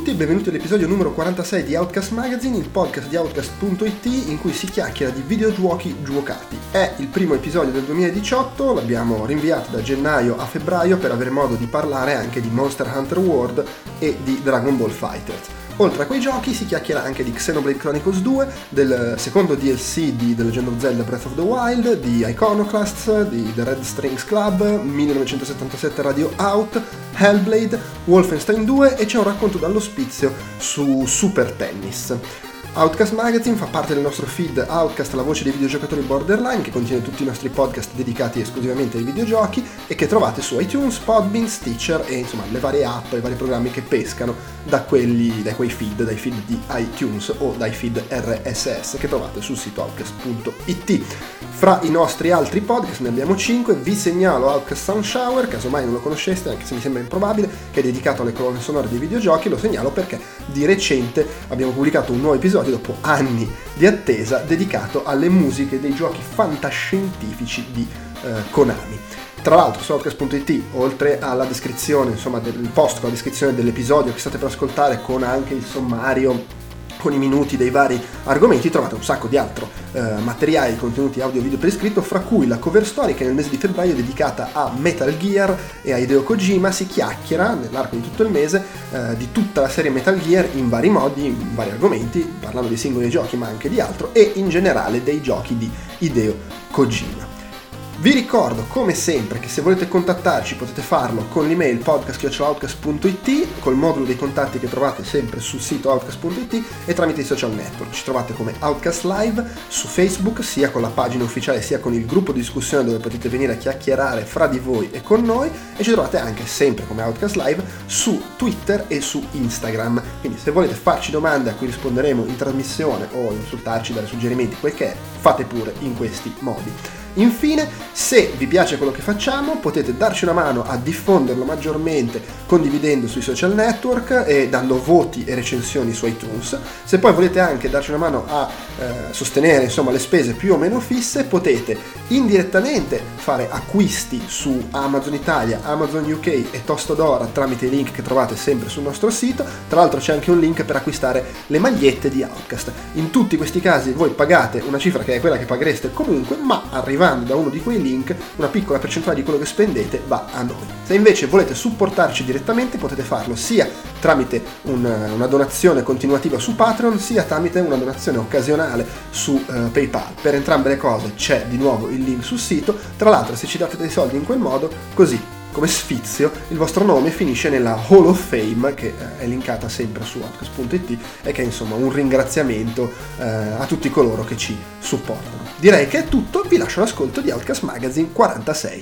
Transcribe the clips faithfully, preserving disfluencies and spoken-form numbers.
tutti e benvenuti all'episodio numero quarantasei di Outcast Magazine, il podcast di Outcast punto it in cui si chiacchiera di videogiochi giocati. È il primo episodio del duemiladiciotto, l'abbiamo rinviato da gennaio a febbraio per avere modo di parlare anche di Monster Hunter World e di Dragon Ball FighterZ. Oltre a quei giochi si chiacchiera anche di Xenoblade Chronicles due, del secondo D L C di The Legend of Zelda Breath of the Wild, di Iconoclasts, di The Red Strings Club, millenovecentosettantasette Radio Out, Hellblade, Wolfenstein due e c'è un racconto dall'ospizio su Super Tennis. Outcast Magazine fa parte del nostro feed Outcast, la voce dei videogiocatori borderline, che contiene tutti i nostri podcast dedicati esclusivamente ai videogiochi e che trovate su iTunes, Podbean, Stitcher e insomma le varie app e i vari programmi che pescano da quelli, da quei feed, dai feed di iTunes o dai feed R S S che trovate sul sito outcast punto it. Fra i nostri altri podcast ne abbiamo cinque, vi segnalo Outcast Sound Shower, casomai non lo conosceste, anche se mi sembra improbabile, che è dedicato alle colonne sonore dei videogiochi. Lo segnalo perché di recente abbiamo pubblicato un nuovo episodio dopo anni di attesa dedicato alle musiche dei giochi fantascientifici di eh, Konami. Tra l'altro su outcast punto it, oltre alla descrizione, insomma del post con la descrizione dell'episodio che state per ascoltare, con anche il sommario con i minuti dei vari argomenti, trovate un sacco di altro eh, materiali, contenuti audio e video per iscritto, fra cui la cover story che nel mese di febbraio è dedicata a Metal Gear e a Hideo Kojima. Si chiacchiera nell'arco di tutto il mese eh, di tutta la serie Metal Gear in vari modi, in vari argomenti, parlando di singoli giochi ma anche di altro, e in generale dei giochi di Hideo Kojima. Vi ricordo come sempre che se volete contattarci potete farlo con l'email podcast chiocciola outcast punto it, col modulo dei contatti che trovate sempre sul sito outcast punto it e tramite i social network. Ci trovate come Outcast Live su Facebook, sia con la pagina ufficiale sia con il gruppo di discussione dove potete venire a chiacchierare fra di voi e con noi, e ci trovate anche sempre come Outcast Live su Twitter e su Instagram. Quindi se volete farci domande a cui risponderemo in trasmissione o insultarci, dare suggerimenti, quel che è, fate pure in questi modi. Infine, se vi piace quello che facciamo, potete darci una mano a diffonderlo maggiormente condividendo sui social network e dando voti e recensioni su iTunes. Se poi volete anche darci una mano a eh, sostenere insomma le spese più o meno fisse, potete indirettamente fare acquisti su Amazon Italia, Amazon U K e Tostadora tramite i link che trovate sempre sul nostro sito. Tra l'altro c'è anche un link per acquistare le magliette di Outcast. In tutti questi casi voi pagate una cifra che è quella che paghereste comunque, ma arrivando da uno di quei link una piccola percentuale di quello che spendete va a noi. Se invece volete supportarci direttamente potete farlo sia tramite un, una donazione continuativa su Patreon, sia tramite una donazione occasionale su uh, PayPal. Per entrambe le cose c'è di nuovo il link sul sito. Tra l'altro, se ci date dei soldi in quel modo, così come sfizio il vostro nome finisce nella Hall of Fame, che è linkata sempre su outcast punto it e che è insomma un ringraziamento eh, a tutti coloro che ci supportano. Direi che è tutto, vi lascio l'ascolto di Outcast Magazine quarantasei.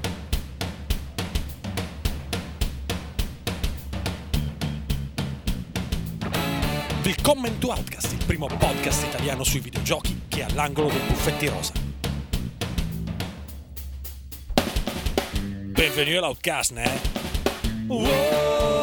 Willkommen to Outcast, il primo podcast italiano sui videogiochi che è all'angolo dei buffetti rosa. Benvenuti all'Outcast, né? Wow!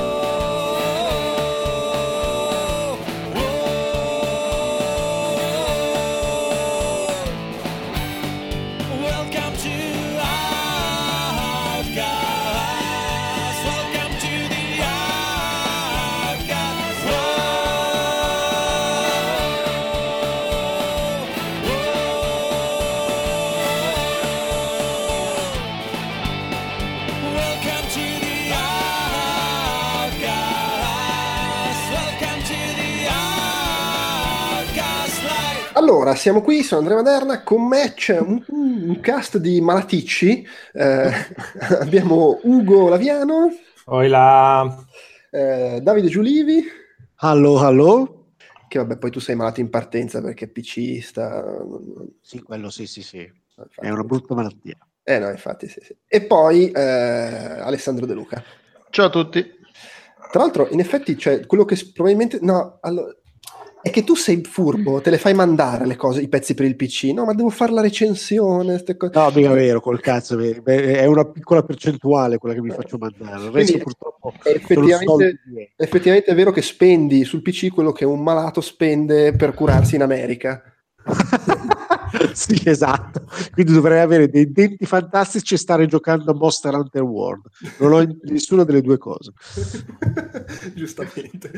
Allora, siamo qui, sono Andrea Maderna, con me c'è un, un cast di malaticci, eh, abbiamo Ugo Laviano, Oila. eh, Davide Giulivi, allo allo, che vabbè poi tu sei malato in partenza perché è piccista. Sì, quello sì, sì, sì, infatti, è una brutta malattia. Eh no, infatti sì, sì. E poi eh, Alessandro De Luca. Ciao a tutti. Tra l'altro, in effetti, cioè, quello che probabilmente... No, allora... È che tu sei furbo, te le fai mandare le cose, i pezzi per il P C, no? Ma devo fare la recensione. Ste cose. No, mica vero, col cazzo, è una piccola percentuale quella che mi faccio mandare. Il resto Quindi, purtroppo effettivamente, effettivamente è vero che spendi sul P C quello che un malato spende per curarsi in America. Sì, esatto. Quindi dovrei avere dei denti fantastici e stare giocando a Monster Hunter World. Non ho nessuna delle due cose. Giustamente.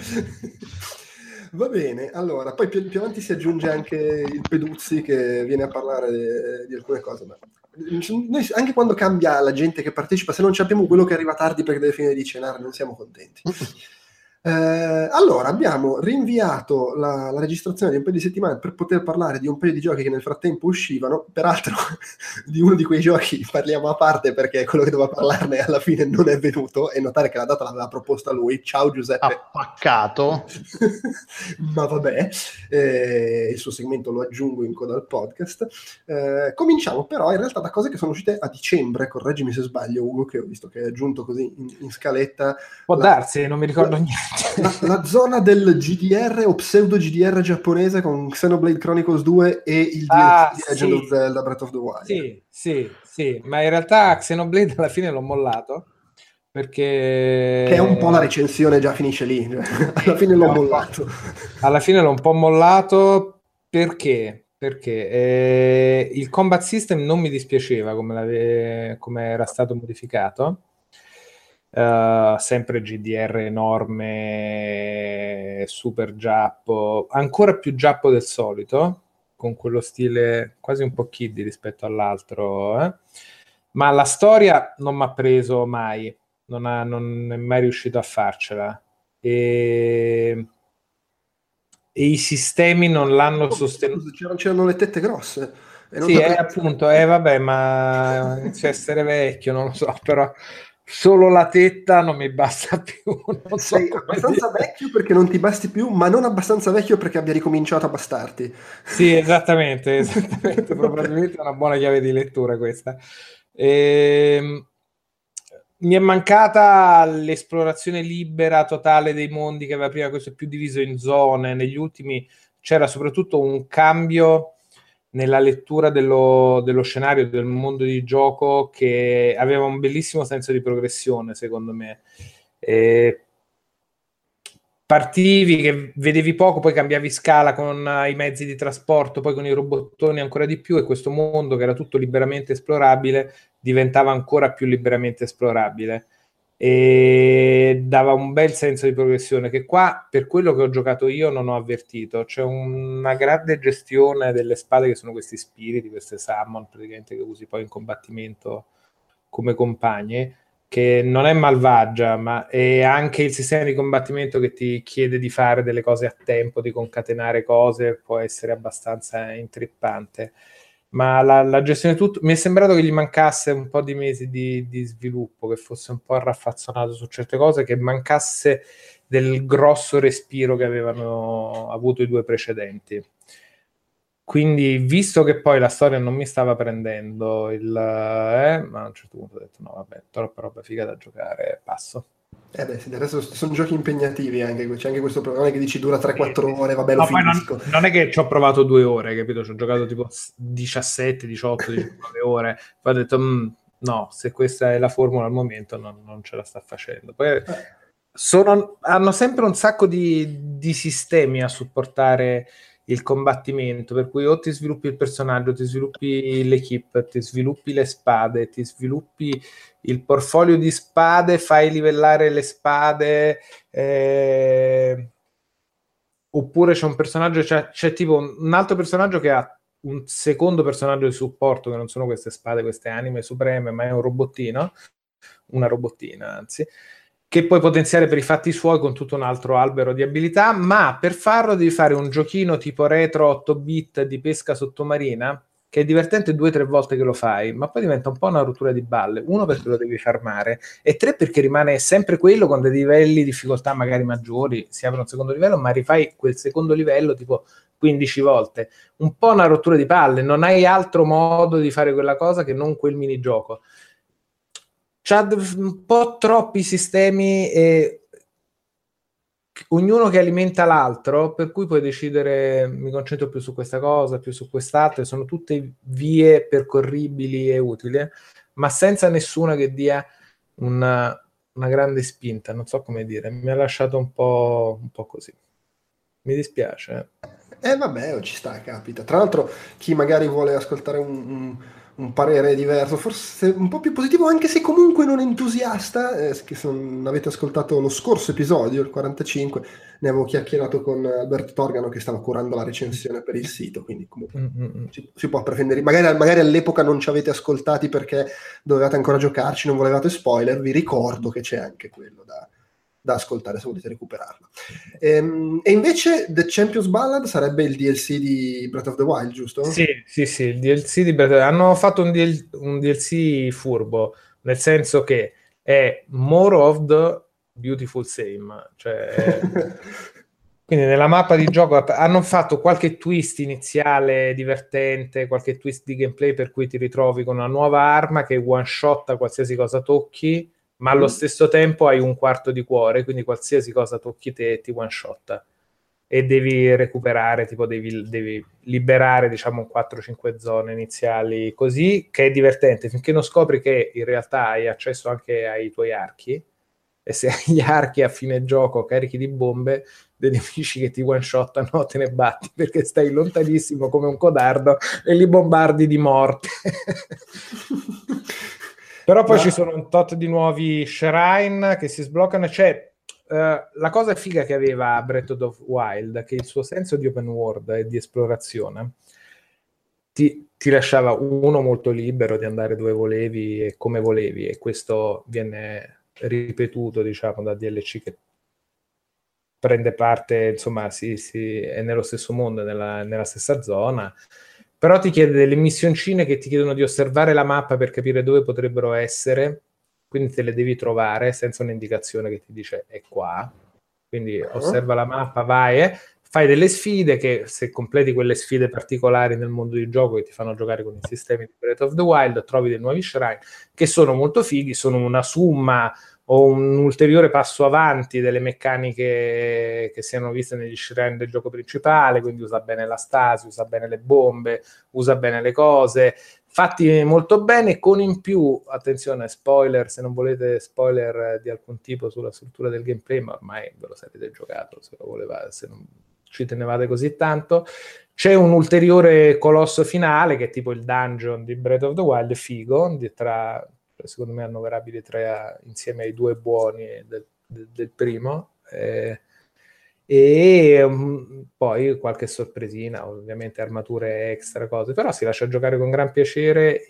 Va bene, allora, poi più, più avanti si aggiunge anche il Peduzzi che viene a parlare de, di alcune cose. Ma noi, anche quando cambia la gente che partecipa, se non abbiamo quello che arriva tardi perché deve finire di cenare, non siamo contenti. Eh, allora, abbiamo rinviato la, la registrazione di un paio di settimane per poter parlare di un paio di giochi che nel frattempo uscivano. Peraltro, di uno di quei giochi parliamo a parte perché quello che doveva parlarne alla fine non è venuto, e notare che la data l'aveva proposta lui. Ciao Giuseppe. Appaccato. Ma vabbè, eh, il suo segmento lo aggiungo in coda al podcast. Eh, cominciamo però in realtà da cose che sono uscite a dicembre, correggimi se sbaglio Ugo, che ho visto che è aggiunto così in, in scaletta. Può la, darsi, non mi ricordo la, niente. La, la zona del G D R o pseudo G D R giapponese con Xenoblade Chronicles due e il Ah, D L C di Legend sì. of Zelda Breath of the Wild. Sì, sì, sì, ma in realtà Xenoblade alla fine l'ho mollato perché... Che è un po' la recensione, già finisce lì, alla fine l'ho mollato. Alla fine l'ho un po' mollato perché? Perché eh, il combat system non mi dispiaceva come, come era stato modificato. Uh, sempre G D R enorme, super giappo, ancora più giappo del solito, con quello stile quasi un po' kiddie rispetto all'altro, eh? Ma la storia non mi ha preso mai, non, ha, non è mai riuscito a farcela, e, e i sistemi non l'hanno sostenuto. C'erano, c'erano le tette grosse. E non sì, è appunto, eh, vabbè, ma inizio a essere vecchio, non lo so, però solo la tetta non mi basta più. Non Sei so abbastanza dire. vecchio perché non ti basti più, ma non abbastanza vecchio perché abbia ricominciato a bastarti. Sì, esattamente, esattamente. Probabilmente è una buona chiave di lettura questa. E... mi è mancata l'esplorazione libera totale dei mondi che aveva prima. Questo è più diviso in zone. Negli ultimi c'era soprattutto un cambio nella lettura dello, dello scenario, del mondo di gioco, che aveva un bellissimo senso di progressione, secondo me. E partivi che vedevi poco, poi cambiavi scala con uh, i mezzi di trasporto, poi con i robottoni ancora di più, e questo mondo che era tutto liberamente esplorabile diventava ancora più liberamente esplorabile e dava un bel senso di progressione che qua, per quello che ho giocato io, non ho avvertito. C'è una grande gestione delle spade, che sono questi spiriti, queste summon praticamente, che usi poi in combattimento come compagni, che non è malvagia, ma è anche il sistema di combattimento che ti chiede di fare delle cose a tempo, di concatenare cose, può essere abbastanza intrippante. Ma la, la gestione tutto, mi è sembrato che gli mancasse un po' di mesi di, di sviluppo, che fosse un po' raffazzonato su certe cose, che mancasse del grosso respiro che avevano avuto i due precedenti. Quindi, visto che poi la storia non mi stava prendendo il, eh, ma a un certo punto ho detto no, vabbè, troppa roba figa da giocare, passo. Eh beh, sì, del resto sono giochi impegnativi anche, c'è anche questo problema che dici dura tre quattro ore, vabbè, lo no, finisco. Non, non è che ci ho provato due ore, capito? Ci ho giocato tipo diciassette, diciotto, diciannove ore, poi ho detto no, se questa è la formula al momento non, non ce la sta facendo. Poi sono, hanno sempre un sacco di, di sistemi a supportare il combattimento, per cui o ti sviluppi il personaggio, ti sviluppi l'equipe, ti sviluppi le spade, ti sviluppi il portfolio di spade, fai livellare le spade, eh, oppure c'è un personaggio, c'è, c'è tipo un, un altro personaggio che ha un secondo personaggio di supporto, che non sono queste spade, queste anime supreme, ma è un robottino, una robottina anzi, che puoi potenziare per i fatti suoi con tutto un altro albero di abilità, ma per farlo devi fare un giochino tipo retro otto bit di pesca sottomarina, che è divertente due o tre volte che lo fai, ma poi diventa un po' una rottura di balle. Uno, perché lo devi farmare, e tre, perché rimane sempre quello con dei livelli di difficoltà magari maggiori, si apre un secondo livello, ma rifai quel secondo livello tipo quindici volte. Un po' una rottura di palle, non hai altro modo di fare quella cosa che non quel minigioco. C'ha un po' troppi sistemi e ognuno che alimenta l'altro, per cui puoi decidere mi concentro più su questa cosa, più su quest'altra. Sono tutte vie percorribili e utili, ma senza nessuna che dia una, una grande spinta, non so come dire, mi ha lasciato un po', un po' così, mi dispiace. Eh vabbè, ci sta, capita. Tra l'altro, chi magari vuole ascoltare un, un- un parere diverso, forse un po' più positivo, anche se comunque non entusiasta, eh, che se non avete ascoltato lo scorso episodio, il quarantacinque, ne avevo chiacchierato con Alberto Torgano che stava curando la recensione per il sito, quindi comunque Mm-mm. si, si può approfondire. Magari, magari all'epoca non ci avete ascoltati perché dovevate ancora giocarci, non volevate spoiler, vi ricordo che c'è anche quello da, da ascoltare se volete recuperarlo. Ehm, e invece The Champions Ballad sarebbe il D L C di Breath of the Wild, giusto? Sì, sì, sì, il D L C di Breath of the Wild. Hanno fatto un, D L- un D L C furbo, nel senso che è more of the beautiful same, cioè quindi nella mappa di gioco hanno fatto qualche twist iniziale divertente, qualche twist di gameplay per cui ti ritrovi con una nuova arma che one shot qualsiasi cosa tocchi, ma allo Mm. stesso tempo hai un quarto di cuore, quindi qualsiasi cosa tocchi te ti one shot e devi recuperare, tipo devi, devi liberare diciamo quattro cinque zone iniziali così, che è divertente finché non scopri che in realtà hai accesso anche ai tuoi archi, e se hai gli archi a fine gioco carichi di bombe dei nemici che ti one shottano te ne batti perché stai lontanissimo come un codardo e li bombardi di morte. Però poi Ma- ci sono un tot di nuovi shrine che si sbloccano, cioè uh, la cosa figa che aveva Breath of the Wild, che il suo senso di open world e di esplorazione ti, ti lasciava uno molto libero di andare dove volevi e come volevi, e questo viene ripetuto diciamo da D L C che prende parte, insomma si, si, è nello stesso mondo, nella, nella stessa zona, però ti chiede delle missioncine che ti chiedono di osservare la mappa per capire dove potrebbero essere, quindi te le devi trovare senza un'indicazione che ti dice è qua, quindi Ah. osserva la mappa, vai e fai delle sfide che se completi quelle sfide particolari nel mondo di gioco che ti fanno giocare con i sistemi di Breath of the Wild, trovi dei nuovi shrine che sono molto fighi, sono una summa o un ulteriore passo avanti delle meccaniche che siano viste negli shrine del gioco principale, quindi usa bene la stasi, usa bene le bombe, usa bene le cose, fatti molto bene, con in più, attenzione, spoiler, se non volete spoiler di alcun tipo sulla struttura del gameplay, ma ormai ve lo sapete giocato, se lo volevate, se non ci tenevate così tanto, c'è un ulteriore colosso finale che è tipo il dungeon di Breath of the Wild, figo, di tra, secondo me annoverabili tre insieme ai due buoni del, del, del primo, eh, e um, poi qualche sorpresina, ovviamente armature extra, cose, però si lascia giocare con gran piacere,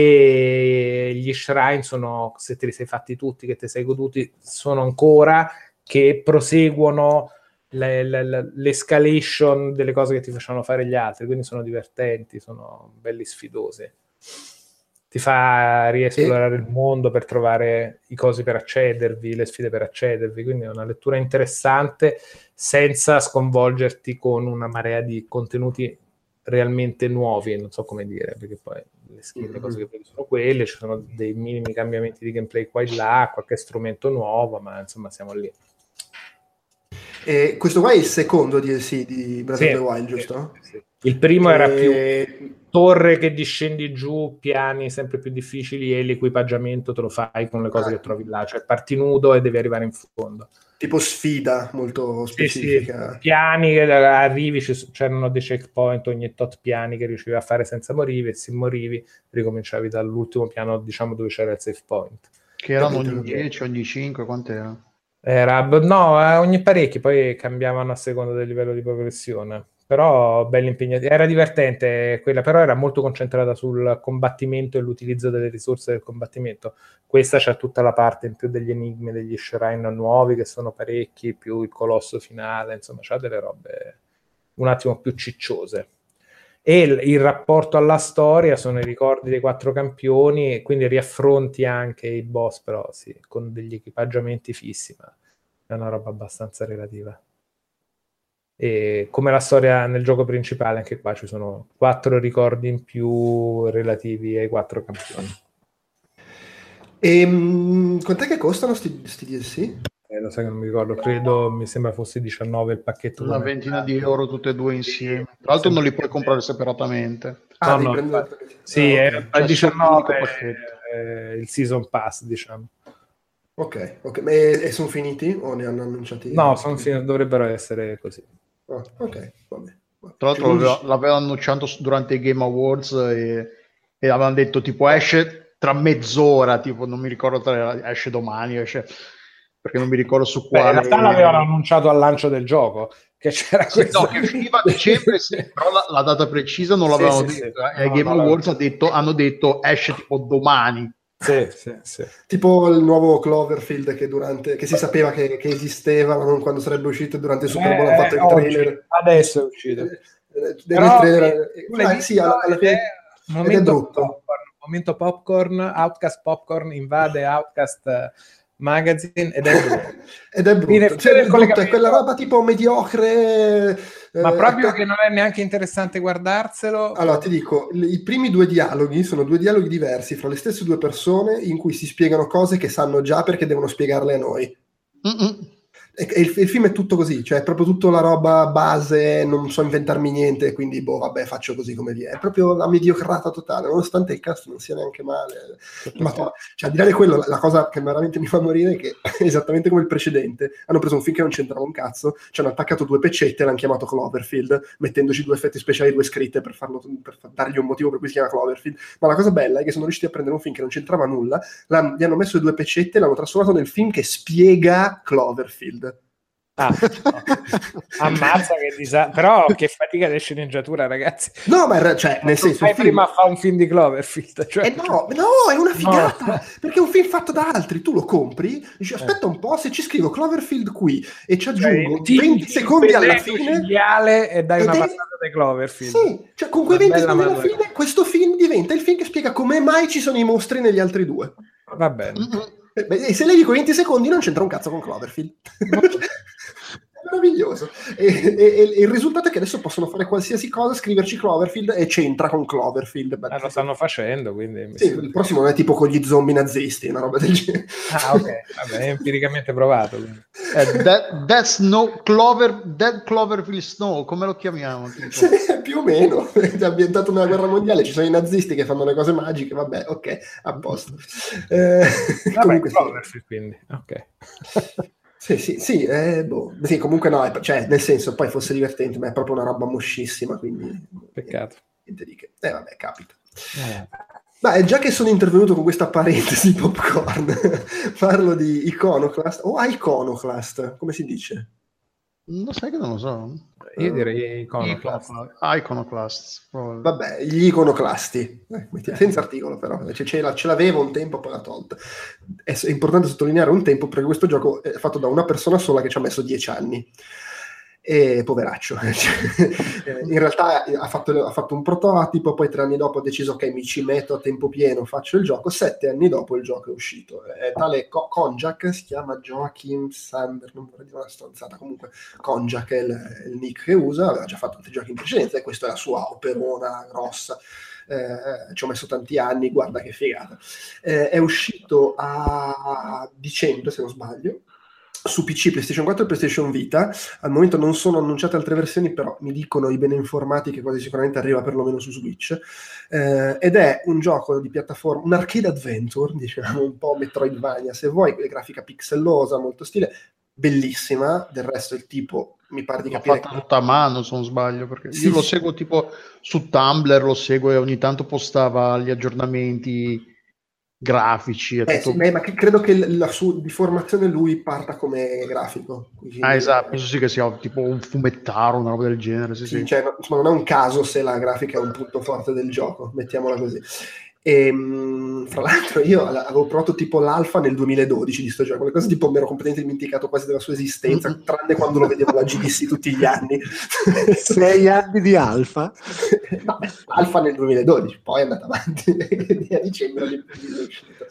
e gli shrine sono, se te li sei fatti tutti, che te sei goduti, sono ancora che proseguono le, le, l'escalation delle cose che ti facevano fare gli altri, quindi sono divertenti, sono belli sfidosi, ti fa riesplorare e... il mondo per trovare i cosi per accedervi, le sfide per accedervi, quindi è una lettura interessante senza sconvolgerti con una marea di contenuti realmente nuovi, non so come dire, perché poi le skin, mm-hmm. le cose che vedi sono quelle, ci sono dei minimi cambiamenti di gameplay qua e là, qualche strumento nuovo, ma insomma siamo lì. E questo qua è il secondo D L C di Breath sì, of the Wild, giusto? Sì, sì. Il primo e... era più torre che discendi giù, piani sempre più difficili, e l'equipaggiamento te lo fai con le cose ah. che trovi là, cioè parti nudo e devi arrivare in fondo. Tipo sfida molto specifica. Sì, sì. Piani che arrivi, c'erano dei checkpoint ogni tot piani che riuscivi a fare senza morire, e se morivi ricominciavi dall'ultimo piano, diciamo, dove c'era il save point. Che erano ogni dieci, ogni cinque, quant'era? Era, no, ogni parecchi, poi cambiavano a seconda del livello di progressione, però belli impegnati, era divertente quella, però era molto concentrata sul combattimento e l'utilizzo delle risorse del combattimento. Questa c'ha tutta la parte in più degli enigmi, degli shrine nuovi che sono parecchi, più il colosso finale, insomma c'ha delle robe un attimo più cicciose. E il, il rapporto alla storia sono i ricordi dei quattro campioni, e quindi riaffronti anche i boss, però sì, con degli equipaggiamenti fissi, ma è una roba abbastanza relativa. E come la storia nel gioco principale, anche qua ci sono quattro ricordi in più relativi ai quattro campioni. E um, quant'è che costano sti, sti D L C? Eh, lo sai che non mi ricordo, credo, mi sembra fosse diciannove il pacchetto. Una ventina di euro tutte e due insieme. Tra l'altro non li puoi comprare separatamente. Ah, no, no, prendo... sì, ah, è okay. al diciannove eh, il season pass, diciamo. Ok, ok. E, e sono finiti o ne hanno annunciati? No, sono finiti, dovrebbero essere così. Ah, ok, vabbè. Tra l'altro l'aveva, l'aveva annunciato durante i Game Awards e, e avevano detto tipo esce tra mezz'ora, tipo non mi ricordo, tra, esce domani, esce, perché non mi ricordo su quale. Beh, in realtà l'avevano annunciato al lancio del gioco, che c'era sì, questo... no, che usciva a dicembre, sì, però la, la data precisa non l'avevano sì, detto. sì, Eh. no, Game no, Awards no. ha detto, hanno detto esce tipo domani. Sì, sì, sì. Tipo il nuovo Cloverfield che, durante, che si sapeva che, che esisteva, ma non quando sarebbe uscito. Durante il Super Bowl hanno fatto il oggi, trailer. adesso è uscito. Eh, Però trailer, tu l'hai ah, visto sì, alla, alla ed fine, è ed è momento brutto. popcorn, momento popcorn, Outcast Popcorn invade Outcast Magazine ed è brutto. Ed è brutto, cioè, è, brutto è quella roba tipo mediocre. Ma eh, proprio atta- che non è neanche interessante guardarselo. Allora, ti dico, i primi due dialoghi sono due dialoghi diversi fra le stesse due persone in cui si spiegano cose che sanno già perché devono spiegarle a noi. Mm-mm. E il, il film è tutto così, cioè è proprio tutta la roba base, non so inventarmi niente, quindi boh, vabbè, faccio così come viene. È proprio la mediocrata totale, nonostante il cast non sia neanche male. Ma to- cioè, al di là di quello, la, la cosa che veramente mi fa morire è che, esattamente come il precedente, hanno preso un film che non c'entrava un cazzo, ci hanno attaccato due pecette e l'hanno chiamato Cloverfield, mettendoci due effetti speciali, due scritte per, farlo, per dargli un motivo per cui si chiama Cloverfield. Ma la cosa bella è che sono riusciti a prendere un film che non c'entrava nulla, gli hanno messo le due pecette e l'hanno trasformato nel film che spiega Cloverfield. Ah, ammazza che disastro, però che fatica di sceneggiatura, ragazzi. No, ma cioè, nel senso, fai film... prima fa un film di Cloverfield, cioè... eh no, no, è una figata, no. perché è un film fatto da altri, tu lo compri, dici aspetta un po', se ci scrivo Cloverfield qui e ci aggiungo cioè, venti secondi alla fine e dai una è... passata di Cloverfield. Sì, cioè con quei venti secondi alla fine questo film diventa il film che spiega come mai ci sono i mostri negli altri due. Va bene. Mm-hmm. E se leggi quei venti secondi non c'entra un cazzo con Cloverfield. Meraviglioso. E, e, e il risultato è che adesso possono fare qualsiasi cosa, scriverci Cloverfield e c'entra con Cloverfield. Ah, lo stanno facendo, quindi... Sì, il prossimo non è tipo con gli zombie nazisti, una roba del genere. Ah, ok, vabbè, è empiricamente provato. Eh, that, that's no Clover, Dead Cloverfield Snow, come lo chiamiamo? Sì, più o meno. È ambientato nella guerra mondiale, ci sono i nazisti che fanno le cose magiche, vabbè, ok, a posto. Eh, vabbè, comunque Cloverfield, sì. Quindi, ok. Sì, sì, sì, eh, boh. Sì, comunque no, è, cioè, nel senso, poi fosse divertente, ma è proprio una roba moschissima, quindi... Peccato. Niente di che. Eh, vabbè, capita. Eh. Beh, già che sono intervenuto con questa parentesi popcorn, parlo di Iconoclast, o Iconoclast, come si dice? Non sai che non lo so. Io direi Iconoclast. Iconoclast. Vabbè, gli iconoclasti. Eh, senza articolo però, cioè, ce, la, ce l'avevo un tempo, poi l'ha tolta. È, è importante sottolineare un tempo perché questo gioco è fatto da una persona sola che ci ha messo dieci anni. E poveraccio. In realtà ha fatto, ha fatto un prototipo, poi tre anni dopo ha deciso ok, mi ci metto a tempo pieno, faccio il gioco. Sette anni dopo il gioco è uscito. È tale Co- Konjak, si chiama Joachim Sander, non vorrei dire una stronzata, comunque Konjak è il, il nick che usa, aveva già fatto altri giochi in precedenza e questa è la sua operona grossa. Eh, ci ho messo tanti anni, guarda che figata. Eh, è uscito a dicembre, se non sbaglio, su P C, PlayStation quattro e PlayStation Vita. Al momento non sono annunciate altre versioni, però mi dicono i bene informati che quasi sicuramente arriva perlomeno su Switch. Eh, ed è un gioco di piattaforma, un arcade adventure, diciamo, un po' Metroidvania, se vuoi, grafica pixellosa, molto stile, bellissima. Del resto il tipo, mi pare di L'ha capire... fatta tutta a mano, se non sbaglio, perché sì, io lo sì. seguo tipo su Tumblr, lo seguo e ogni tanto postava gli aggiornamenti grafici e Eh, tutto. sì, beh, ma che credo che la sua di formazione lui parta come grafico. Quindi, Ah, esatto, penso sì che sia tipo un fumettaro, una roba del genere. Sì, sì, sì. cioè, no, insomma, non è un caso se la grafica è un punto forte del gioco, mettiamola così. E, mh, fra l'altro io avevo provato tipo l'alfa nel duemiladodici di sto gioco, le cose tipo mi ero completamente dimenticato quasi della sua esistenza, mm-hmm. tranne quando lo vedevo alla G D C tutti gli anni. Sei anni di alfa? Vabbè, alfa nel duemiladodici, poi è andata avanti a dicembre è uscito.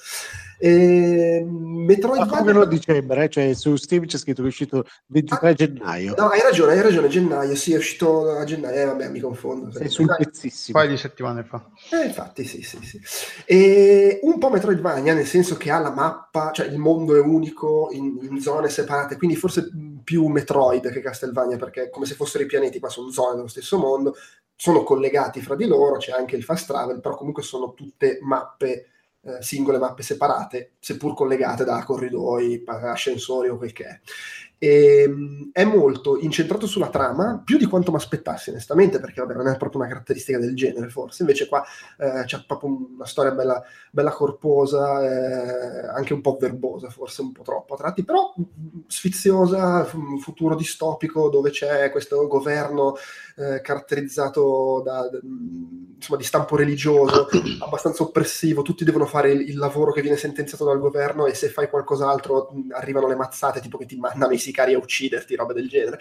E, Metroidvania... Ma a dicembre, eh? Cioè su Steam c'è scritto che è uscito ventitré ah, gennaio. No, hai ragione, hai ragione, gennaio, sì, è uscito a gennaio, eh, vabbè, mi confondo. Sei sul pezzissimo. Un paio di settimane fa. Eh, infatti, sì, sì, sì. E un po' Metroidvania, nel senso che ha la mappa, cioè il mondo è unico in, in zone separate, quindi forse più Metroid che Castlevania, perché è come se fossero i pianeti, qua sono zone dello stesso mondo, sono collegati fra di loro, c'è anche il fast travel, però comunque sono tutte mappe, eh, singole mappe separate, seppur collegate da corridoi, ascensori o quel che è. E, è molto incentrato sulla trama, più di quanto mi aspettassi onestamente, perché vabbè, non è proprio una caratteristica del genere forse, invece qua eh, c'è proprio una storia bella, bella corposa, eh, anche un po' verbosa, forse un po' troppo a tratti, però sfiziosa, un futuro distopico dove c'è questo governo eh, caratterizzato da, da, insomma, di stampo religioso, abbastanza oppressivo, tutti devono fare il, il lavoro che viene sentenziato dal governo e se fai qualcos'altro mh, arrivano le mazzate, tipo che ti mandano i sicari a ucciderti, roba del genere.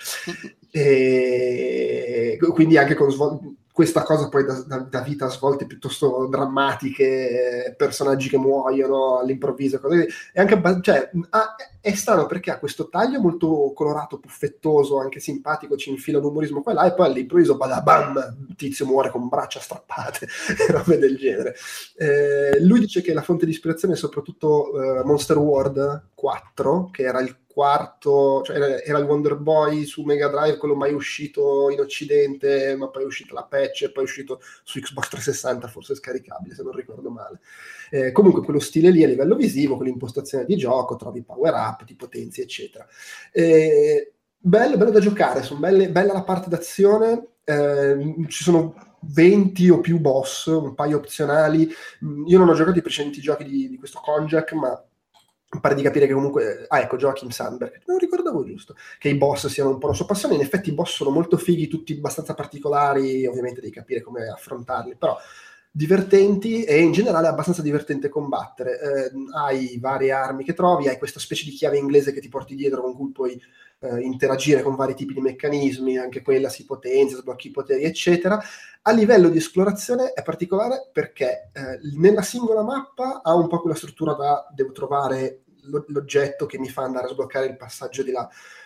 E quindi anche con svol- questa cosa poi da, da, da vita a svolte piuttosto drammatiche, personaggi che muoiono all'improvviso, cose così. E anche, cioè, ha, è strano perché ha questo taglio molto colorato, puffettoso, anche simpatico, ci infila un umorismo qua e là, e poi all'improvviso, badabam, il tizio muore con braccia strappate, robe del genere. Eh, lui dice che la fonte di ispirazione è soprattutto uh, Monster World quattro, che era il quarto, cioè era, era il Wonder Boy su Mega Drive, quello mai uscito in Occidente, ma poi è uscita la patch e poi è uscito su Xbox trecentosessanta, forse scaricabile se non ricordo male. Eh, comunque quello stile lì a livello visivo, con l'impostazione di gioco, trovi power up, ti potenzi eccetera. Eh, bello, bello da giocare, sono belle, bella la parte d'azione, eh, ci sono venti o più boss, un paio opzionali. Io non ho giocato i precedenti giochi di, di questo Konjak, ma pare di capire che comunque, ah ecco, Joachim Sandberg, non ricordavo giusto, che i boss siano un po' la sua passione. In effetti i boss sono molto fighi, tutti abbastanza particolari, ovviamente devi capire come affrontarli, però divertenti, e in generale è abbastanza divertente combattere. Eh, hai varie armi che trovi, hai questa specie di chiave inglese che ti porti dietro, con cui puoi eh, interagire con vari tipi di meccanismi, anche quella si potenzia, sblocchi i poteri eccetera. A livello di esplorazione è particolare perché eh, nella singola mappa ha un po' quella struttura da devo trovare lo, l'oggetto che mi fa andare a sbloccare il passaggio di là.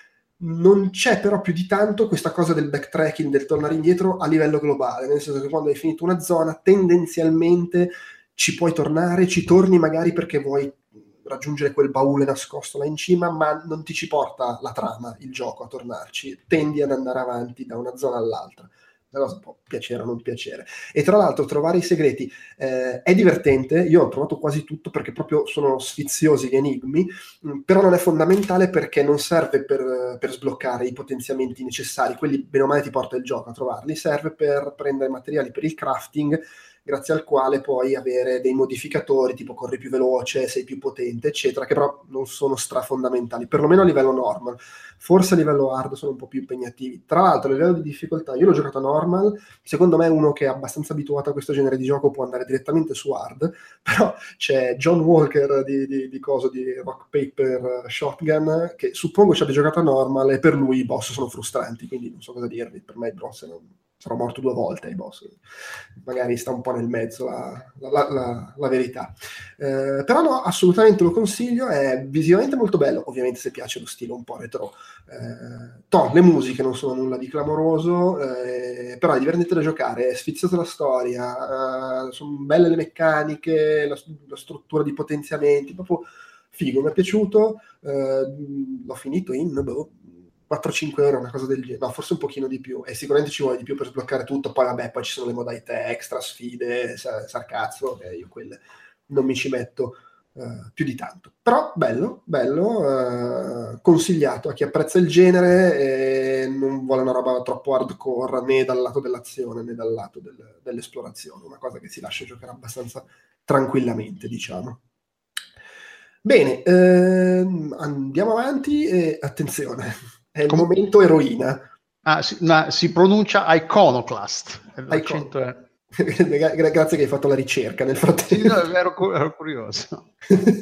Non c'è però più di tanto questa cosa del backtracking, del tornare indietro a livello globale, nel senso che quando hai finito una zona tendenzialmente ci puoi tornare, ci torni magari perché vuoi raggiungere quel baule nascosto là in cima, ma non ti ci porta la trama, il gioco a tornarci, tendi ad andare avanti da una zona all'altra. Una cosa può piacere o non piacere. E tra l'altro trovare i segreti eh, è divertente. Io ho provato quasi tutto perché proprio sono sfiziosi gli enigmi, mh, però non è fondamentale perché non serve per, per sbloccare i potenziamenti necessari, quelli bene o male ti porta il gioco a trovarli, serve per prendere materiali per il crafting, grazie al quale puoi avere dei modificatori tipo corri più veloce, sei più potente eccetera, che però non sono strafondamentali, perlomeno a livello normal. Forse a livello hard sono un po' più impegnativi. Tra l'altro a livello di difficoltà io l'ho giocato a normal, secondo me uno che è abbastanza abituato a questo genere di gioco può andare direttamente su hard, però c'è John Walker di, di, di coso di Rock Paper Shotgun che suppongo ci abbia giocato a normal e per lui i boss sono frustranti, quindi non so cosa dirvi. Per me i boss non... sarò morto due volte ai boss, magari sta un po' nel mezzo la, la, la, la verità. Eh, però no, assolutamente lo consiglio, è visivamente molto bello, ovviamente se piace lo stile un po' retro. Eh, to, le musiche non sono nulla di clamoroso, eh, però è divertente da giocare, è sfiziosa la storia, eh, sono belle le meccaniche, la, la struttura di potenziamenti, proprio figo, mi è piaciuto, eh, l'ho finito in... Boh, quattro cinque euro, una cosa del genere, no, forse un pochino di più, e sicuramente ci vuole di più per sbloccare tutto. Poi vabbè, poi ci sono le modalità extra, sfide, sa- sarcazzo, che io quelle non mi ci metto uh, più di tanto, però bello, bello, uh, consigliato a chi apprezza il genere e non vuole una roba troppo hardcore né dal lato dell'azione né dal lato del, dell'esplorazione, una cosa che si lascia giocare abbastanza tranquillamente, diciamo. Bene, ehm, andiamo avanti e attenzione, è il Com- momento eroina. Ah, si, no, si pronuncia Iconoclast. L'accento è... Grazie che hai fatto la ricerca nel frattempo. Sì, no, ero, ero curioso.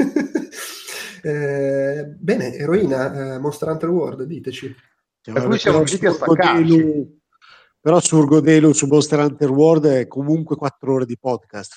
eh, bene, eroina, eh, Monster Hunter World, diteci. Per cui siamo riusciti a staccarci. Però su Urgodelu, su Monster Hunter World è comunque quattro ore di podcast.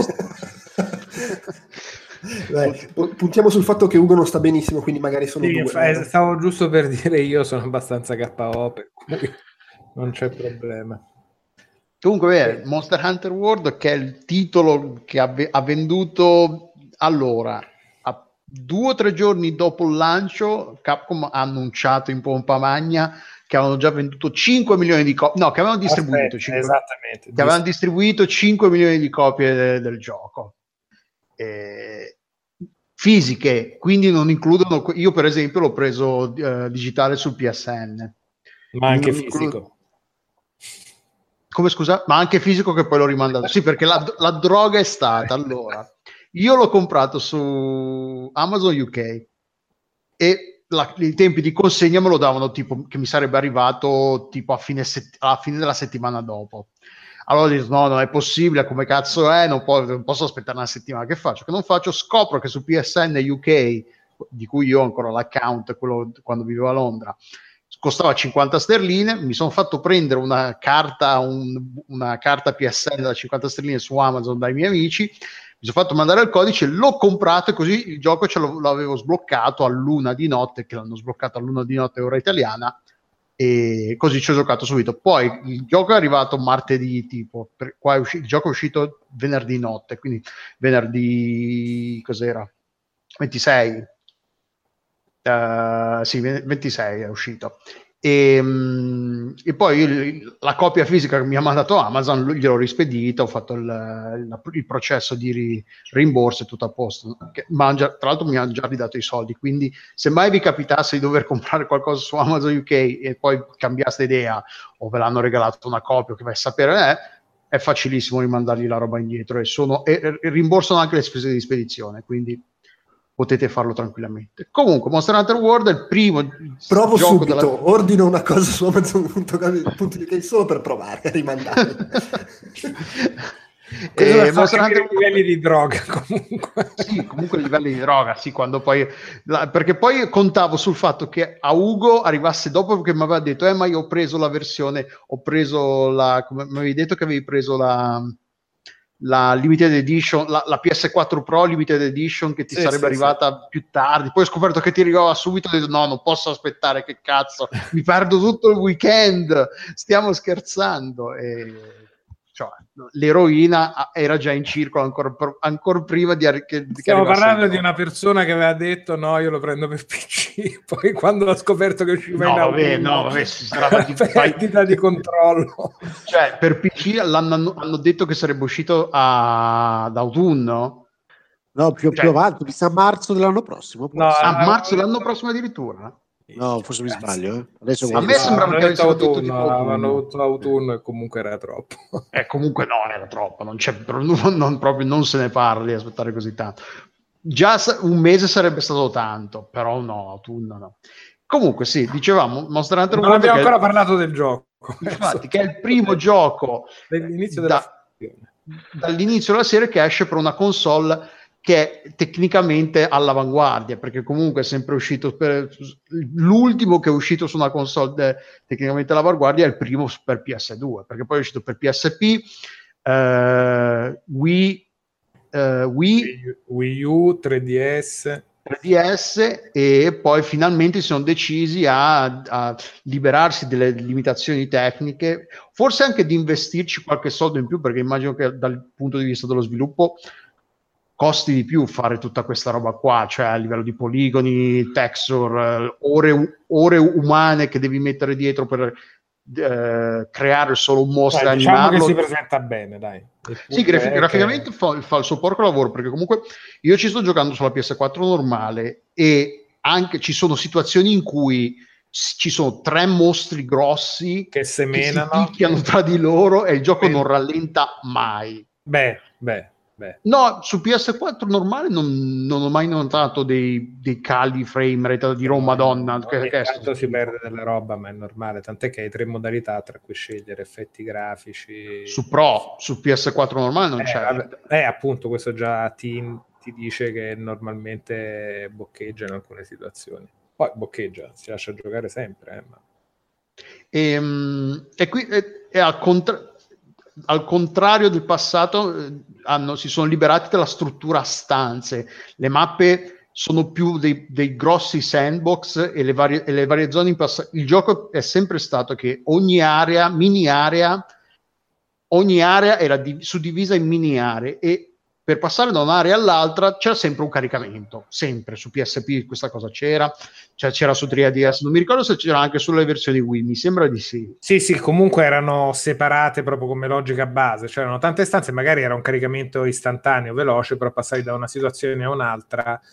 Beh, puntiamo sul fatto che Ugo non sta benissimo, quindi magari sono sì, due. Fa, eh, stavo giusto per dire, io sono abbastanza K O, per cui non c'è problema. Comunque, beh, Monster Hunter World, che è il titolo che ha, ha venduto allora, a due o tre giorni dopo il lancio, Capcom ha annunciato in pompa magna che avevano già venduto cinque milioni di copie, no, che avevano distribuito, Aspetta, cinque, esattamente, che avevano distribuito cinque milioni di copie de, del gioco. E fisiche, quindi non includono. Io, per esempio, l'ho preso uh, digitale sul P S N. Ma anche non fisico. Includo... Come scusa? Ma anche fisico che poi l'ho rimandato. Sì, perché la, la droga è stata, allora, io l'ho comprato su Amazon U K e la, i tempi di consegna me lo davano tipo che mi sarebbe arrivato tipo a fine, sett- alla fine della settimana dopo. Allora ho detto no, non è possibile, come cazzo è, non, po- non posso aspettare una settimana, che faccio? Che non faccio? Scopro che su P S N U K, di cui io ho ancora l'account, quello quando vivevo a Londra, costava cinquanta sterline, mi sono fatto prendere una carta, un, una carta P S N da cinquanta sterline su Amazon dai miei amici, mi sono fatto mandare il codice, l'ho comprato e così il gioco ce l'avevo sbloccato a luna di notte, che l'hanno sbloccato a luna di notte ora italiana, e così ci ho giocato subito. Poi il gioco è arrivato martedì tipo, per, qua è uscito, il gioco è uscito venerdì notte, quindi venerdì cos'era? ventisei. Uh, sì, ventisei è uscito. E, um, e poi io, la copia fisica che mi ha mandato Amazon gliel'ho rispedita, ho fatto il, il, il processo di ri, rimborso e tutto a posto, che, ma già, tra l'altro mi hanno già ridato i soldi, quindi se mai vi capitasse di dover comprare qualcosa su Amazon U K e poi cambiaste idea o ve l'hanno regalato una copia che vai a sapere è, è facilissimo rimandargli la roba indietro e, sono, e, e rimborsano anche le spese di spedizione, quindi potete farlo tranquillamente. Comunque Monster Hunter World è il primo provo gioco subito, della... ordino una cosa su Amazon punto U K solo per provare a rimandare. eh, Monster Hunter i livelli di droga comunque. Sì, comunque i livelli di droga, sì, quando poi la, perché poi contavo sul fatto che a Ugo arrivasse dopo che mi aveva detto eh ma io ho preso la versione, ho preso la, come mi avevi detto che avevi preso la la limited edition, la, la P S quattro Pro limited edition che ti sì, sarebbe sì, arrivata sì. più tardi, poi ho scoperto che ti arrivava subito e ho detto no, non posso aspettare, che cazzo, mi perdo tutto il weekend, stiamo scherzando. E cioè, l'eroina era già in circolo ancora, ancora prima di che, stiamo che parlando di una persona che aveva detto no, io lo prendo per P C, poi quando ho scoperto che usciva no, in vabbè, autunno, no, vabbè, si sarà di perdita di controllo, cioè per P C hanno, hanno detto che sarebbe uscito a, ad autunno, no, più, cioè, più avanti, mi sa marzo dell'anno prossimo, no, a marzo dell'anno prossimo addirittura. No, forse mi sbaglio, eh. Adesso sì, a me no, sembrava che avessero autunno, detto tipo avevano avuto autunno e comunque era troppo. Eh, comunque no, era troppo, non, c'è, non, non, proprio, non se ne parla di aspettare così tanto. Già un mese sarebbe stato tanto, però no, autunno no. Comunque sì, dicevamo, Monster Hunter non abbiamo ancora è, parlato del gioco. Infatti, che è il primo gioco dall'inizio della da, dall'inizio della serie che esce per una console che è tecnicamente all'avanguardia, perché comunque è sempre uscito per, l'ultimo che è uscito su una console de, tecnicamente all'avanguardia è il primo per P S due, perché poi è uscito per P S P, eh, Wii, eh, Wii, Wii U, tre D S tre D S e poi finalmente si sono decisi a, a liberarsi delle limitazioni tecniche, forse anche di investirci qualche soldo in più, perché immagino che dal punto di vista dello sviluppo costi di più fare tutta questa roba qua, cioè a livello di poligoni, texture, ore, ore umane che devi mettere dietro per eh, creare solo un mostro. Dai, diciamo che si presenta bene, dai. Sì, graf- graficamente che... fa, fa il suo porco lavoro, perché comunque io ci sto giocando sulla P S quattro normale e anche ci sono situazioni in cui ci sono tre mostri grossi che, semenano. che si picchiano tra di loro e il gioco Beh. non rallenta mai. Beh, beh. Beh. No, su P S quattro normale non, non ho mai notato dei, dei cali frame rate di Roma Madonna. No, che, che tanto si perde della roba, ma è normale, tant'è che hai tre modalità tra cui scegliere effetti grafici. Su Pro, su P S quattro normale non eh, c'è. Vabbè, eh, appunto, questo già ti, ti dice che normalmente boccheggia in alcune situazioni. Poi boccheggia, si lascia giocare sempre. Eh, ma... e, um, e qui è, è al contrario. Al contrario del passato, hanno, si sono liberati dalla struttura a stanze. Le mappe sono più dei, dei grossi sandbox e le varie, e le varie zone in passato. Il gioco è sempre stato che ogni area, mini area, ogni area era di, suddivisa in mini aree e per passare da un'area all'altra c'era sempre un caricamento, sempre su P S P questa cosa c'era, cioè c'era su tre D S, non mi ricordo se c'era anche sulle versioni Wii, mi sembra di sì. Sì, sì, comunque erano separate proprio come logica base, cioè erano tante stanze, magari era un caricamento istantaneo, veloce, però passavi da una situazione a un'altra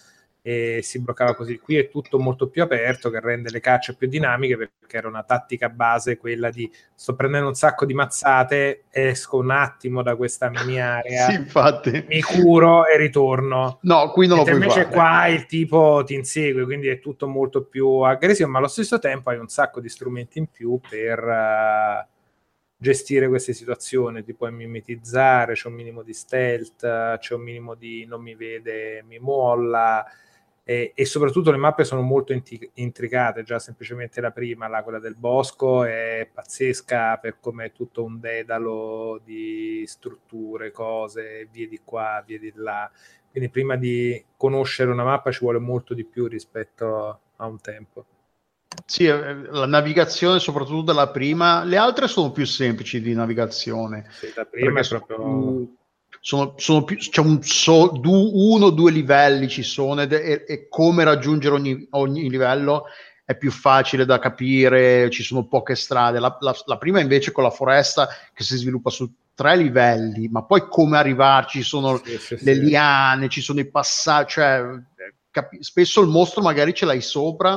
e si bloccava così. Qui è tutto molto più aperto, che rende le cacce più dinamiche, perché era una tattica base quella di sto prendendo un sacco di mazzate, esco un attimo da questa mia area, sì, infatti. mi curo e ritorno. No, qui non lo puoi invece fare. Qua il tipo ti insegue, quindi è tutto molto più aggressivo, ma allo stesso tempo hai un sacco di strumenti in più per uh, gestire queste situazioni. Ti puoi mimetizzare, c'è un minimo di stealth, c'è un minimo di non mi vede, mi molla, e, e soprattutto le mappe sono molto inti- intricate. Già semplicemente la prima, là, quella del bosco, è pazzesca per come è tutto un dedalo di strutture, cose, vie di qua, vie di là. Quindi prima di conoscere una mappa ci vuole molto di più rispetto a un tempo. Sì, la navigazione soprattutto della prima, le altre sono più semplici di navigazione. Sì, la prima è sono, proprio... sono, sono più, c'è un so, du, uno o due livelli ci sono, ed è, e come raggiungere ogni, ogni livello è più facile da capire, ci sono poche strade. La, la, la prima invece con la foresta, che si sviluppa su tre livelli, ma poi come arrivarci, ci sono sì, sì, le sì. liane, ci sono i passaggi, cioè capi- spesso il mostro magari ce l'hai sopra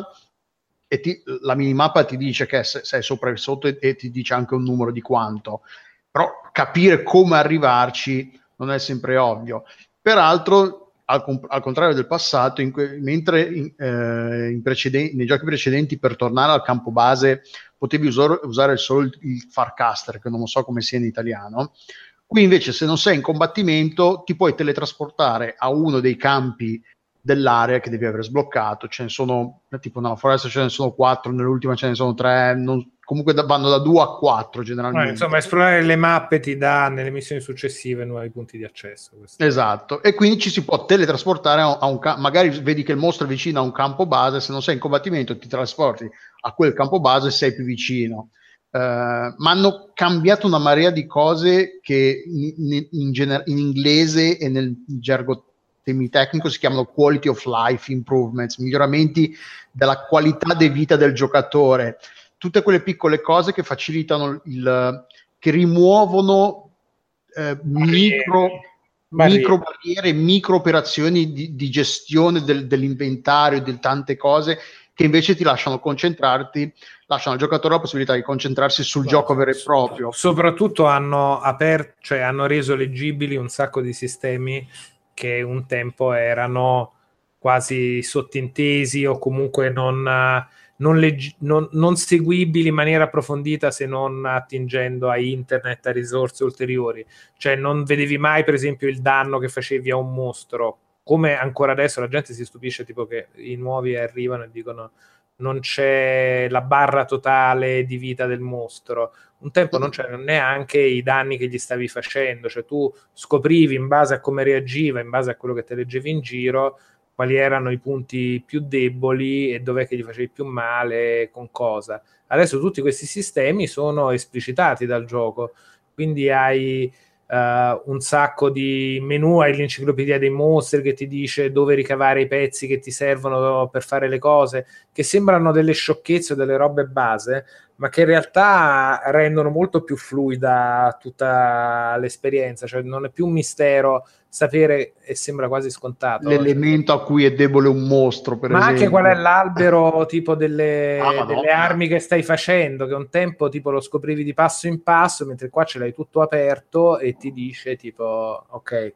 e ti, la minimappa ti dice che se, sei sopra e sotto, e, e ti dice anche un numero di quanto, però capire come arrivarci non è sempre ovvio. Peraltro, al, al contrario del passato, in que, mentre in, eh, in preceden- nei giochi precedenti per tornare al campo base potevi usare, usare solo il, il Farcaster, che non so come sia in italiano, qui invece se non sei in combattimento ti puoi teletrasportare a uno dei campi dell'area che devi aver sbloccato. Ce ne sono, tipo nella foresta ce ne sono quattro, nell'ultima ce ne sono tre, non, comunque da, vanno da due a quattro generalmente. No, insomma, esplorare le mappe ti dà nelle missioni successive nuovi punti di accesso. Questo. Esatto, e quindi ci si può teletrasportare a, a un campo, magari vedi che il mostro è vicino a un campo base, se non sei in combattimento ti trasporti a quel campo base e sei più vicino. Uh, ma hanno cambiato una marea di cose che in, in, gener- in inglese e nel gergo tecnico si chiamano quality of life improvements, miglioramenti della qualità di vita del giocatore, tutte quelle piccole cose che facilitano il, che rimuovono eh, micro barriere. micro barriere, micro operazioni di, di gestione del, dell'inventario, di tante cose che invece ti lasciano concentrarti, lasciano al giocatore la possibilità di concentrarsi sul no, gioco vero e proprio. Soprattutto hanno aperto, cioè hanno reso leggibili un sacco di sistemi che un tempo erano quasi sottintesi o comunque non, non, leggi- non, non seguibili in maniera approfondita, se non attingendo a internet, a risorse ulteriori. Cioè non vedevi mai per esempio il danno che facevi a un mostro, come ancora adesso la gente si stupisce tipo che i nuovi arrivano e dicono non c'è la barra totale di vita del mostro. Un tempo non c'erano neanche i danni che gli stavi facendo, cioè tu scoprivi in base a come reagiva, in base a quello che te leggevi in giro, quali erano i punti più deboli e dov'è che gli facevi più male, con cosa. Adesso tutti questi sistemi sono esplicitati dal gioco, quindi hai Uh, un sacco di menu, hai l'enciclopedia dei mostri che ti dice dove ricavare i pezzi che ti servono per fare le cose, che sembrano delle sciocchezze o delle robe base, ma che in realtà rendono molto più fluida tutta l'esperienza, cioè non è più un mistero sapere, e sembra quasi scontato l'elemento cioè, a cui è debole un mostro, per ma esempio. Anche qual è l'albero tipo delle, ah, delle armi che stai facendo, che un tempo tipo lo scoprivi di passo in passo, mentre qua ce l'hai tutto aperto e ti dice tipo ok,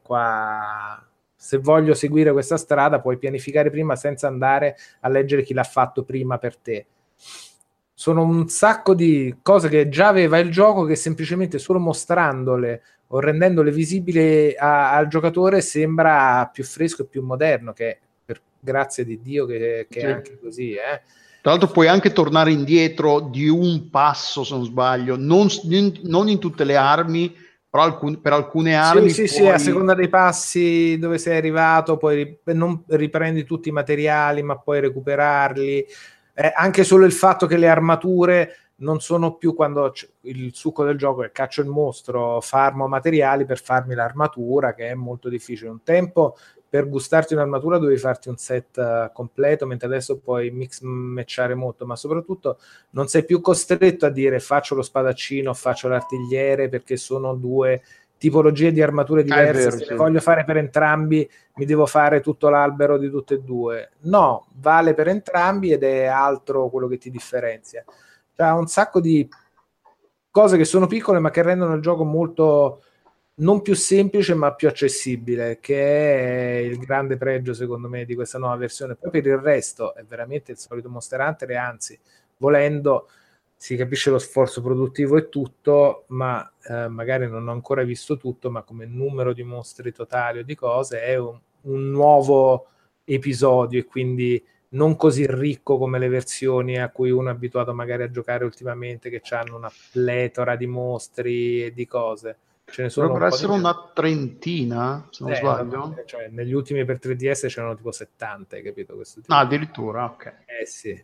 qua se voglio seguire questa strada puoi pianificare prima senza andare a leggere chi l'ha fatto prima per te. Sono un sacco di cose che già aveva il gioco, che semplicemente solo mostrandole o rendendole visibili a, al giocatore sembra più fresco e più moderno, che per grazie di Dio che, che sì. È anche così. Eh. Tra l'altro puoi anche tornare indietro di un passo, se non sbaglio, non, non in tutte le armi, però alcun, per alcune armi sì, sì, puoi... sì, a seconda dei passi dove sei arrivato, poi non riprendi tutti i materiali, ma puoi recuperarli. Eh, anche solo il fatto che le armature non sono più, quando il succo del gioco è caccio il mostro, farmo materiali per farmi l'armatura, che è molto difficile. Un tempo per gustarti un'armatura dovevi farti un set uh, completo, mentre adesso puoi mix matchare molto, ma soprattutto non sei più costretto a dire faccio lo spadaccino, faccio l'artigliere, perché sono due tipologie di armature diverse, vero, se sì. ne voglio fare per entrambi mi devo fare tutto l'albero di tutte e due. No, vale per entrambi ed è altro quello che ti differenzia. C'ha un sacco di cose che sono piccole ma che rendono il gioco molto non più semplice ma più accessibile, che è il grande pregio secondo me di questa nuova versione. Poi per il resto è veramente il solito Monster Hunter e anzi, volendo, si capisce lo sforzo produttivo e tutto, ma eh, magari non ho ancora visto tutto, ma come numero di mostri totali o di cose è un, un nuovo episodio e quindi non così ricco come le versioni a cui uno è abituato magari a giocare ultimamente, che hanno una pletora di mostri e di cose. Ce ne sono Dovrebbero un po' essere di una trentina, se non eh, sbaglio. cioè, negli ultimi per tre D S c'erano tipo settanta, hai capito? Questo tipo Ah, di- addirittura, ok. Eh sì.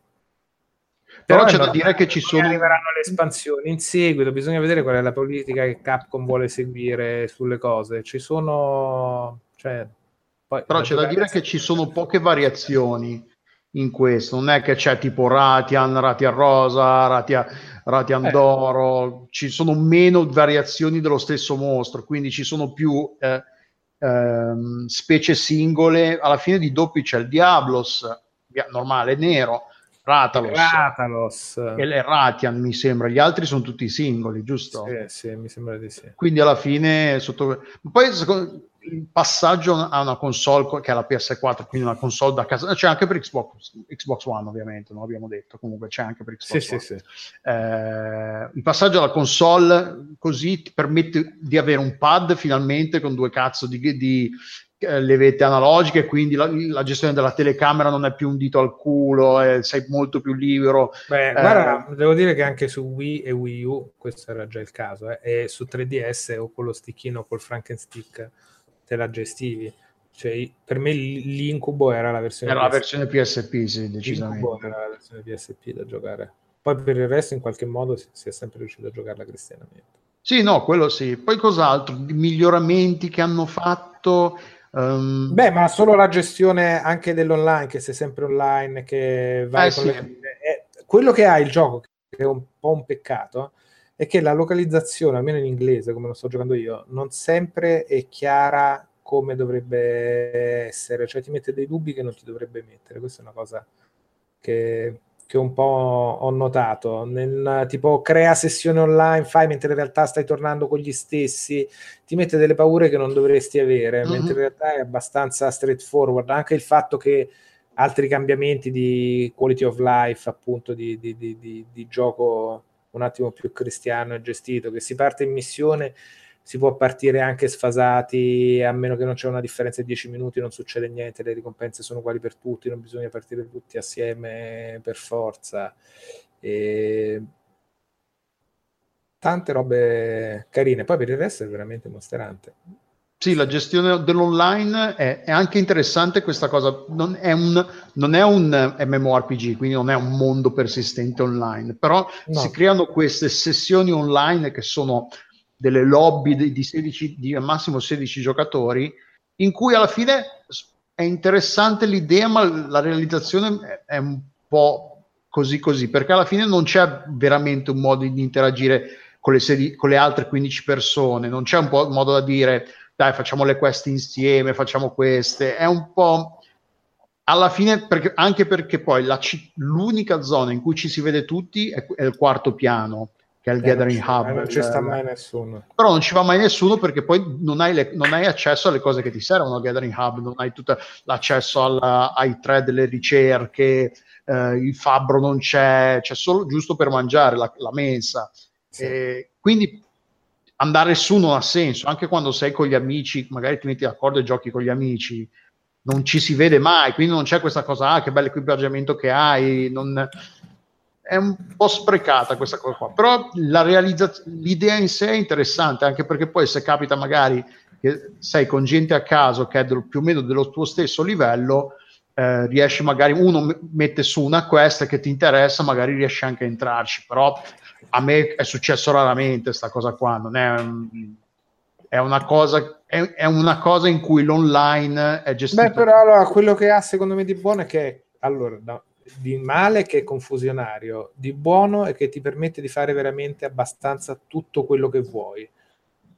Però Però c'è è da normale, dire che ci poi sono... arriveranno le espansioni in seguito, bisogna vedere qual è la politica che Capcom vuole seguire sulle cose. Ci sono... Cioè, poi Però da c'è da giocare dire che ci sono poche variazioni in questo, non è che c'è tipo Ratian, Ratian Rosa, Ratian, Ratian Eh. d'Oro, ci sono meno variazioni dello stesso mostro, quindi ci sono più eh, ehm, specie singole. Alla fine di doppi c'è il Diablos, via- normale, nero, Ratalos Ratalos. e le Ratian, mi sembra, gli altri sono tutti singoli, giusto? Sì, sì, mi sembra di sì. Quindi alla fine sotto... poi secondo... il passaggio a una console che è la P S quattro, quindi una console da casa, c'è anche per Xbox, Xbox One ovviamente, non abbiamo detto, comunque c'è anche per Xbox Sì, One. sì, sì. Eh, il passaggio alla console così ti permette di avere un pad finalmente con due cazzo di, di eh, levette analogiche, quindi la, la gestione della telecamera non è più un dito al culo, eh, sei molto più libero. Beh, Eh, guarda, devo dire che anche su Wii e Wii U, questo era già il caso, eh, e su tre D S o con lo sticchino, col Frankenstick, te la gestivi. Cioè, per me l'incubo era la versione era la P S P. versione P S P, sì, L'incubo decisamente. era la versione P S P da giocare. Poi per il resto in qualche modo si, si è sempre riuscito a giocarla cristianamente. Sì, no, quello sì. Poi cos'altro? Di miglioramenti che hanno fatto? Um... Beh, ma solo la gestione anche dell'online, che sei sempre online, che vai Eh, con sì. le... eh, quello che ha il gioco, che è un po' un peccato, è che la localizzazione, almeno in inglese, come lo sto giocando io, non sempre è chiara come dovrebbe essere, cioè ti mette dei dubbi che non ti dovrebbe mettere. Questa è una cosa che, che un po' ho notato. Nel, tipo crea sessione online, fai mentre in realtà stai tornando con gli stessi, ti mette delle paure che non dovresti avere, mm-hmm. mentre in realtà è abbastanza straightforward. Anche il fatto che altri cambiamenti di quality of life, appunto di, di, di, di, di gioco un attimo più cristiano e gestito, che si parte in missione, si può partire anche sfasati, a meno che non c'è una differenza di dieci minuti, non succede niente, le ricompense sono uguali per tutti, non bisogna partire tutti assieme per forza. E... tante robe carine, poi per il resto è veramente Monster Hunter. Sì, la gestione dell'online è, è anche interessante questa cosa, non è un, non è un MMORPG, quindi non è un mondo persistente online, però no. si creano queste sessioni online che sono delle lobby di, di, sedici, di al massimo sedici giocatori, in cui alla fine è interessante l'idea, ma la realizzazione è, è un po' così così, perché alla fine non c'è veramente un modo di interagire con le, sedi, con le altre quindici persone, non c'è un po' un modo da dire dai facciamo le quest insieme, facciamo queste, è un po' alla fine, perché, anche perché poi la, l'unica zona in cui ci si vede tutti è, è il quarto piano, che è il eh, Gathering non Hub. Non ci sta mai nessuno. Però non ci va mai nessuno perché poi non hai, le, non hai accesso alle cose che ti servono al Gathering Hub, non hai tutto l'accesso alla, ai thread delle ricerche, eh, il fabbro non c'è, c'è solo giusto per mangiare la, la mensa. Sì. E quindi andare su non ha senso, anche quando sei con gli amici, magari ti metti d'accordo e giochi con gli amici, non ci si vede mai, quindi non c'è questa cosa, ah che bello equipaggiamento che hai, non... è un po' sprecata questa cosa qua, però la realizzazione, l'idea in sé è interessante, anche perché poi se capita magari che sei con gente a caso che è del, più o meno dello tuo stesso livello, eh, riesci magari, uno m- mette su una quest che ti interessa, magari riesci anche a entrarci, però a me è successo raramente sta cosa qua, non è, un, è una cosa è, è una cosa in cui l'online è gestito. Beh, però allora, quello che ha secondo me di buono è che allora no, di male che è confusionario, di buono è che ti permette di fare veramente abbastanza tutto quello che vuoi.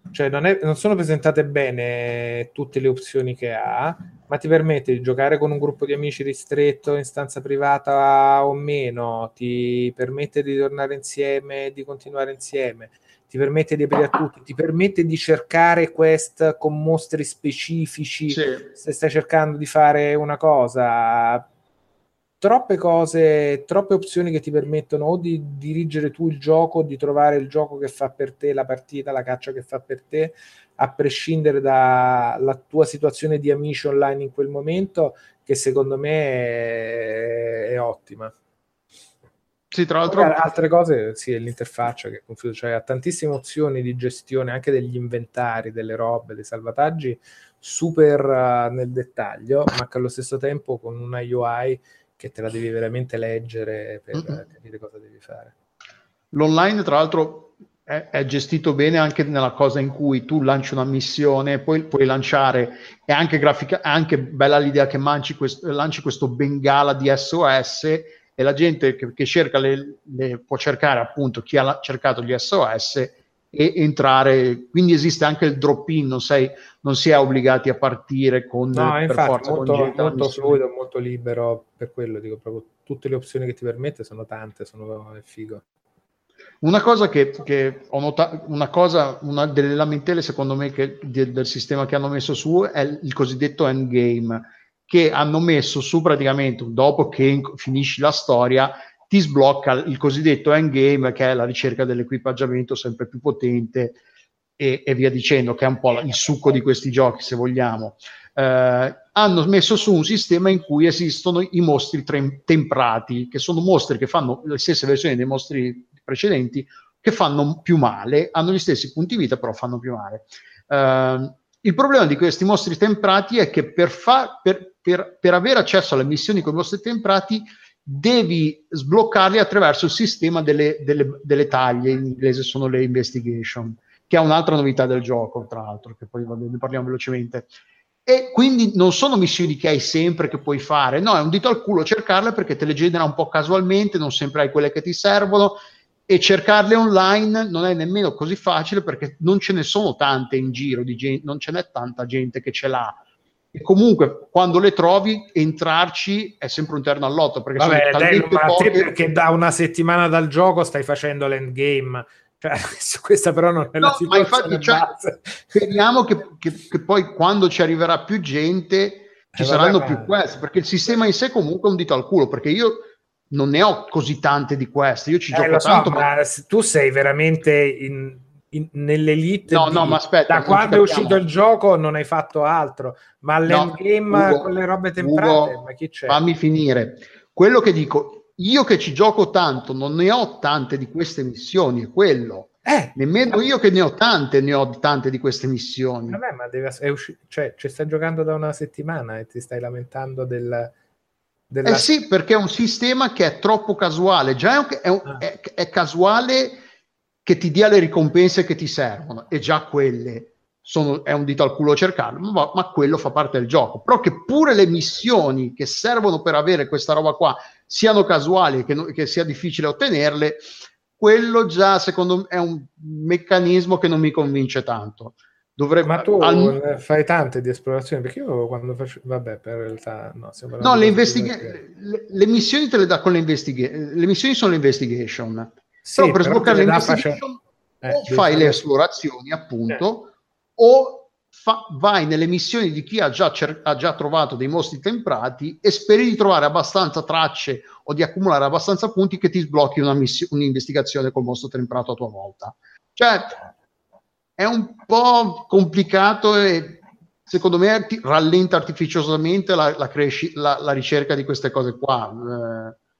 cioè non, è, non sono presentate bene tutte le opzioni che ha, ma ti permette di giocare con un gruppo di amici ristretto in stanza privata o meno, ti permette di tornare insieme, di continuare insieme, ti permette di aprire a tutti, ti permette di cercare quest con mostri specifici, sì. Se stai cercando di fare una cosa, troppe cose, troppe opzioni che ti permettono o di dirigere tu il gioco, di trovare il gioco che fa per te, la partita, la caccia che fa per te, a prescindere dalla tua situazione di amici online in quel momento, che secondo me è, è ottima. Sì, tra l'altro poi, altre cose, sì, è l'interfaccia che è confusa, cioè ha tantissime opzioni di gestione anche degli inventari, delle robe, dei salvataggi super uh, nel dettaglio, ma che allo stesso tempo con una U I che te la devi veramente leggere per mm-hmm. capire cosa devi fare. L'online, tra l'altro, è, è gestito bene anche nella cosa in cui tu lanci una missione, poi puoi lanciare, è anche grafica, è anche bella l'idea che lanci questo, lanci questo bengala di S O S, e la gente che, che cerca le, le può cercare appunto chi ha cercato gli S O S e entrare, quindi esiste anche il drop-in, non, sei, non si è obbligati a partire con no, per infatti, forza molto, con gente, molto fluido, molto libero, per quello dico proprio tutte le opzioni che ti permette sono tante, sono è figo. Una cosa che, che ho notato, una cosa, una delle lamentele secondo me che, de, del sistema che hanno messo su è il cosiddetto endgame, che hanno messo su praticamente dopo che finisci la storia ti sblocca il cosiddetto endgame, che è la ricerca dell'equipaggiamento sempre più potente e, e via dicendo, che è un po' il succo di questi giochi, se vogliamo. Eh, hanno messo su un sistema in cui esistono i mostri trem- temprati, che sono mostri che fanno le stesse versioni dei mostri precedenti, che fanno più male, hanno gli stessi punti vita, però fanno più male. Eh, il problema di questi mostri temprati è che per, fa- per, per, per avere accesso alle missioni con i mostri temprati devi sbloccarli attraverso il sistema delle, delle, delle taglie, in inglese sono le investigation, che è un'altra novità del gioco, tra l'altro, che poi ne parliamo velocemente. E quindi non sono missioni che hai sempre, che puoi fare, no, è un dito al culo cercarle, perché te le genera un po' casualmente, non sempre hai quelle che ti servono, e cercarle online non è nemmeno così facile, perché non ce ne sono tante in giro, di gente, non ce n'è tanta gente che ce l'ha. E comunque quando le trovi entrarci è sempre un terno all'otto, perché vabbè, sono talmente dai, ma poche... te perché da una settimana dal gioco stai facendo l'endgame, cioè, questa però non è no, la situazione ma infatti, cioè, speriamo che, che, che poi quando ci arriverà più gente ci eh, saranno vabbè, più quest, perché il sistema in sé comunque è un dito al culo, perché io non ne ho così tante di quest, io ci eh, gioco lo so, tanto, ma ma... tu sei veramente in... In, nell'elite no, di, no, ma aspetta, da quando è uscito il gioco non hai fatto altro, ma l'endgame no, con le robe temprate, Ugo, ma chi c'è? Fammi finire. Quello che dico, io che ci gioco tanto, non ne ho tante di queste missioni, è quello. Eh, Nemmeno io che ne ho tante, ne ho tante di queste missioni. Vabbè, ma deve, è usci- cioè, ci stai giocando da una settimana e ti stai lamentando del... Della... Eh sì, perché è un sistema che è troppo casuale, già è, un, è, un, ah. è, è casuale che ti dia le ricompense che ti servono, e già quelle sono, è un dito al culo cercarlo, ma, ma quello fa parte del gioco. Però che pure le missioni che servono per avere questa roba qua siano casuali, che, no, che sia difficile ottenerle, quello già secondo me è un meccanismo che non mi convince tanto. Dovrebbe, ma tu al... fai tante di esplorazione, perché io quando faccio, vabbè, per realtà no, no le, investiga- le, le missioni te le dà con le investigation, le missioni sono le investigation. Sì, però per però sbloccare le investigation face... eh, o fai le esplorazioni appunto eh. o fa... vai nelle missioni di chi ha già, cer- ha già trovato dei mostri temprati e speri di trovare abbastanza tracce o di accumulare abbastanza punti che ti sblocchi una miss- un'investigazione col mostro temprato a tua volta. Cioè è un po' complicato e secondo me ti rallenta artificiosamente la, la, cresci- la, la ricerca di queste cose qua. Eh,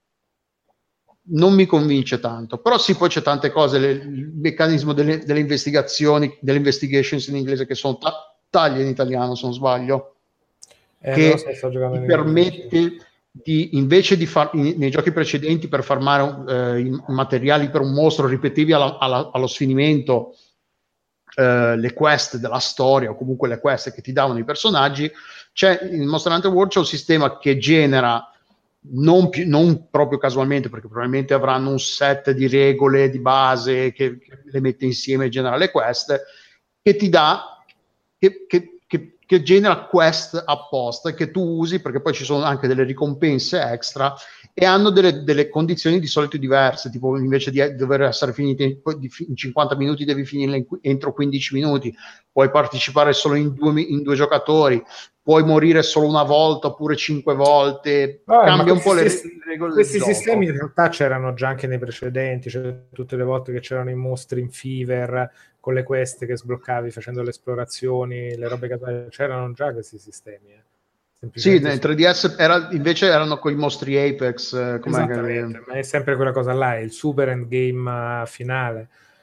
non mi convince tanto, però sì, poi c'è tante cose, le, il meccanismo delle, delle investigazioni, delle investigations in inglese, che sono ta- taglie in italiano, se non sbaglio, eh, che so, sto ti permette di, invece di far, in, nei giochi precedenti, per farmare eh, i materiali per un mostro ripetivi alla, alla, allo sfinimento, eh, le quest della storia o comunque le quest che ti davano i personaggi, c'è in Monster Hunter World c'è un sistema che genera Non, più, non proprio casualmente, perché probabilmente avranno un set di regole di base che, che le mette insieme e genera le quest, che ti dà, che, che, che, che genera quest apposta che tu usi, perché poi ci sono anche delle ricompense extra e hanno delle, delle condizioni di solito diverse, tipo invece di dover essere finite in, in cinquanta minuti devi finirle entro quindici minuti, puoi partecipare solo in due, in due giocatori, puoi morire solo una volta oppure cinque volte, Vabbè, cambia un po' le sis- regole questi del gioco. sistemi in realtà c'erano già anche nei precedenti, cioè tutte le volte che c'erano i mostri in Fever con le quest che sbloccavi facendo le esplorazioni, le robe che c'erano già questi sistemi. Eh. Sì, nel tre D S era, invece erano con i mostri Apex. Eh, Esattamente, che... ma è sempre quella cosa là, il super endgame finale.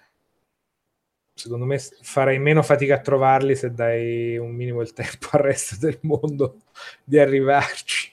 Secondo me farei meno fatica a trovarli se dai un minimo il tempo al resto del mondo di arrivarci,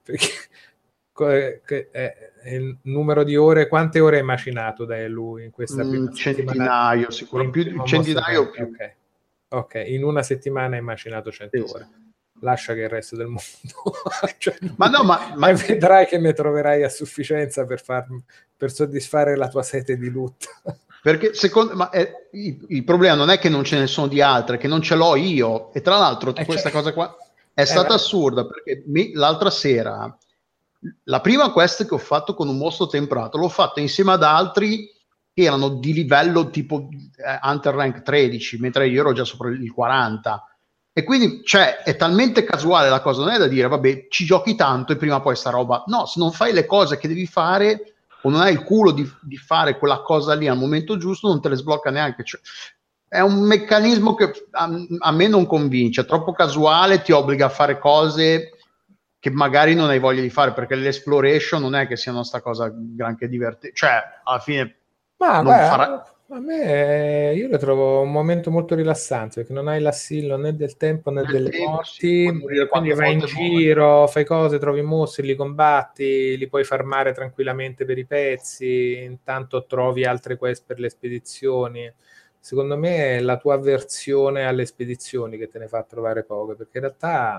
perché è, è il numero di ore, quante ore hai macinato da lui in questa mm, prima centinaio, sicuro, più di centinaio o più. Okay. ok, in una settimana hai macinato cento sì, ore. Sì. Lascia che il resto del mondo cioè, ma no, ma, ma... vedrai che ne troverai a sufficienza per, far, per soddisfare la tua sete di loot. Perché secondo ma è, il, il problema non è che non ce ne sono di altre, che non ce l'ho io. E tra l'altro eh questa certo. cosa qua è eh, stata beh. assurda, perché mi, l'altra sera la prima quest che ho fatto con un mostro temprato l'ho fatta insieme ad altri che erano di livello tipo eh, Hunter Rank tredici, mentre io ero già sopra il quaranta. E quindi, cioè, è talmente casuale la cosa, non è da dire, vabbè, ci giochi tanto e prima poi sta roba. No, se non fai le cose che devi fare o non hai il culo di, di fare quella cosa lì al momento giusto, non te le sblocca neanche. Cioè, è un meccanismo che a, a me non convince, è troppo casuale, ti obbliga a fare cose che magari non hai voglia di fare, perché l'exploration non è che sia una sta cosa granché divertente. Cioè, alla fine... Ma non guarda, farà... a me io lo trovo un momento molto rilassante, perché non hai l'assillo né del tempo né Nel delle tempo, morti, sì, quindi vai in giro, vuoi. Fai cose, trovi mostri, li combatti, li puoi farmare tranquillamente per i pezzi, intanto trovi altre quest per le spedizioni. Secondo me è la tua avversione alle spedizioni che te ne fa trovare poche, perché in realtà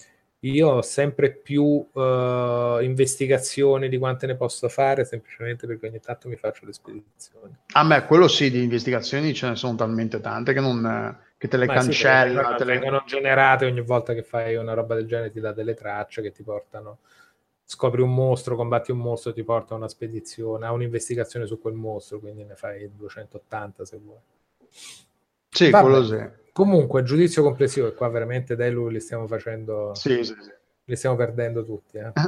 io ho sempre più uh, investigazioni di quante ne posso fare, semplicemente perché ogni tanto mi faccio le spedizioni. A me quello sì, di investigazioni ce ne sono talmente tante che, non, che te le Ma cancella. Sì, vengono, te le... vengono generate ogni volta che fai una roba del genere, ti dà delle tracce che ti portano, scopri un mostro, combatti un mostro, ti porta a una spedizione, a un'investigazione su quel mostro, quindi ne fai duecentottanta se vuoi. Sì, Vabbè. quello sì. Comunque, giudizio complessivo, e qua veramente dai lui li stiamo facendo, sì, sì, sì. li stiamo perdendo tutti. Eh.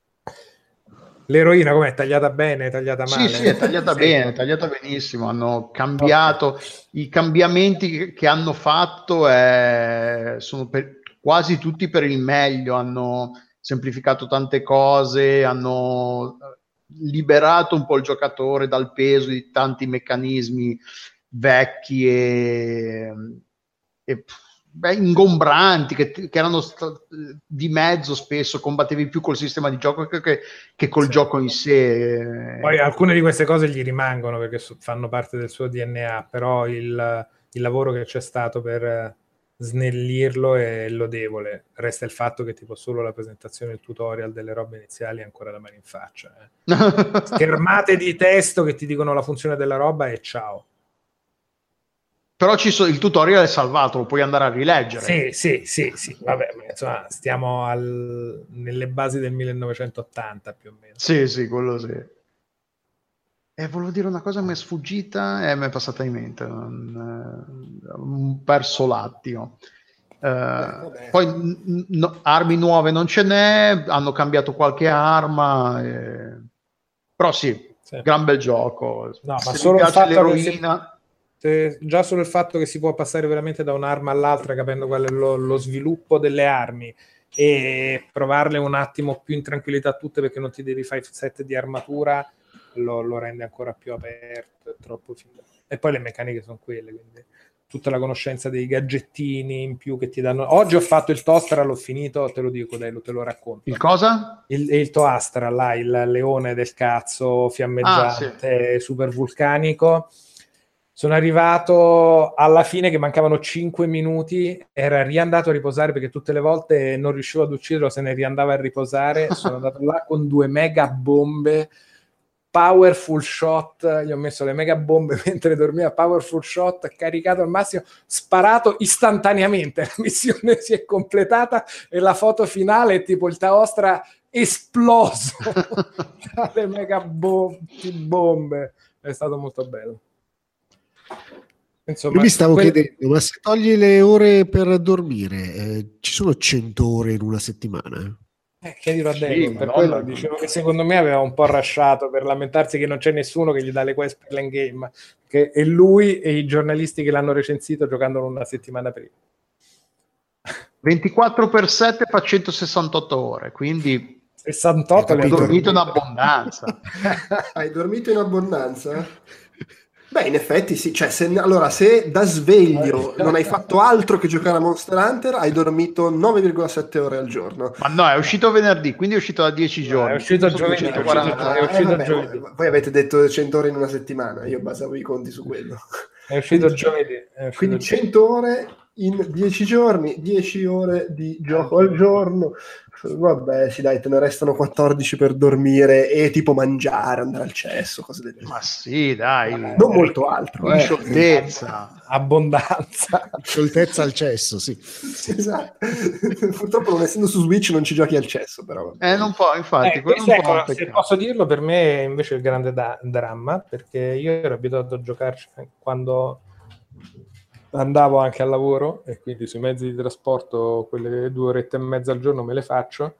L'eroina com'è? Tagliata bene, è tagliata male? Sì, sì, è tagliata sì. bene, è tagliata benissimo. Hanno cambiato okay. I cambiamenti che, che hanno fatto è, sono per, quasi tutti per il meglio. Hanno semplificato tante cose, hanno liberato un po' il giocatore dal peso di tanti meccanismi vecchi e, e beh, ingombranti che, che erano st- di mezzo, spesso combattevi più col sistema di gioco che, che, che col sì. gioco in sé. Poi alcune di queste cose gli rimangono perché so- fanno parte del suo D N A, però il, il lavoro che c'è stato per snellirlo è lodevole. Resta il fatto che tipo solo la presentazione, il tutorial delle robe iniziali è ancora da mano in faccia. Eh. Schermate di testo che ti dicono la funzione della roba e ciao. Però ci so, il tutorial è salvato, lo puoi andare a rileggere. Sì, sì, sì, sì. Vabbè, insomma, stiamo al, nelle basi del millenovecentottanta più o meno. Sì, sì, quello sì. E volevo dire una cosa, mi è sfuggita e mi è passata in mente. Non, eh, perso l'attimo. Eh, poi n- n- armi nuove non ce n'è, hanno cambiato qualche arma. E... Però sì, sì, gran bel gioco. No, ma se solo mi piace il fatto l'eroina... che si... Se, già solo il fatto che si può passare veramente da un'arma all'altra capendo qual è lo, lo sviluppo delle armi e provarle un attimo più in tranquillità tutte perché non ti devi fare il set di armatura lo, lo rende ancora più aperto, è troppo figo. E poi le meccaniche sono quelle, quindi tutta la conoscenza dei gadgettini in più che ti danno. Oggi ho fatto il Toastra, l'ho finito, te lo dico, dai, te lo racconto. Il cosa? Il, il Toastra, là, il leone del cazzo fiammeggiante, ah, sì. super vulcanico. Sono arrivato alla fine che mancavano cinque minuti, era riandato a riposare perché tutte le volte non riuscivo ad ucciderlo, se ne riandava a riposare. Sono andato là con due mega bombe, powerful shot, gli ho messo le mega bombe mentre dormiva, powerful shot, caricato al massimo, sparato istantaneamente, la missione si è completata e la foto finale è tipo il Taostra esploso dalle mega bo- bombe, è stato molto bello. Insomma, io mi stavo quel... chiedendo, ma se togli le ore per dormire, eh, ci sono cento ore in una settimana? Eh, chiedilo a Sì, David, per Madonna. quello dicevo che secondo me aveva un po' rasciato per lamentarsi che non c'è nessuno che gli dà le quest per l'endgame, che è lui e i giornalisti che l'hanno recensito giocandolo una settimana prima. ventiquattro per sette fa centosessantotto ore, quindi sessantotto le hai ha dormito in dormite. abbondanza. Hai dormito in abbondanza? Beh, in effetti sì, cioè se, allora se da sveglio non hai fatto altro che giocare a Monster Hunter, hai dormito nove virgola sette ore al giorno. Ma no, è uscito venerdì, quindi è uscito da dieci No, giorni. è uscito Sono giovedì, duecentoquaranta. è uscito Ah, eh, vabbè, giovedì. voi, voi avete detto cento ore in una settimana, io basavo i conti su quello. È uscito Quindi- giovedì. È uscito Quindi giovedì. cento ore in dieci giorni, dieci ore di gioco al giorno. Vabbè, sì, dai, te ne restano quattordici per dormire e tipo mangiare, andare al cesso, cose del genere. Ma sì, dai. Non molto altro, Di eh. scioltezza. Abbondanza. Scioltezza al cesso, sì. Esatto. Purtroppo non essendo su Switch non ci giochi al cesso, però. vabbè. Eh, non può, infatti, Eh, quello è questo, un po' un ecco, se peccato. posso dirlo, per me è invece il grande da- dramma, perché io ero abituato a giocarci quando andavo anche al lavoro e quindi sui mezzi di trasporto quelle due orette e mezza al giorno me le faccio.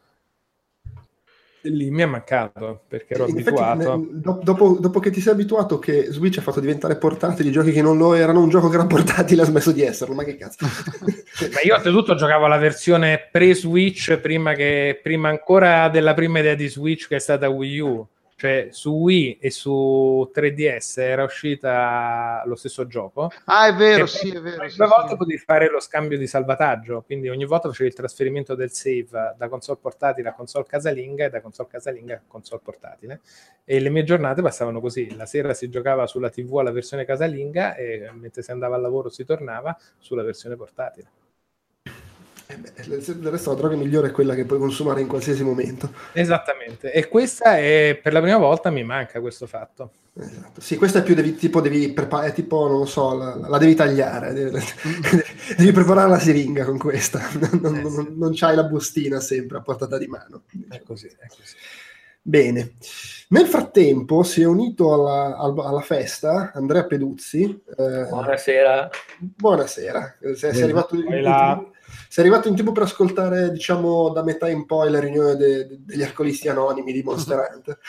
E lì mi è mancato perché ero In effetti, abituato. ne- do- dopo, dopo che ti sei abituato che Switch ha fatto diventare portatili giochi che non lo erano, un gioco che era portatile ha smesso di esserlo, ma che cazzo. Ma io oltretutto giocavo la versione pre-Switch prima, che, prima ancora della prima idea di Switch che è stata Wii U. Cioè su Wii e su tre D S era uscita lo stesso gioco. Ah, è vero, Che sì, poi è vero. Due Sì, volte sì. potevi fare lo scambio di salvataggio, quindi ogni volta facevi il trasferimento del save da console portatile a console casalinga e da console casalinga a console portatile. E le mie giornate passavano così: la sera si giocava sulla tivù alla versione casalinga e mentre si andava al lavoro si tornava sulla versione portatile. Eh beh, del resto la droga migliore è quella che puoi consumare in qualsiasi momento. Esattamente, e questa è per la prima volta mi manca questo fatto. Esatto. Sì, questa è più devi, tipo devi preparare, tipo non lo so, la, la devi tagliare, devi, devi preparare la siringa con questa, non, Eh, non, sì. non c'hai la bustina sempre a portata di mano. È così, è così. Bene, nel frattempo si è unito alla, al- alla festa Andrea Peduzzi. eh, Buonasera. Buonasera, sei, sei arrivato in, Poi in là. TV, sei arrivato in TV per ascoltare, diciamo, da metà in poi la riunione de- de- degli alcolisti anonimi di Monster Hunter.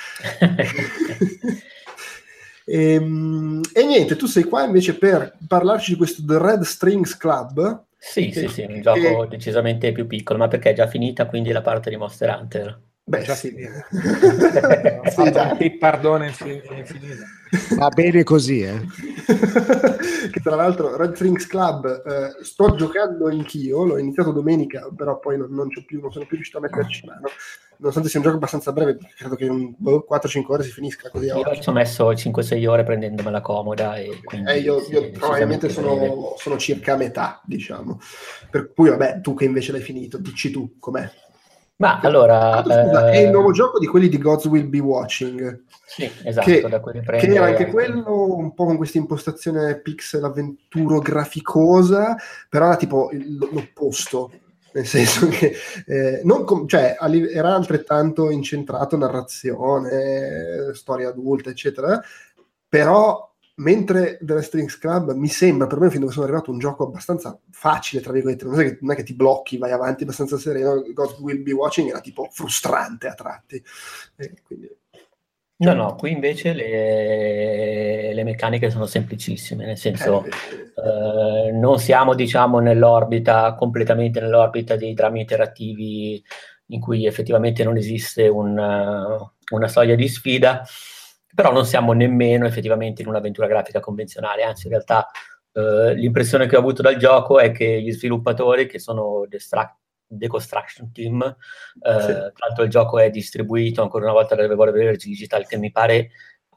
e, e niente, tu sei qua invece per parlarci di questo The Red Strings Club. Sì, che- sì, sì, un gioco che- decisamente più piccolo, ma perché è già finita quindi la parte di Monster Hunter? Beh, Già sì. finito. Ho Sì, fatto dai. un pippardone infin- infinito. Va bene così, eh. Che tra l'altro Red Strings Club eh, sto giocando anch'io, l'ho iniziato domenica, però poi non, non, c'ho più, non sono più riuscito a metterci mano, nonostante sia un gioco abbastanza breve, credo che in boh, quattro cinque ore si finisca così a Io occhio. ci ho messo cinque sei ore prendendomela comoda e quindi Eh, io, sì, io probabilmente decisamente breve. sono, sono circa a metà, diciamo. Per cui vabbè, tu che invece l'hai finito, dici tu com'è. Ma allora... Tanto, scusa, è il eh, nuovo gioco di quelli di Gods Will Be Watching. Sì, esatto, che, da cui che riprende... era anche quello un po' con questa impostazione pixel avventuro graficosa, però era tipo il- l'opposto, nel senso che eh, non com- cioè, a live- era altrettanto incentrato narrazione, storia adulta, eccetera, però mentre The Strings Club mi sembra, per me fin dove sono arrivato, un gioco abbastanza facile, tra virgolette, non è che, non è che ti blocchi, vai avanti abbastanza sereno. God Will Be Watching era tipo frustrante a tratti. E quindi... No, no, qui invece le, le meccaniche sono semplicissime, nel senso Eh, eh, non siamo, diciamo, nell'orbita, completamente nell'orbita dei drammi interattivi in cui effettivamente non esiste un, uh, una soglia di sfida, però non siamo nemmeno effettivamente in un'avventura grafica convenzionale, anzi in realtà eh, l'impressione che ho avuto dal gioco è che gli sviluppatori, che sono Destruct The Construction Team, eh, Sì. tra l'altro il gioco è distribuito ancora una volta da Devolver Digital, che mi pare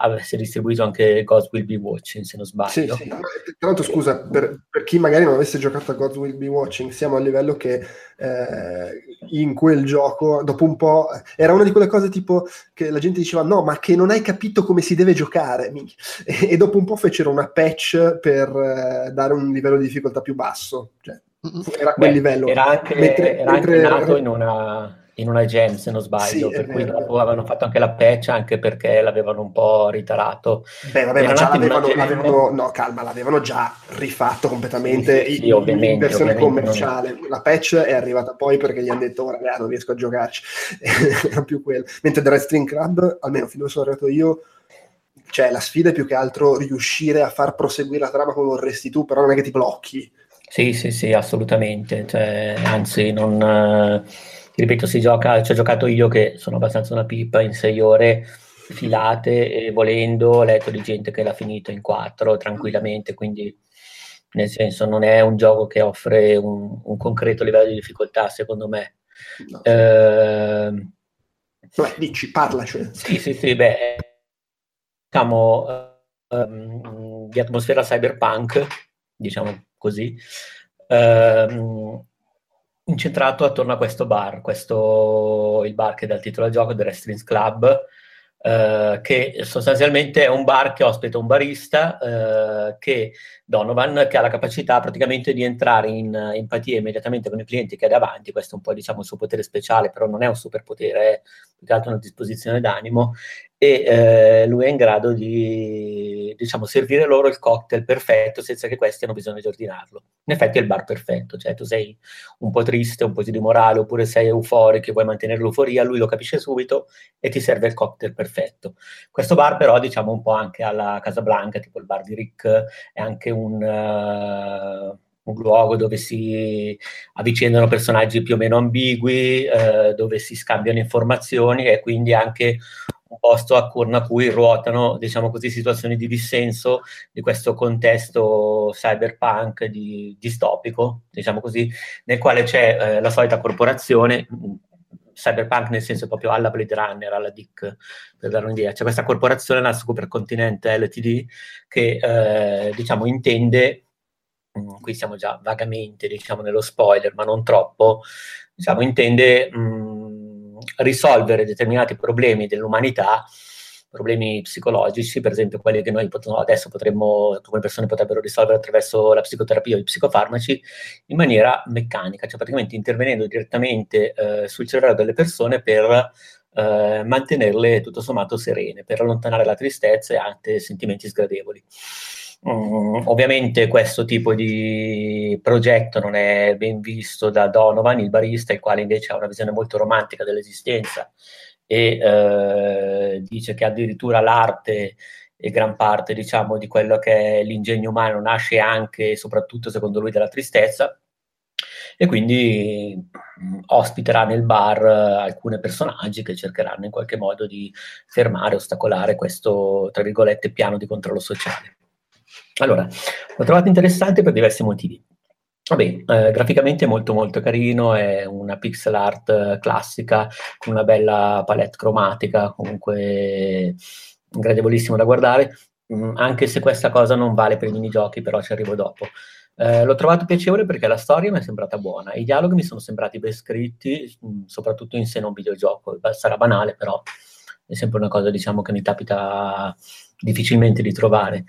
avesse distribuito anche Gods Will Be Watching, se non sbaglio. Sì, sì. Tra l'altro, scusa, per, per chi magari non avesse giocato a Gods Will Be Watching, siamo al livello che eh, in quel gioco, dopo un po', era una di quelle cose tipo che la gente diceva no, ma che non hai capito come si deve giocare, e, e dopo un po' fecero una patch per eh, dare un livello di difficoltà più basso, cioè, era quel Beh, livello. Era anche, mentre, era mentre... anche nato in una... in una jam, se non sbaglio, Sì, per cui vero, dopo avevano fatto anche la patch, anche perché l'avevano un po' ritarato. Beh, vabbè, Era ma già nato in una l'avevano, jam. l'avevano, no, calma, l'avevano già rifatto completamente Sì, sì, sì, in, ovviamente, in versione ovviamente commerciale. Non... La patch è arrivata poi perché gli hanno detto, oh, ragazzi, non riesco a giocarci. Era più quello. Mentre The Red String Club, almeno fino a dove sono arrivato io, cioè la sfida è più che altro riuscire a far proseguire la trama come vorresti tu, però non è che ti blocchi. Sì, sì, sì, assolutamente. Cioè, anzi, non... Eh, ti ripeto, si gioca, ci ho giocato io che sono abbastanza una pippa in sei ore filate e volendo ho letto di gente che l'ha finito in quattro tranquillamente, quindi nel senso non è un gioco che offre un, un concreto livello di difficoltà, secondo me. No, sì. Eh, Vabbè, dici, parlaci. sì, sì, sì, beh, diciamo um, di atmosfera cyberpunk, diciamo così, um, incentrato attorno a questo bar, questo il bar che dà il titolo al gioco, The Wrestling Club, Uh, che sostanzialmente è un bar che ospita un barista, uh, che Donovan, che ha la capacità praticamente di entrare in uh, empatia immediatamente con i clienti che ha davanti. Questo è un po', diciamo, il suo potere speciale, però non è un superpotere, è più che altro una disposizione d'animo, e uh, lui è in grado di, diciamo, servire loro il cocktail perfetto senza che questi abbiano bisogno di ordinarlo. In effetti è il bar perfetto, cioè tu sei un po' triste, un po' di morale, oppure sei euforico e vuoi mantenere l'euforia, lui lo capisce subito e ti serve il cocktail perfetto. Questo bar però, diciamo, un po' anche alla Casablanca, tipo il bar di Rick, è anche un, uh, un luogo dove si avvicendano personaggi più o meno ambigui, uh, dove si scambiano informazioni, e quindi anche un posto attorno a cui ruotano, diciamo così, situazioni di dissenso di questo contesto cyberpunk di, distopico, diciamo così, nel quale c'è eh, la solita corporazione, cyberpunk nel senso proprio alla Blade Runner, alla Dick, per dare un'idea. C'è questa corporazione, la Supercontinente L T D, che eh, diciamo intende, mh, qui siamo già vagamente, diciamo, nello spoiler, ma non troppo, diciamo, intende mh, risolvere determinati problemi dell'umanità, problemi psicologici, per esempio quelli che noi pot- adesso potremmo, come persone potrebbero risolvere attraverso la psicoterapia o i psicofarmaci, in maniera meccanica, cioè praticamente intervenendo direttamente eh, sul cervello delle persone per eh, mantenerle tutto sommato serene, per allontanare la tristezza e anche sentimenti sgradevoli. Mm, ovviamente questo tipo di progetto non è ben visto da Donovan, il barista, il quale invece ha una visione molto romantica dell'esistenza e eh, dice che addirittura l'arte e gran parte, diciamo, di quello che è l'ingegno umano nasce anche e soprattutto, secondo lui, dalla tristezza, e quindi mh, ospiterà nel bar uh, alcuni personaggi che cercheranno in qualche modo di fermare, ostacolare questo, tra virgolette, piano di controllo sociale. Allora, l'ho trovato interessante per diversi motivi. Vabbè, eh, graficamente è molto molto carino, è una pixel art eh, classica con una bella palette cromatica, comunque gradevolissimo da guardare, mm, anche se questa cosa non vale per i minigiochi, però ci arrivo dopo. Eh, l'ho trovato piacevole perché la storia mi è sembrata buona, i dialoghi mi sono sembrati ben scritti, mh, soprattutto in sé non videogioco, sarà banale, però è sempre una cosa, diciamo, che mi capita difficilmente di trovare.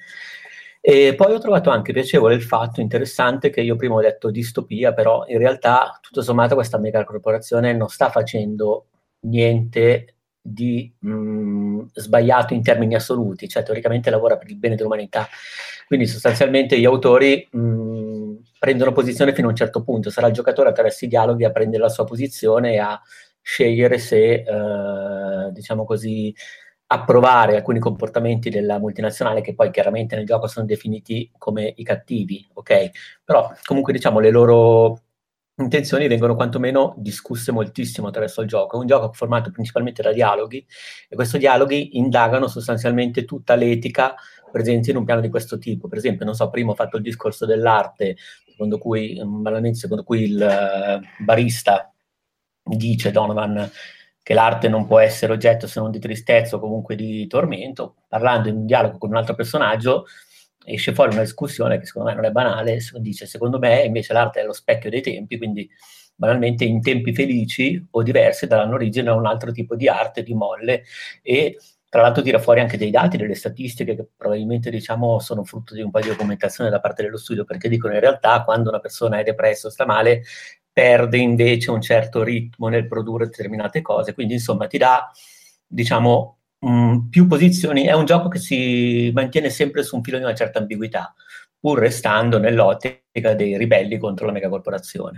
E poi ho trovato anche piacevole il fatto interessante che io prima ho detto distopia, però in realtà tutto sommato questa mega corporazione non sta facendo niente di mh, sbagliato in termini assoluti, cioè teoricamente lavora per il bene dell'umanità, quindi sostanzialmente gli autori mh, prendono posizione fino a un certo punto, sarà il giocatore attraverso i dialoghi a prendere la sua posizione e a scegliere se, eh, diciamo così, approvare alcuni comportamenti della multinazionale, che poi chiaramente nel gioco sono definiti come i cattivi, ok? Però comunque, diciamo, le loro intenzioni vengono quantomeno discusse moltissimo attraverso il gioco. È un gioco formato principalmente da dialoghi, e questi dialoghi indagano sostanzialmente tutta l'etica presente in un piano di questo tipo. Per esempio, non so, prima ho fatto il discorso dell'arte, secondo cui, banalmente, secondo cui il uh, barista dice, Donovan, che l'arte non può essere oggetto se non di tristezza o comunque di tormento, parlando in un dialogo con un altro personaggio esce fuori una discussione che secondo me non è banale, dice secondo me invece l'arte è lo specchio dei tempi, quindi banalmente in tempi felici o diversi daranno origine a un altro tipo di arte, di molle, e tra l'altro tira fuori anche dei dati, delle statistiche che probabilmente diciamo sono frutto di un po' di documentazione da parte dello studio, perché dicono in realtà quando una persona è depressa o sta male perde invece un certo ritmo nel produrre determinate cose, quindi insomma ti dà diciamo mh, più posizioni, è un gioco che si mantiene sempre su un filo di una certa ambiguità, pur restando nell'ottica dei ribelli contro la megacorporazione.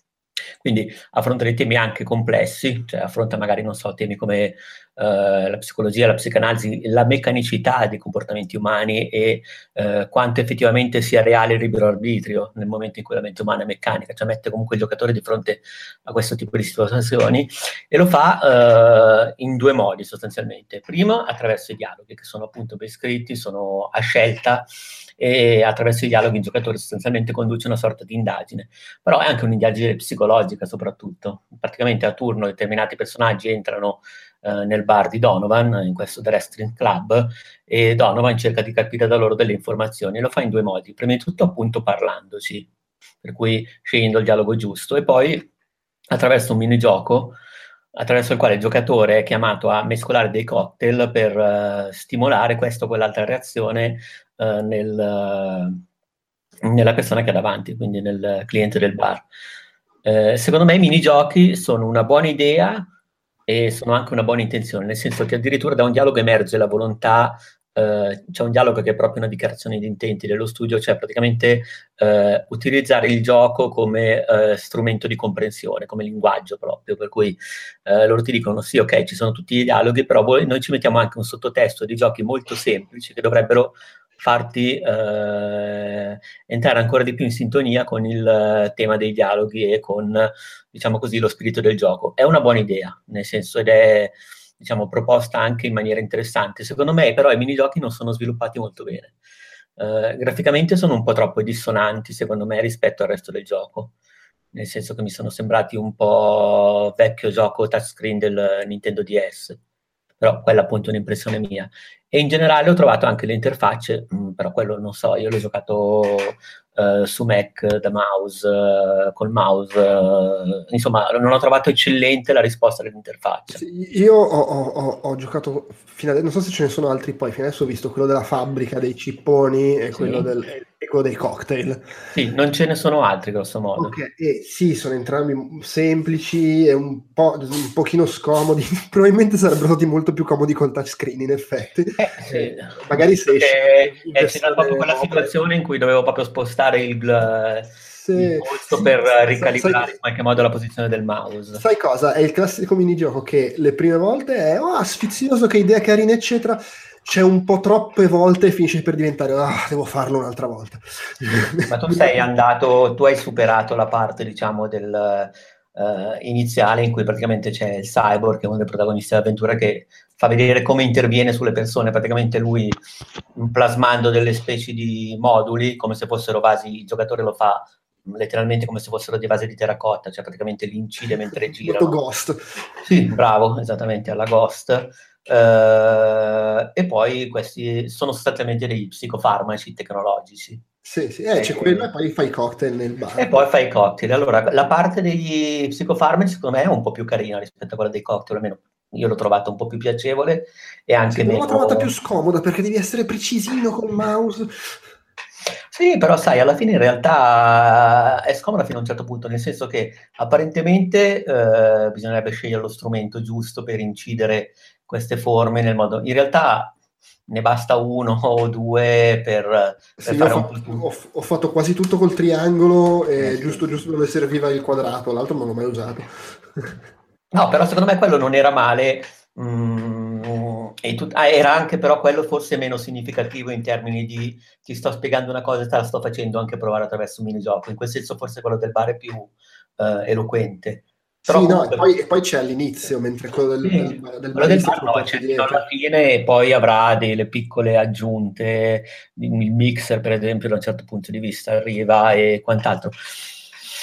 Quindi affronta dei temi anche complessi, cioè affronta magari, non so, temi come uh, la psicologia, la psicanalisi, la meccanicità dei comportamenti umani e uh, quanto effettivamente sia reale il libero arbitrio nel momento in cui la mente umana è meccanica, cioè mette comunque il giocatore di fronte a questo tipo di situazioni e lo fa uh, in due modi sostanzialmente. Primo attraverso i dialoghi che sono appunto ben scritti, sono a scelta, e attraverso i dialoghi il giocatore sostanzialmente conduce una sorta di indagine, però è anche un'indagine psicologica soprattutto. Praticamente a turno determinati personaggi entrano eh, nel bar di Donovan, in questo The Wrestling Club, e Donovan cerca di capire da loro delle informazioni, e lo fa in due modi. Prima di tutto appunto parlandoci, per cui scegliendo il dialogo giusto, e poi attraverso un minigioco attraverso il quale il giocatore è chiamato a mescolare dei cocktail per uh, stimolare questa o quell'altra reazione uh, nel, uh, nella persona che ha davanti, quindi nel cliente del bar. Uh, secondo me i minigiochi sono una buona idea e sono anche una buona intenzione, nel senso che addirittura da un dialogo emerge la volontà. Uh, c'è un dialogo che è proprio una dichiarazione di intenti dello studio, cioè praticamente uh, utilizzare il gioco come uh, strumento di comprensione, come linguaggio proprio, per cui uh, loro ti dicono sì, ok, ci sono tutti i dialoghi, però voi, noi ci mettiamo anche un sottotesto di giochi molto semplici che dovrebbero farti uh, entrare ancora di più in sintonia con il uh, tema dei dialoghi e con, diciamo così, lo spirito del gioco. È una buona idea, nel senso, ed è diciamo proposta anche in maniera interessante. Secondo me però i minigiochi non sono sviluppati molto bene. Uh, graficamente sono un po' troppo dissonanti secondo me rispetto al resto del gioco, nel senso che mi sono sembrati un po' vecchio gioco touchscreen del Nintendo D S, però quella appunto è un'impressione mia. E in generale ho trovato anche le interfacce, mh, però quello non so, io l'ho giocato uh, su Mac da mouse, uh, col mouse, uh, insomma non ho trovato eccellente la risposta dell'interfaccia. Sì, io ho, ho, ho, ho giocato fino adesso, non so se ce ne sono altri poi, fino adesso ho visto quello della fabbrica, dei cipponi e, sì. quello, del, e quello dei cocktail. Sì, non ce ne sono altri grosso modo. Ok, e sì, sono entrambi semplici e un po' un pochino scomodi, probabilmente sarebbero stati molto più comodi col touchscreen in effetti. Eh, sì. eh, magari se esce eh, c'era proprio quella situazione in cui dovevo proprio spostare il, sì, il polso sì, per sai, ricalibrare sai, in qualche modo la posizione del mouse. Sai cosa? È il classico minigioco che le prime volte è oh, sfizioso, che idea carina eccetera, c'è un po' troppe volte e finisce per diventare ah, devo farlo un'altra volta. Ma tu sei andato, tu hai superato la parte diciamo del uh, iniziale in cui praticamente c'è il cyborg, che è uno dei protagonisti dell'avventura, che fa vedere come interviene sulle persone, praticamente lui plasmando delle specie di moduli come se fossero vasi, il giocatore lo fa letteralmente come se fossero dei vasi di terracotta, cioè praticamente li incide mentre gira. Molto Ghost. Sì, bravo, esattamente, alla Ghost. Uh, e poi questi sono sostanzialmente dei psicofarmaci tecnologici. Sì, sì, eh, c'è e, quello e poi fai i cocktail nel bar. E poi fai i cocktail. Allora, la parte degli psicofarmaci secondo me è un po' più carina rispetto a quella dei cocktail, almeno io l'ho trovata un po' più piacevole e anche sì, meno... l'ho trovata più scomoda perché devi essere precisino col mouse. Sì, però sai, alla fine in realtà è scomoda fino a un certo punto, nel senso che apparentemente eh, bisognerebbe scegliere lo strumento giusto per incidere queste forme nel modo... In realtà ne basta uno o due per, per sì, fare ho, un fatto, po'... ho, ho fatto quasi tutto col triangolo e eh, giusto, sì. giusto dove serviva il quadrato, l'altro non l'ho mai usato. No, però secondo me quello non era male, mm, e tut- ah, era anche però quello forse meno significativo in termini di ti sto spiegando una cosa e te la sto facendo anche provare attraverso un minigioco, in quel senso forse quello del bar è più uh, eloquente. Però sì, comunque... no, e poi, e poi c'è all'inizio, mentre quello del, sì, del, del quello del barista bar te lo no, porti c'è fino dietro. alla fine e poi avrà delle piccole aggiunte, il mixer per esempio da un certo punto di vista arriva e quant'altro.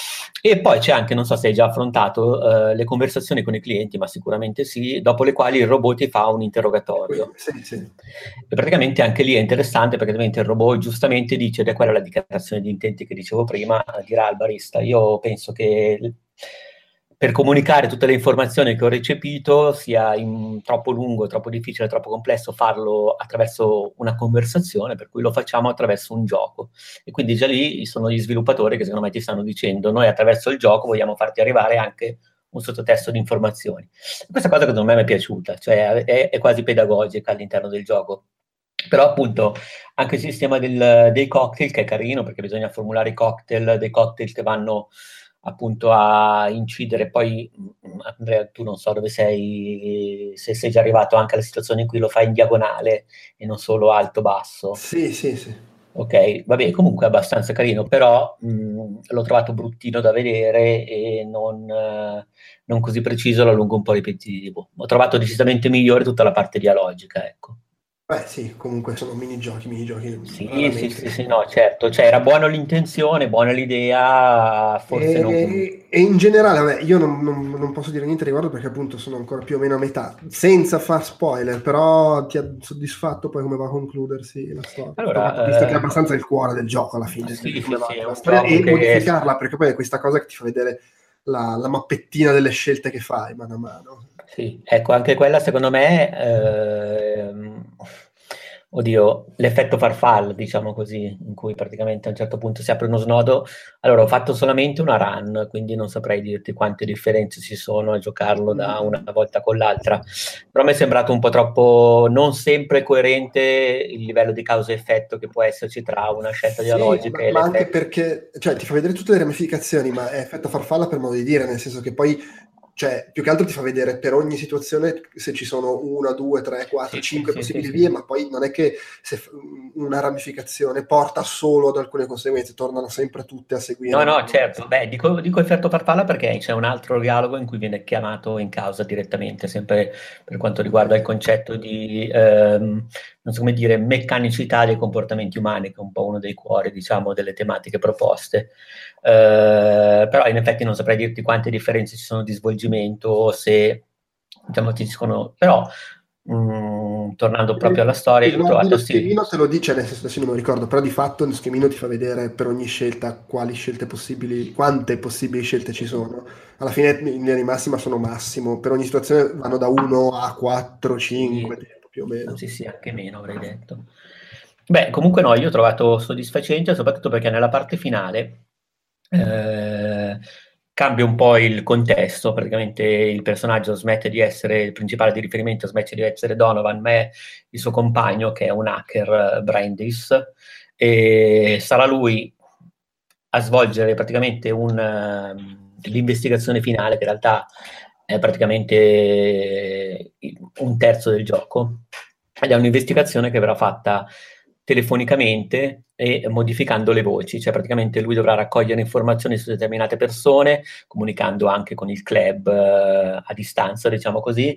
E poi c'è anche, non so se hai già affrontato, eh, le conversazioni con i clienti, ma sicuramente sì, dopo le quali il robot ti fa un interrogatorio. Sì, sì. E praticamente anche lì è interessante, perché ovviamente il robot giustamente dice, ed è quella la dichiarazione di intenti che dicevo prima, dirà al barista: io penso che per comunicare tutte le informazioni che ho recepito sia in, troppo lungo, troppo difficile, troppo complesso farlo attraverso una conversazione, per cui lo facciamo attraverso un gioco. E quindi già lì sono gli sviluppatori che secondo me ti stanno dicendo: noi attraverso il gioco vogliamo farti arrivare anche un sottotesto di informazioni. Questa cosa che secondo me mi è piaciuta, cioè è, è quasi pedagogica all'interno del gioco. Però appunto anche il sistema del, dei cocktail, che è carino, perché bisogna formulare i cocktail, dei cocktail che vanno appunto a incidere. Poi, Andrea, tu non so dove sei, se sei già arrivato anche alla situazione in cui lo fai in diagonale e non solo alto-basso. Sì, sì, sì. Ok, vabbè, comunque è abbastanza carino, però mh, l'ho trovato bruttino da vedere e non, eh, non così preciso, la lungo un po' ripetitivo. Ho trovato decisamente migliore tutta la parte dialogica, ecco. Beh sì, comunque sono minigiochi, minigiochi. Sì, sì, sì, sì, no, certo, cioè era buona l'intenzione, buona l'idea, forse e, non... e in generale, vabbè, io non, non, non posso dire niente riguardo perché appunto sono ancora più o meno a metà, senza far spoiler, però ti ha soddisfatto poi come va a concludersi la storia? Allora, Visto che è eh, abbastanza il cuore del gioco alla fine, sì, come sì, va sì, è la un storia, gioco e che... modificarla, perché poi è questa cosa che ti fa vedere la, la mappettina delle scelte che fai mano a mano. Sì, ecco, anche quella secondo me, ehm, oddio, l'effetto farfalla, diciamo così, in cui praticamente a un certo punto si apre uno snodo. Allora, ho fatto solamente una run, quindi non saprei dirti quante differenze ci sono a giocarlo da una volta con l'altra, però mi è sembrato un po' troppo, non sempre coerente il livello di causa-effetto che può esserci tra una scelta Sì, dialogica ma, e ma anche l'effetto. perché, cioè, ti fa vedere tutte le ramificazioni, ma è effetto farfalla per modo di dire, nel senso che poi, cioè, più che altro ti fa vedere per ogni situazione se ci sono una, due, tre, quattro, Sì, cinque sì, possibili sì, vie, sì. ma poi non è che se f- una ramificazione porta solo ad alcune conseguenze, tornano sempre tutte a No, seguire. no, certo. Beh, dico, dico effetto farfalla perché c'è un altro dialogo in cui viene chiamato in causa direttamente, sempre per quanto riguarda il concetto di, ehm, non so come dire, meccanicità dei comportamenti umani, che è un po' uno dei cuori, diciamo, delle tematiche proposte. Eh, però in effetti non saprei dirti quante differenze ci sono di svolgimento, se, diciamo, ci sono... Però, mh, tornando proprio alla storia, Se io l'ho guardi trovata lo sì. schemino te lo dice, nel senso adesso non me lo ricordo, però di fatto lo schemino ti fa vedere per ogni scelta quali scelte possibili, quante possibili scelte ci sono. Alla fine in linea di massima sono massimo, per ogni situazione vanno da uno a quattro, cinque, Sì, più o meno. sì, sì, anche meno avrei detto. Beh, comunque no, io ho trovato soddisfacente, soprattutto perché nella parte finale eh, cambia un po' il contesto. Praticamente il personaggio smette di essere il principale di riferimento, smette di essere Donovan, ma è il suo compagno che è un hacker, Brandis, e sarà lui a svolgere praticamente un, ehm, l'investigazione finale, che in realtà è praticamente un terzo del gioco, ed è un'investigazione che verrà fatta telefonicamente e modificando le voci, cioè praticamente lui dovrà raccogliere informazioni su determinate persone, comunicando anche con il club eh, a distanza, diciamo così.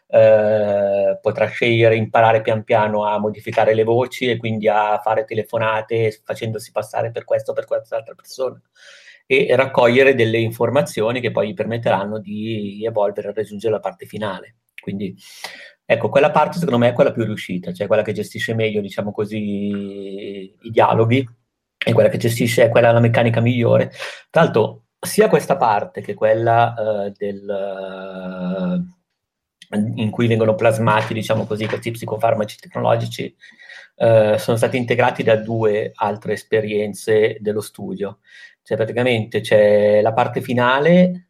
Eh, potrà scegliere, imparare pian piano a modificare le voci e quindi a fare telefonate facendosi passare per questo o per quest'altra persona, e raccogliere delle informazioni che poi gli permetteranno di evolvere e raggiungere la parte finale. Quindi ecco, quella parte secondo me è quella più riuscita, cioè quella che gestisce meglio, diciamo così, i dialoghi, e quella che gestisce è quella la meccanica migliore. Tra l'altro, sia questa parte che quella eh, del, eh, in cui vengono plasmati, diciamo così, questi psicofarmaci tecnologici, eh, sono stati integrati da due altre esperienze dello studio. Cioè praticamente c'è la parte finale,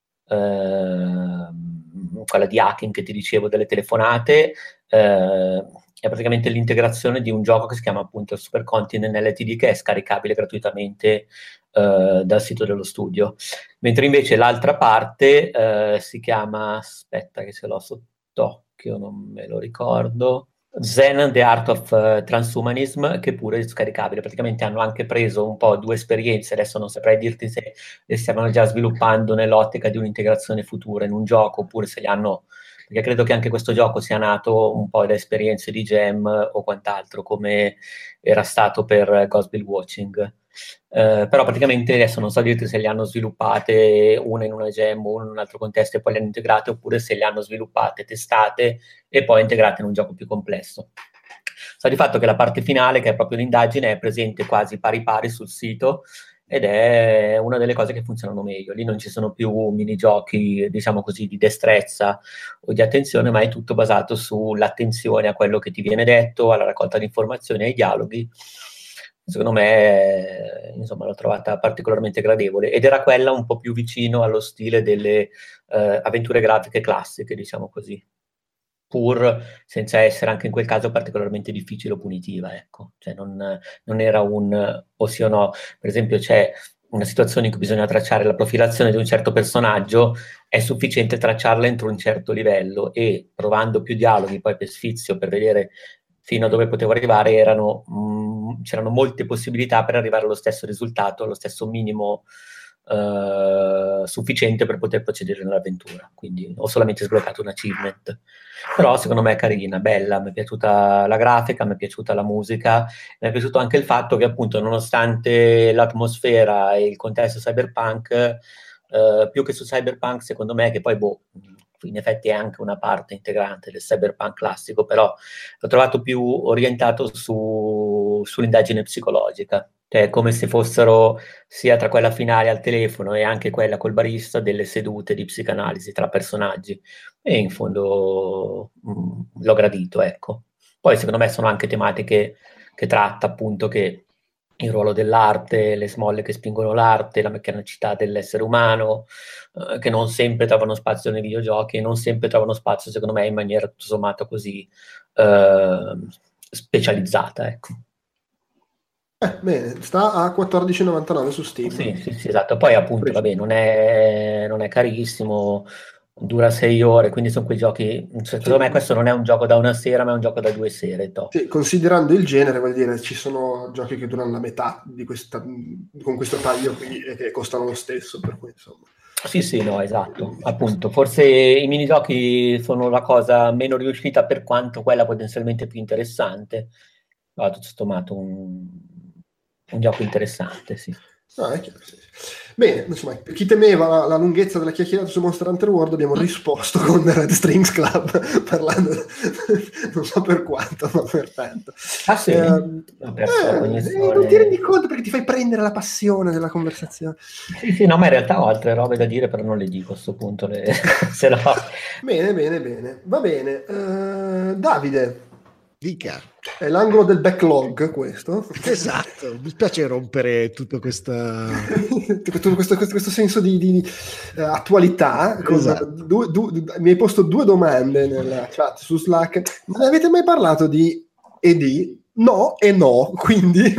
eh, quella di hacking che ti dicevo, delle telefonate, eh, è praticamente l'integrazione di un gioco che si chiama appunto Supercontinent L T D, che è scaricabile gratuitamente eh, dal sito dello studio. Mentre invece l'altra parte eh, si chiama, aspetta che ce l'ho sott'occhio, non me lo ricordo, Zen, The Art of uh, Transhumanism, che pure è scaricabile. Praticamente hanno anche preso un po' due esperienze, adesso non saprei dirti se le stavano già sviluppando nell'ottica di un'integrazione futura in un gioco, oppure se li hanno, perché credo che anche questo gioco sia nato un po' da esperienze di Gem o quant'altro, come era stato per Ghost Bill Watching. Eh, però praticamente adesso non so dirti se le hanno sviluppate una in una gem o una in un altro contesto e poi le hanno integrate, oppure se le hanno sviluppate, testate e poi integrate in un gioco più complesso. Sta di fatto che la parte finale, che è proprio l'indagine, è presente quasi pari pari sul sito ed è una delle cose che funzionano meglio. Lì non ci sono più minigiochi, diciamo così, di destrezza o di attenzione, ma è tutto basato sull'attenzione a quello che ti viene detto, alla raccolta di informazioni, ai dialoghi. Secondo me, insomma, l'ho trovata particolarmente gradevole ed era quella un po' più vicino allo stile delle eh, avventure grafiche classiche, diciamo così, pur senza essere anche in quel caso particolarmente difficile o punitiva, ecco. Cioè non, non era un o sì o no. Per esempio c'è una situazione in cui bisogna tracciare la profilazione di un certo personaggio, è sufficiente tracciarla entro un certo livello e provando più dialoghi poi per sfizio, per vedere fino a dove potevo arrivare, erano, mh, c'erano molte possibilità per arrivare allo stesso risultato, allo stesso minimo eh, sufficiente per poter procedere nell'avventura. Quindi ho solamente sbloccato un achievement. Però secondo me è carina, bella, mi è piaciuta la grafica, mi è piaciuta la musica, mi è piaciuto anche il fatto che appunto nonostante l'atmosfera e il contesto cyberpunk, eh, più che su cyberpunk secondo me, che poi boh, in effetti è anche una parte integrante del cyberpunk classico, però l'ho trovato più orientato su, sull'indagine psicologica, cioè come se fossero sia tra quella finale al telefono e anche quella col barista delle sedute di psicanalisi tra personaggi, e in fondo mh, l'ho gradito, ecco. Poi secondo me sono anche tematiche che tratta appunto che il ruolo dell'arte, le smolle che spingono l'arte, la meccanicità dell'essere umano, eh, che non sempre trovano spazio nei videogiochi e non sempre trovano spazio, secondo me, in maniera tutto sommato così eh, specializzata, ecco. Eh, bene, sta a quattordici e novantanove su Steam. Sì, sì, sì, esatto. Poi appunto, vabbè, non è, non è carissimo, dura sei ore, quindi sono quei giochi, secondo me questo non è un gioco da una sera, ma è un gioco da due sere. Top. Sì, considerando il genere, vuol dire, ci sono giochi che durano la metà di questa, con questo taglio qui e che costano lo stesso, per cui insomma. Sì, sì, no, esatto, appunto, forse i minigiochi sono la cosa meno riuscita per quanto quella potenzialmente più interessante, ma tutto sommato un, un gioco interessante, sì. No, è chiaro, sì. Bene, insomma, per chi temeva la, la lunghezza della chiacchierata su Monster Hunter World abbiamo risposto con Red Strings Club, parlando non so per quanto, ma per tanto. Ah sì? Eh, no, eh, eh, non ti rendi conto perché ti fai prendere la passione della conversazione. Sì, sì, no, ma in realtà ho altre robe da dire, però non le dico a questo punto, le... se no... Bene, bene, bene, va bene. Uh, Davide. Dica. È l'angolo del backlog questo. Esatto, mi piace rompere tutto questa... tutto questo, questo, questo senso di, di uh, attualità. Con esatto. due, due, mi hai posto due domande nella chat su Slack. Ma ne avete mai parlato di E D? No e no, quindi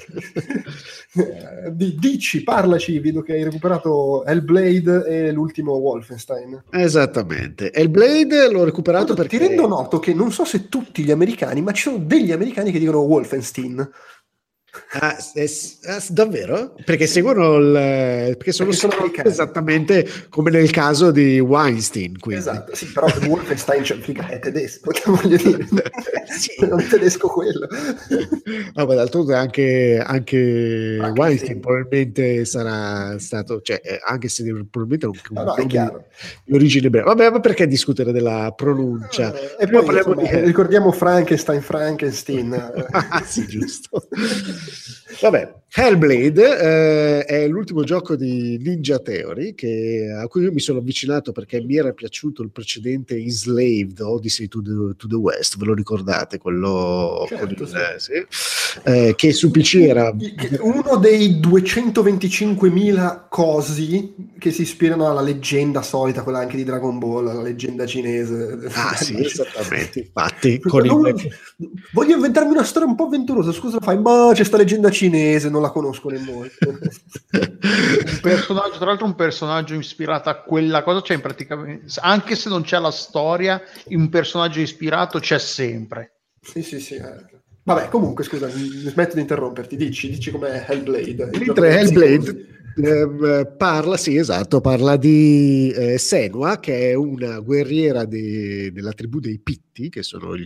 dici, parlaci, vedo che hai recuperato Hellblade e l'ultimo Wolfenstein. Esattamente, Hellblade l'ho recuperato Tanto perché... Ti rendo noto che non so se tutti gli americani, ma ci sono degli americani che dicono Wolfenstein. Ah, è, è, davvero? Perché seguono il perché sono, perché sono esattamente come nel caso di Weinstein, quindi. Esatto, sì, però Wolfenstein cioè, è tedesco, voglio dire. Sì. Non tedesco quello. No, ma d'altronde anche, anche ah, Weinstein sì. probabilmente sarà stato, cioè, anche se probabilmente un, no, no, è chiaro. di origine breve. Vabbè, ma perché discutere della pronuncia? Uh, e poi insomma, di... ricordiamo Frankenstein, Frankenstein. Ah, sì, giusto. Vabbè, Hellblade eh, è l'ultimo gioco di Ninja Theory che, a cui io mi sono avvicinato perché mi era piaciuto il precedente Enslaved, Odyssey to the, to the West, ve lo ricordate? Quello certo, con il, sì. eh, sì. Eh, che su P C era uno dei duecentoventicinquemila cosi che si ispirano alla leggenda solita, quella anche di Dragon Ball, la leggenda cinese. Ah sì, esattamente, infatti con non, il... voglio inventarmi una storia un po' avventurosa, scusa, fai, ma c'è sta leggenda cinese, non la conosco nemmeno. Un personaggio, tra l'altro un personaggio ispirato a quella cosa c'è in praticamente, anche se non c'è la storia, un personaggio ispirato c'è sempre. Sì, sì, sì. Eh. Vabbè, comunque, scusa, mi smetto di interromperti, dici, dici com'è Hellblade. Mentre Hellblade eh, parla, sì, esatto, parla di eh, Senua, che è una guerriera de, della tribù dei Pitti, che sono gli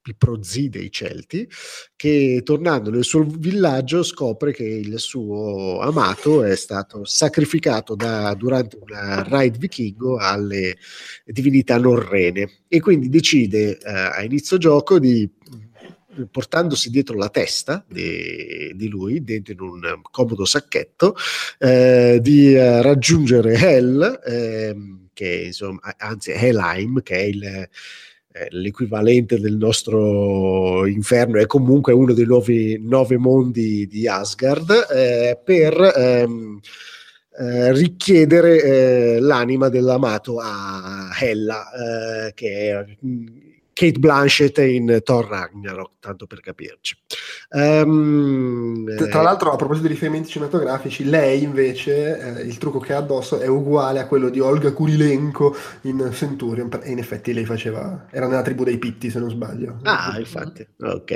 il prozì dei Celti, che tornando nel suo villaggio scopre che il suo amato è stato sacrificato da, durante un raid vichingo alle divinità norrene, e quindi decide eh, a inizio gioco di, portandosi dietro la testa di, di lui dentro in un comodo sacchetto, eh, di eh, raggiungere Hel, eh, che insomma, anzi Helheim, che è il, eh, l'equivalente del nostro inferno, è comunque uno dei nuovi nove mondi di Asgard, eh, per ehm, eh, richiedere eh, l'anima dell'amato a Hela, eh, che è Kate Blanchett in Thor Ragnarok, tanto per capirci. Um, Tra l'altro, a proposito di riferimenti cinematografici, lei invece, eh, il trucco che ha addosso è uguale a quello di Olga Kurilenko in Centurion, e in effetti lei faceva, era nella tribù dei Pitti, se non sbaglio. Ah, infatti, ok.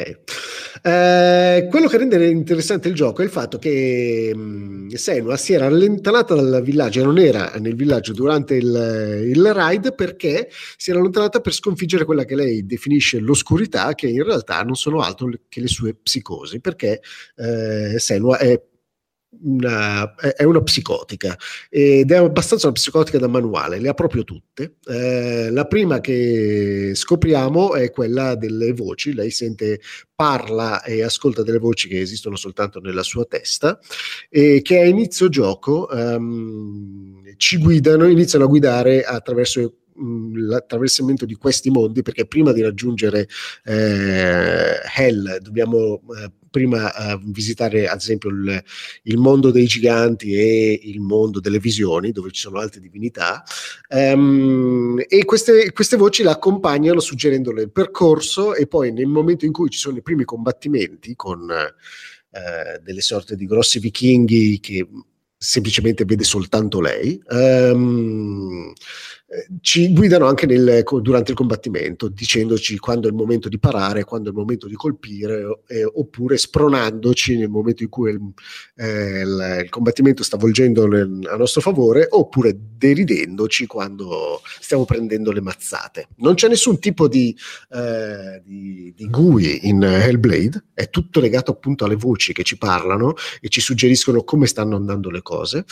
Eh, quello che rende interessante il gioco è il fatto che mh, Senua si era allontanata dal villaggio, non era nel villaggio durante il, il raid, perché si era allontanata per sconfiggere quella che lei definisce l'oscurità, che in realtà non sono altro che le sue psicosi, perché eh, Senua è Una, è una psicotica, ed è abbastanza una psicotica da manuale, le ha proprio tutte. Eh, la prima che scopriamo è quella delle voci. Lei sente, parla e ascolta delle voci che esistono soltanto nella sua testa, e che a inizio gioco um, ci guidano, iniziano a guidare attraverso l'attraversamento di questi mondi, perché prima di raggiungere eh, Hel dobbiamo eh, prima eh, visitare ad esempio il, il mondo dei giganti e il mondo delle visioni, dove ci sono altre divinità, um, e queste, queste voci la accompagnano suggerendole il percorso, e poi nel momento in cui ci sono i primi combattimenti con eh, delle sorte di grossi vichinghi che semplicemente vede soltanto lei, um, ci guidano anche nel, durante il combattimento, dicendoci quando è il momento di parare, quando è il momento di colpire, eh, oppure spronandoci nel momento in cui il, eh, il, il combattimento sta volgendo nel, a nostro favore, oppure deridendoci quando stiamo prendendo le mazzate. Non c'è nessun tipo di, eh, di, di G U I in Hellblade, è tutto legato appunto alle voci che ci parlano e ci suggeriscono come stanno andando le cose.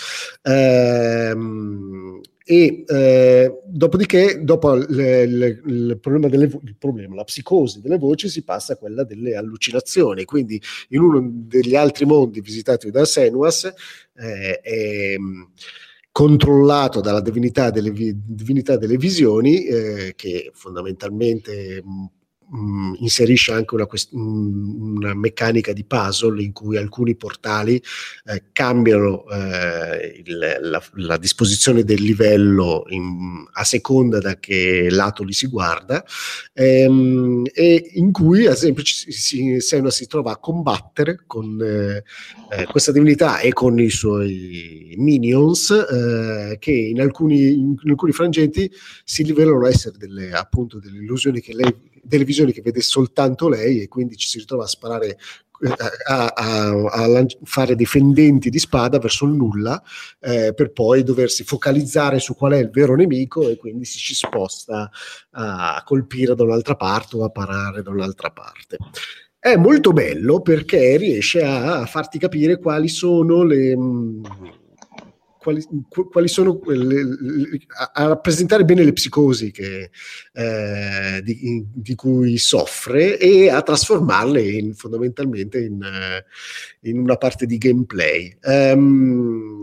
Ehm, E eh, dopodiché, dopo le, le, il problema delle il problema, la psicosi delle voci, si passa a quella delle allucinazioni. Quindi in uno degli altri mondi visitati da Senuas eh, è controllato dalla divinità delle, divinità delle visioni, eh, che fondamentalmente mh, inserisce anche una, quest- una meccanica di puzzle in cui alcuni portali eh, cambiano eh, il, la, la disposizione del livello in, a seconda da che lato li si guarda, ehm, e in cui ad esempio ci, si, Senua si trova a combattere con eh, eh, questa divinità e con i suoi minions, eh, che in alcuni, in alcuni frangenti si rivelano essere delle, appunto delle illusioni che lei, delle visioni che vede soltanto lei, e quindi ci si ritrova a sparare, a, a, a fare dei fendenti di spada verso il nulla, eh, per poi doversi focalizzare su qual è il vero nemico, e quindi si ci sposta a colpire da un'altra parte o a parare da un'altra parte. È molto bello perché riesce a farti capire quali sono le quali, quali sono le, le, a rappresentare bene le psicosi che, eh, di, di cui soffre, e a trasformarle in, fondamentalmente in, in una parte di gameplay. Um,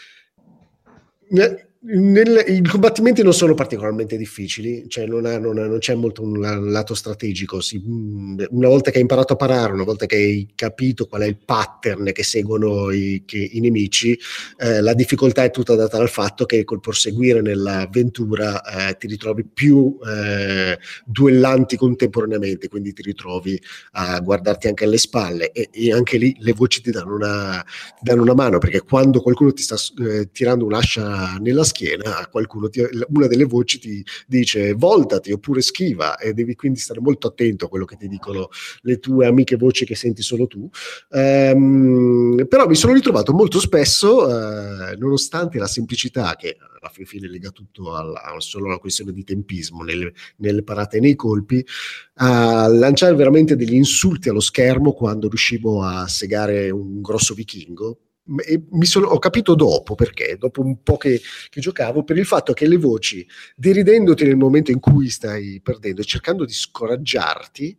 Nel, i combattimenti non sono particolarmente difficili, cioè non, ha, non, ha, non c'è molto un, un lato strategico. Si, una volta che hai imparato a parare, una volta che hai capito qual è il pattern che seguono i, che, i nemici, eh, la difficoltà è tutta data dal fatto che col proseguire nell'avventura eh, ti ritrovi più eh, duellanti contemporaneamente, quindi ti ritrovi a guardarti anche alle spalle, e, e anche lì le voci ti danno una, ti danno una mano, perché quando qualcuno ti sta eh, tirando un'ascia nella schiena qualcuno ti, una delle voci ti dice voltati oppure schiva, e devi quindi stare molto attento a quello che ti dicono le tue amiche voci che senti solo tu. Um, però mi sono ritrovato molto spesso, uh, nonostante la semplicità che alla fine, fine lega tutto alla, a solo una questione di tempismo nelle, nelle parate e nei colpi, a lanciare veramente degli insulti allo schermo quando riuscivo a segare un grosso vichingo. E mi sono, ho capito dopo perché, dopo un po' che, che giocavo, per il fatto che le voci, deridendoti nel momento in cui stai perdendo e cercando di scoraggiarti,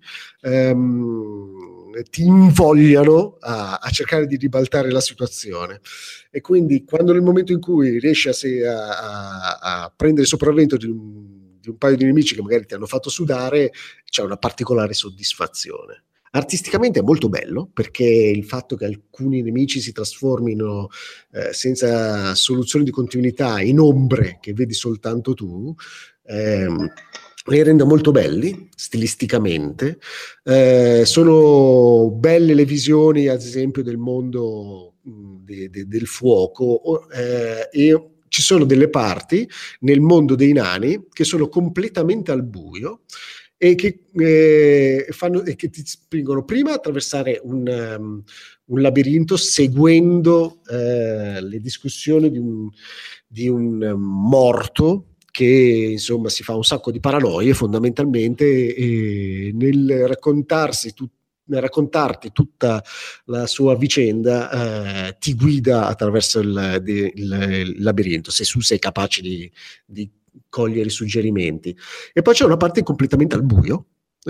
ehm, ti invogliano a, a cercare di ribaltare la situazione. E quindi quando nel momento in cui riesci a, a, a prendere sopravvento di un, di un paio di nemici che magari ti hanno fatto sudare, c'è una particolare soddisfazione. Artisticamente è molto bello, perché il fatto che alcuni nemici si trasformino eh, senza soluzione di continuità in ombre che vedi soltanto tu, ehm, li rende molto belli stilisticamente. Eh, sono belle le visioni, ad esempio, del mondo mh, de, de, del fuoco, eh, e ci sono delle parti nel mondo dei nani che sono completamente al buio e che, eh, fanno, e che ti spingono prima a attraversare un, um, un labirinto seguendo eh, le discussioni di un, di un um, morto che insomma si fa un sacco di paranoie fondamentalmente, e nel raccontarsi tutto nel raccontarti tutta la sua vicenda eh, ti guida attraverso il, il, il labirinto, se tu sei capace di, di cogliere i suggerimenti. E poi c'è una parte completamente al buio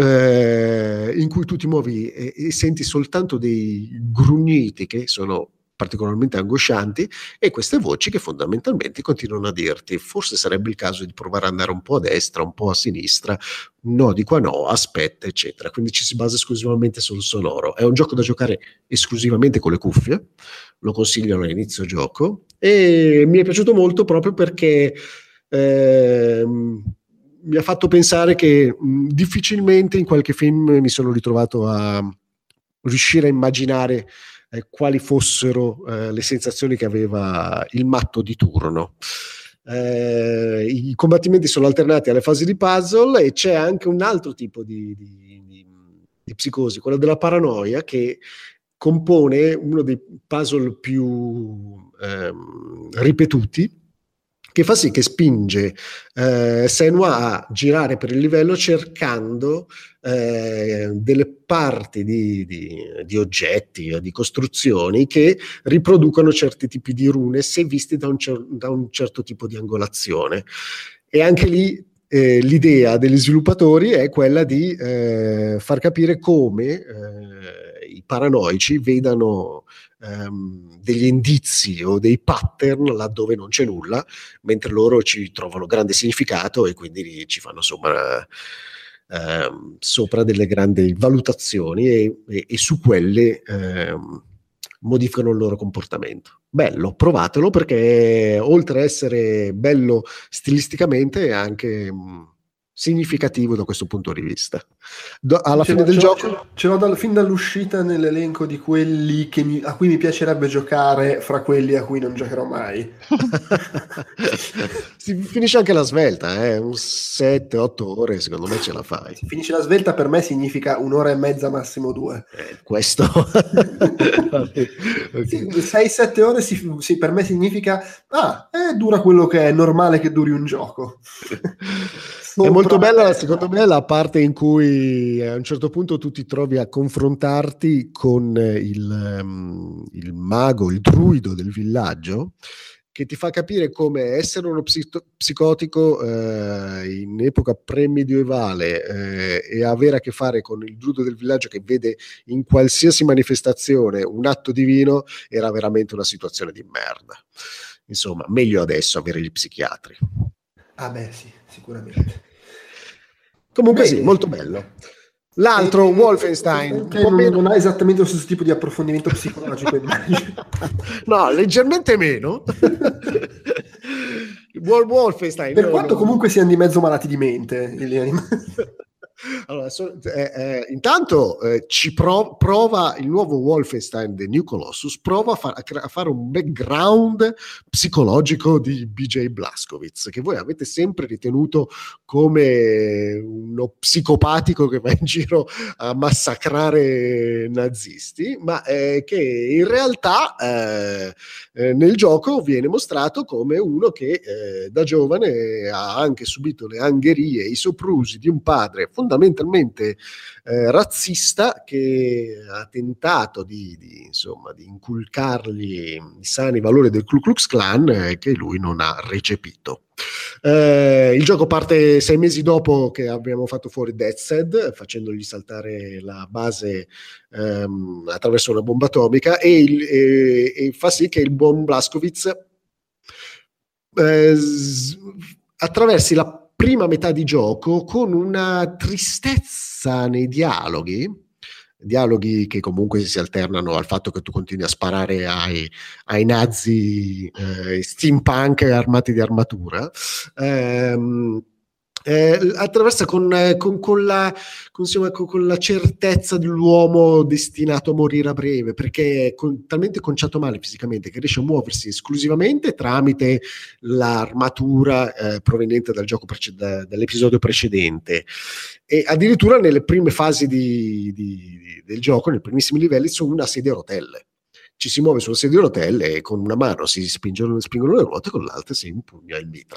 eh, in cui tu ti muovi e, e senti soltanto dei grugniti che sono particolarmente angoscianti, e queste voci che fondamentalmente continuano a dirti forse sarebbe il caso di provare ad andare un po' a destra, un po' a sinistra, no di qua no, aspetta, eccetera. Quindi ci si basa esclusivamente sul sonoro. È un gioco da giocare esclusivamente con le cuffie, lo consiglio all'inizio gioco, e mi è piaciuto molto proprio perché eh, mi ha fatto pensare che mh, difficilmente in qualche film mi sono ritrovato a riuscire a immaginare Eh, quali fossero eh, le sensazioni che aveva il matto di turno. Eh, i combattimenti sono alternati alle fasi di puzzle, e c'è anche un altro tipo di, di, di, di psicosi, quella della paranoia, che compone uno dei puzzle più ehm, ripetuti, che fa sì che spinge eh, Senua a girare per il livello cercando eh, delle parti di, di, di oggetti, di costruzioni che riproducono certi tipi di rune se visti da un, cer- da un certo tipo di angolazione. E anche lì eh, l'idea degli sviluppatori è quella di eh, far capire come eh, i paranoici vedano ehm, degli indizi o dei pattern laddove non c'è nulla, mentre loro ci trovano grande significato e quindi ci fanno insomma ehm, sopra delle grandi valutazioni e, e, e su quelle ehm, modificano il loro comportamento. Bello, provatelo, perché oltre a essere bello stilisticamente è anche mh, significativo da questo punto di vista. Do, alla ce fine l'ho, del ce gioco l'ho, ce l'ho dal, fin dall'uscita nell'elenco di quelli che mi, a cui mi piacerebbe giocare, fra quelli a cui non giocherò mai. si finisce anche la svelta, eh? Un sette otto ore secondo me ce la fai. Si finisce la svelta, per me significa un'ora e mezza, massimo due. Eh, questo okay. sei sette ore si, si, per me significa ah, eh, dura quello che è normale che duri un gioco. È molto bella secondo me la parte in cui a un certo punto tu ti trovi a confrontarti con il, um, il mago, il druido del villaggio, che ti fa capire come essere uno psico- psicotico eh, in epoca pre-medievale eh, e avere a che fare con il druido del villaggio che vede in qualsiasi manifestazione un atto divino era veramente una situazione di merda. Insomma, meglio adesso avere gli psichiatri. Ah beh sì, sicuramente. Comunque Bene. Sì, molto bello. L'altro, e, Wolfenstein, che non, non ha esattamente lo stesso tipo di approfondimento psicologico, immagino. No, leggermente meno. Wolfenstein. Per no, quanto no. comunque siano di mezzo malati di mente gli animali. Allora, so, eh, eh, intanto eh, ci pro- prova il nuovo Wolfenstein The New Colossus, prova a, fa- a, cre- a fare un background psicologico di B J Blazkowicz, che voi avete sempre ritenuto come uno psicopatico che va in giro a massacrare nazisti, ma eh, che in realtà eh, eh, nel gioco viene mostrato come uno che eh, da giovane ha anche subito le angherie, i soprusi di un padre fondamentalmente eh, razzista, che ha tentato di, di, insomma, di inculcargli i sani valori del Ku Klux Klan, eh, che lui non ha recepito. Eh, il gioco parte sei mesi dopo che abbiamo fatto fuori DeathSed, facendogli saltare la base ehm, attraverso una bomba atomica, e, il, e, e fa sì che il buon Blazkowicz eh, s- attraversi la prima metà di gioco con una tristezza nei dialoghi, dialoghi che comunque si alternano al fatto che tu continui a sparare ai, ai nazi eh, steampunk armati di armatura. Ehm, eh, attraversa con, eh, con, con, la, con, insomma, con, con la certezza dell'uomo destinato a morire a breve, perché è con, talmente conciato male fisicamente che riesce a muoversi esclusivamente tramite l'armatura eh, proveniente dal gioco prece- da, dall'episodio precedente, e addirittura nelle prime fasi di, di, del gioco, nei primissimi livelli, su una sedia a rotelle. Ci si muove sulla sedia a rotelle e con una mano si spingono, spingono le ruote, con l'altra si impugna il mitra.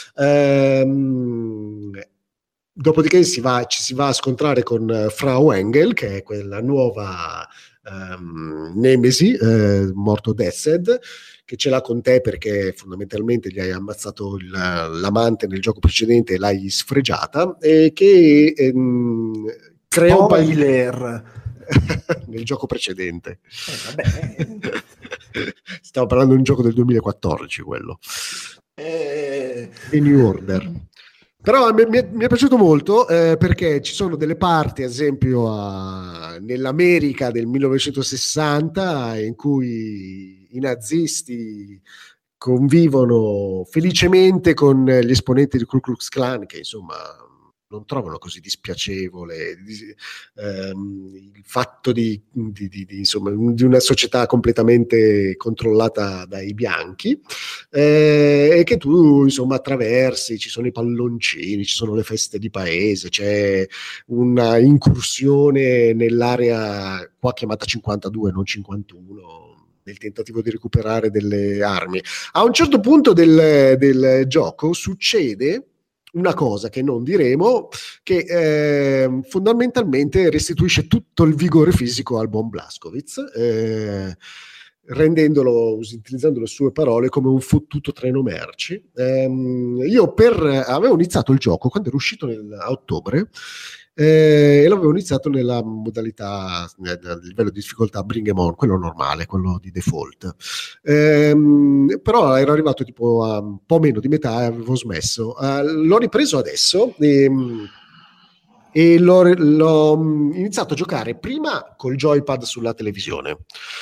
Ehm, dopodiché si va, ci si va a scontrare con Frau Engel, che è quella nuova um, Nemesi, eh, morto DeathSed, che ce l'ha con te perché fondamentalmente gli hai ammazzato il, l'amante nel gioco precedente e l'hai sfregiata, e che ehm, crea un paio di... nel gioco precedente. Eh, vabbè. Stiamo parlando di un gioco del duemilaquattordici, quello. Eh... The New Order. Però mi, mi, è, mi è piaciuto molto eh, perché ci sono delle parti, ad esempio a, nell'America del millenovecentosessanta, in cui i nazisti convivono felicemente con gli esponenti del Ku Klux Klan, che insomma non trovano così dispiacevole di, ehm, il fatto di, di, di, di, insomma, di una società completamente controllata dai bianchi, eh, e che tu insomma attraversi, ci sono i palloncini, ci sono le feste di paese, c'è una incursione nell'area qua chiamata cinquantadue, non cinquantuno, nel tentativo di recuperare delle armi. A un certo punto del, del gioco succede una cosa che non diremo, che eh, fondamentalmente restituisce tutto il vigore fisico al buon Blazkowicz, eh, rendendolo, utilizzando le sue parole, come un fottuto treno merci. Eh, io per, avevo iniziato il gioco quando ero uscito nel, a ottobre, eh, e l'avevo iniziato nella modalità, nel, nel livello di difficoltà Bring 'em On, quello normale, quello di default. Ehm, però ero arrivato tipo a un po' meno di metà e avevo smesso. Uh, l'ho ripreso adesso e, e l'ho, l'ho iniziato a giocare prima col joypad sulla televisione,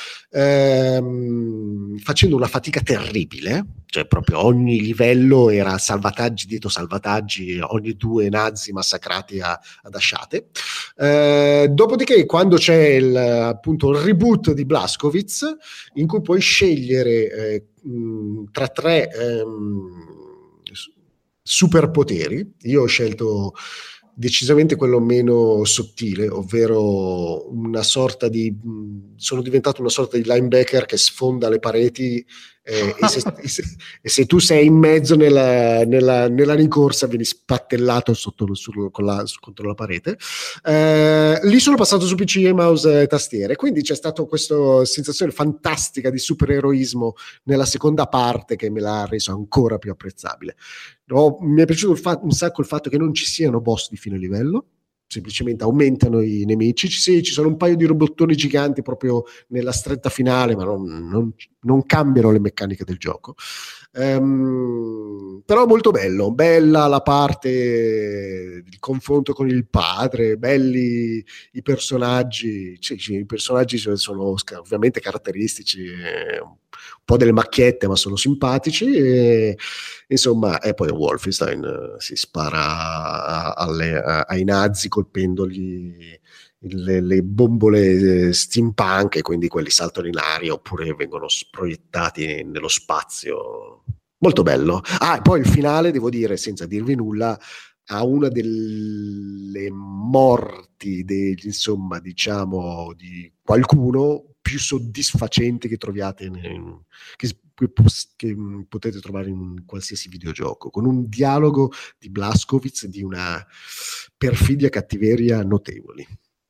ehm, facendo una fatica terribile, cioè proprio ogni livello era salvataggi dietro salvataggi, ogni due nazi massacrati a, ad asciate. Eh, dopodiché, quando c'è il, appunto il reboot di Blazkowicz, in cui puoi scegliere eh, mh, tra tre ehm, superpoteri, io ho scelto decisamente quello meno sottile, ovvero una sorta di sono diventato una sorta di linebacker che sfonda le pareti, eh, e, se, e, se, e se tu sei in mezzo nella, nella, nella rincorsa vieni spattellato sotto, su, con la, su, contro la parete. Eh, lì sono passato su P C e mouse e tastiere, quindi c'è stata questa sensazione fantastica di supereroismo nella seconda parte che me l'ha reso ancora più apprezzabile. No, mi è piaciuto il fa- un sacco il fatto che non ci siano boss di fine livello, semplicemente aumentano i nemici. Ci, sì, ci sono un paio di robottoni giganti proprio nella stretta finale, ma non, non, non cambiano le meccaniche del gioco. Um, però molto bello, bella la parte il confronto con il padre, belli i personaggi, sì, sì, i personaggi sono ovviamente caratteristici, eh, un po' delle macchiette ma sono simpatici e insomma, e poi Wolfenstein eh, si spara a, alle, a, ai nazi colpendogli Le, le bombole steampunk, e quindi quelli saltano in aria oppure vengono proiettati nello spazio. Molto bello. Ah, e poi il finale, devo dire, senza dirvi nulla, ha una delle morti degli, insomma, diciamo, di qualcuno più soddisfacenti che troviate in, che, che potete trovare in qualsiasi videogioco, con un dialogo di Blazkowicz di una perfidia cattiveria notevoli.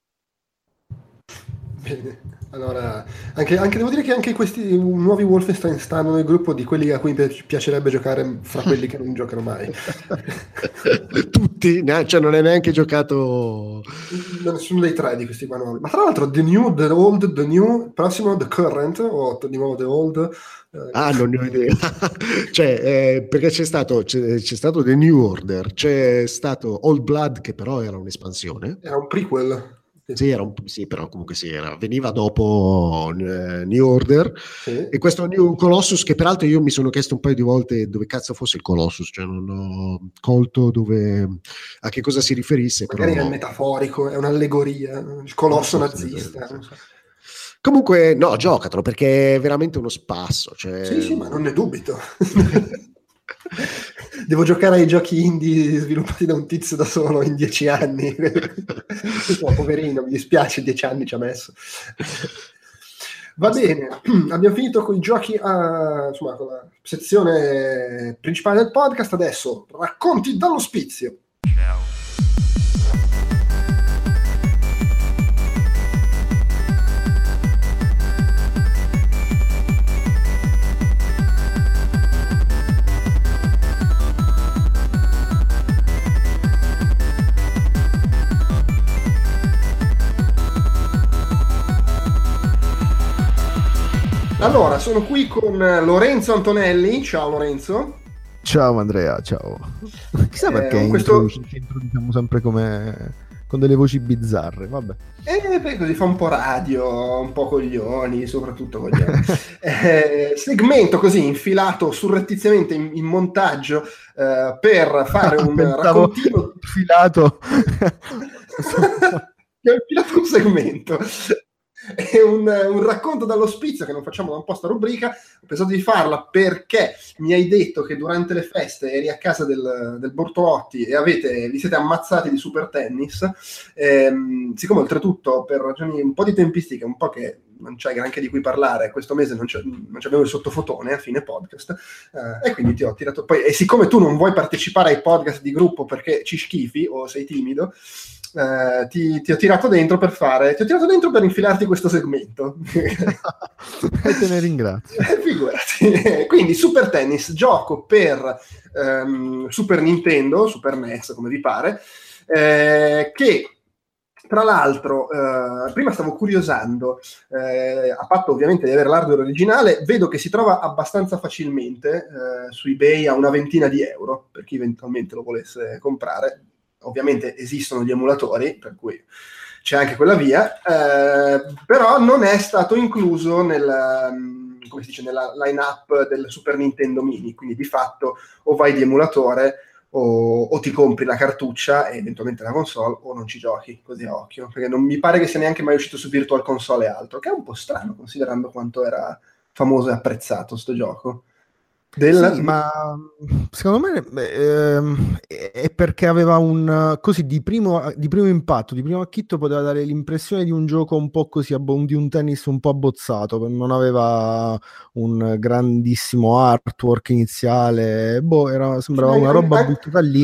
Bene, allora anche, anche devo dire che anche questi nuovi Wolfenstein stanno nel gruppo di quelli a cui pi- piacerebbe giocare fra quelli che non giocano mai. Tutti, cioè non è neanche giocato nessuno dei tre di questi qua nuovi. Ma tra l'altro The New, The Old, The New, prossimo The Current o di nuovo The Old. Ah, non ne ho idea. Cioè, eh, perché c'è stato, c'è, c'è stato The New Order, c'è stato Old Blood che però era un'espansione. Era un prequel. Sì, era un, sì, però comunque sì, era, veniva dopo eh, New Order, sì. E questo New Colossus, che peraltro io mi sono chiesto un paio di volte dove cazzo fosse il Colossus, cioè non ho colto dove, a che cosa si riferisse. Magari però... è metaforico, è un'allegoria, il colosso non so, nazista. Non so. Comunque, no, giocatelo perché è veramente uno spasso. Cioè... Sì, sì, ma non ne dubito. Devo giocare ai giochi indie sviluppati da un tizio da solo in dieci anni. Oh, poverino, mi dispiace, dieci anni ci ha messo. Va bene, abbiamo finito con i giochi, a, insomma, con la sezione principale del podcast. Adesso racconti dall'ospizio. Ciao. Allora, sono qui con Lorenzo Antonelli. Ciao Lorenzo. Ciao Andrea, ciao. Chissà perché eh, questo... ci introduciamo sempre come con delle voci bizzarre, vabbè. Eh, beh, così fa un po' radio, un po' coglioni, soprattutto coglioni. eh, segmento così infilato surrettiziamente in, in montaggio eh, per fare un raccontino infilato. Ho infilato un segmento. È un, un racconto dall'ospizio che non facciamo da un po' sta rubrica. Ho pensato di farla perché mi hai detto che durante le feste eri a casa del, del Bortolotti e avete, vi siete ammazzati di super tennis. Ehm, siccome oltretutto per ragioni un po' di tempistiche, un po' che non c'è granché di cui parlare, questo mese non, c'è, non abbiamo il sottofotone a fine podcast, eh, e quindi ti ho tirato poi, e siccome tu non vuoi partecipare ai podcast di gruppo perché ci schifi o sei timido, Uh, ti, ti ho tirato dentro per fare ti ho tirato dentro per infilarti questo segmento. E te ne ringrazio. Figurati. Quindi Super Tennis, gioco per um, Super Nintendo, Super N E S come vi pare, eh, che tra l'altro eh, prima stavo curiosando, eh, a patto ovviamente di avere l'hardware originale, vedo che si trova abbastanza facilmente eh, su eBay a una ventina di euro per chi eventualmente lo volesse comprare. Ovviamente esistono gli emulatori, per cui c'è anche quella via, eh, però non è stato incluso nel, come si dice, nella line-up del Super Nintendo Mini, quindi di fatto o vai di emulatore o, o ti compri la cartuccia e eventualmente la console o non ci giochi, così a occhio, perché non mi pare che sia neanche mai uscito su Virtual Console e altro, che è un po' strano considerando quanto era famoso e apprezzato sto gioco. Del... Sì, ma secondo me ehm, è perché aveva un così di primo, di primo impatto, di primo acchitto poteva dare l'impressione di un gioco un po' così, di un tennis un po' abbozzato, non aveva un grandissimo artwork iniziale, boh, era, sembrava una roba buttata lì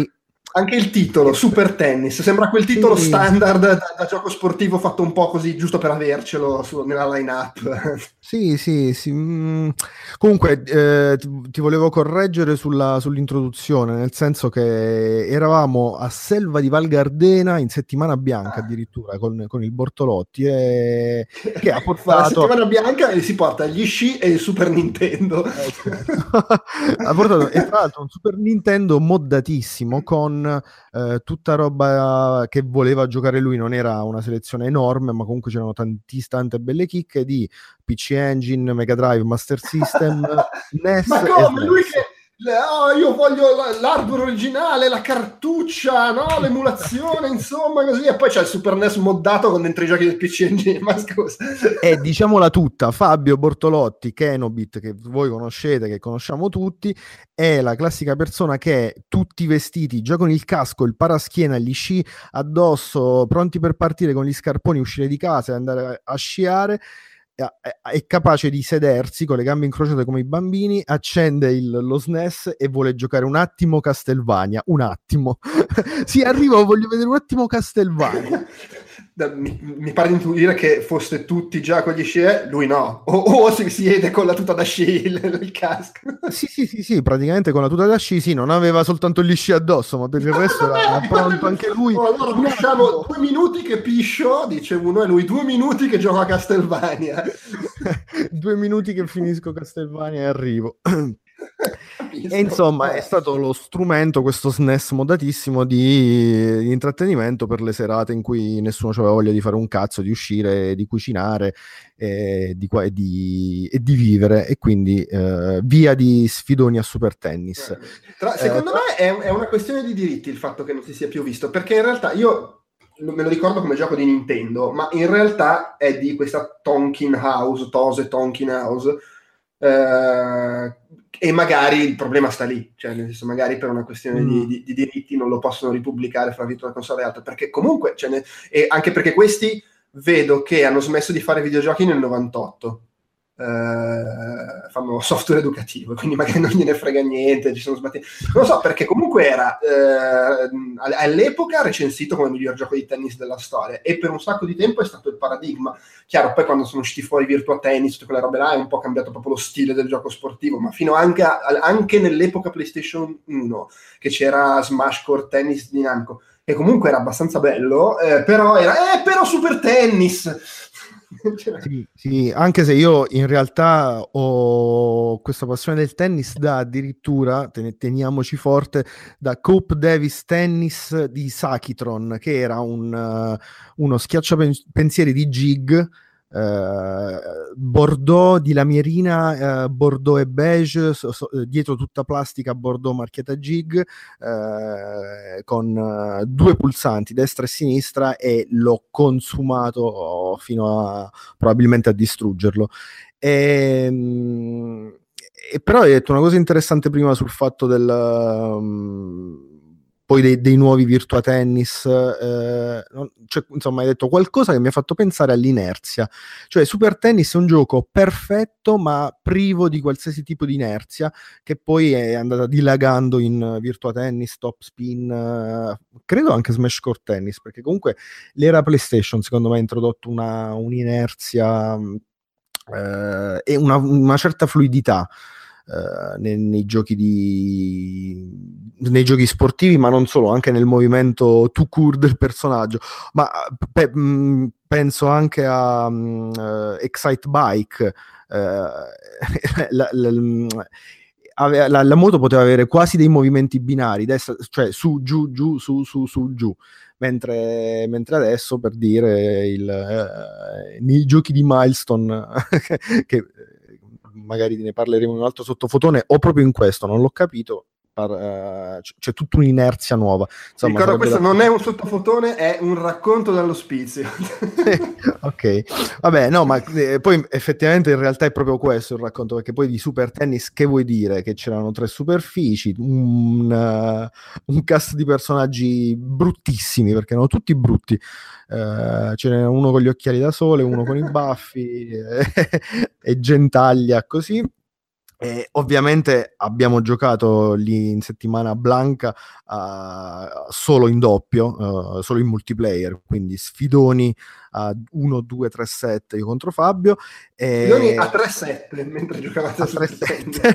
Anche il titolo, Super Tennis, sembra quel titolo Sì. standard da, da gioco sportivo fatto un po' così, giusto per avercelo su, nella line-up. Sì, sì, sì. mm. Comunque eh, ti, ti volevo correggere sulla- sull'introduzione, nel senso che eravamo a Selva di Val Gardena in settimana bianca addirittura con, con il Bortolotti e, che ha La portato... settimana bianca e si porta gli sci e il Super Nintendo. Eh, certo. Ha portato, e tra l'altro un Super Nintendo moddatissimo con eh, tutta roba che voleva giocare lui. Non era una selezione enorme, ma comunque c'erano tanti, tante belle chicche di P C Engine, Mega Drive, Master System, N E S Ma e come? S N E S. Lui che... Oh, io voglio la- l'hardware originale, la cartuccia, no? L'emulazione, insomma, così. E poi c'è il Super N E S moddato con dentro i giochi del P C Engine. Ma scusa. E diciamola tutta, Fabio Bortolotti, Kenobit, che voi conoscete, che conosciamo tutti, è la classica persona che tutti vestiti, già con il casco, il paraschiena, gli sci addosso, pronti per partire con gli scarponi, uscire di casa e andare a sciare, è capace di sedersi con le gambe incrociate come i bambini, accende il, lo S N E S e vuole giocare un attimo Castlevania, un attimo. Sì, arrivo, voglio vedere un attimo Castlevania. Mi, mi pare di intuire che foste tutti già con gli sci, lui no, o, o si siede con la tuta da sci, il, il casco. Sì, sì, sì, sì, praticamente con la tuta da sci, sì, non aveva soltanto gli sci addosso, ma per il resto era pronto anche lui. Oh, allora usciamo due minuti che piscio, dice uno, e lui due minuti che gioca a Castlevania. Due minuti che finisco Castlevania e arrivo. E insomma è stato lo strumento, questo S N E S modatissimo di, di intrattenimento per le serate in cui nessuno aveva voglia di fare un cazzo, di uscire, di cucinare e di, qua, e di, e di vivere, e quindi eh, via di sfidoni a Super Tennis. Tra, secondo eh, tra... me è, è una questione di diritti il fatto che non si sia più visto, perché in realtà io me lo ricordo come gioco di Nintendo, ma in realtà è di questa Tonkin House, Tose Tonkin House, eh, e magari il problema sta lì, cioè nel senso magari per una questione mm. di, di, di diritti non lo possono ripubblicare fra Virtual Console e altro, perché comunque cioè, ne, e anche perché questi vedo che hanno smesso di fare videogiochi nel novantotto, eh, fanno software educativo, quindi magari non gliene frega niente, ci sono sbatti, non lo so, perché comunque era eh, all'epoca recensito come il miglior gioco di tennis della storia e per un sacco di tempo è stato il paradigma. Chiaro, poi quando sono usciti fuori Virtua Tennis, tutte quelle robe là, è un po' cambiato proprio lo stile del gioco sportivo, ma fino anche, a, anche nell'epoca PlayStation uno, che c'era Smash Core Tennis dinamico, che comunque era abbastanza bello, eh, però era, eh, però Super Tennis! Sì, sì, anche se io in realtà ho questa passione del tennis da addirittura, ten- teniamoci forte, da Cope Davis Tennis di Sakitron, che era un, uh, uno schiacciapensieri di Jig, uh, Bordeaux di lamierina, uh, Bordeaux e beige, so, so, dietro tutta plastica, Bordeaux marchiata Jig, uh, con uh, due pulsanti destra e sinistra, e l'ho consumato fino a probabilmente a distruggerlo. E, e però hai detto una cosa interessante prima sul fatto del um, poi dei, dei nuovi Virtua Tennis, eh, cioè, insomma hai detto qualcosa che mi ha fatto pensare all'inerzia, cioè Super Tennis è un gioco perfetto ma privo di qualsiasi tipo di inerzia, che poi è andata dilagando in Virtua Tennis, Top Spin, eh, credo anche Smash Core Tennis, perché comunque l'era PlayStation secondo me ha introdotto una, un'inerzia eh, e una, una certa fluidità Uh, nei, nei giochi di nei giochi sportivi, ma non solo, anche nel movimento tout court del personaggio. Ma pe- mh, penso anche a um, uh, Excite Bike, uh, la, la, la, la, la moto poteva avere quasi dei movimenti binari, destra, cioè su giù giù su su su giù, mentre, mentre adesso, per dire, il, eh, nei giochi di Milestone che magari ne parleremo in un altro sottofotone, o proprio in questo, non l'ho capito, par, uh, c- c'è tutta un'inerzia nuova. Insomma, ricordo, questo da... non è un sottofotone, è un racconto dall'ospizio. Ok, vabbè, no, ma eh, poi effettivamente in realtà è proprio questo il racconto, perché poi di Super Tennis che vuoi dire? Che c'erano tre superfici, un, uh, un cast di personaggi bruttissimi, perché erano tutti brutti. Uh, ce n'era uno con gli occhiali da sole, uno con i baffi e, e Gentaglia così, E ovviamente abbiamo giocato lì in settimana blanca uh, solo in doppio, uh, solo in multiplayer, quindi sfidoni a uno, due, tre, sette io contro Fabio. E... sfidoni a tre sette mentre giocavate a Super Tennis.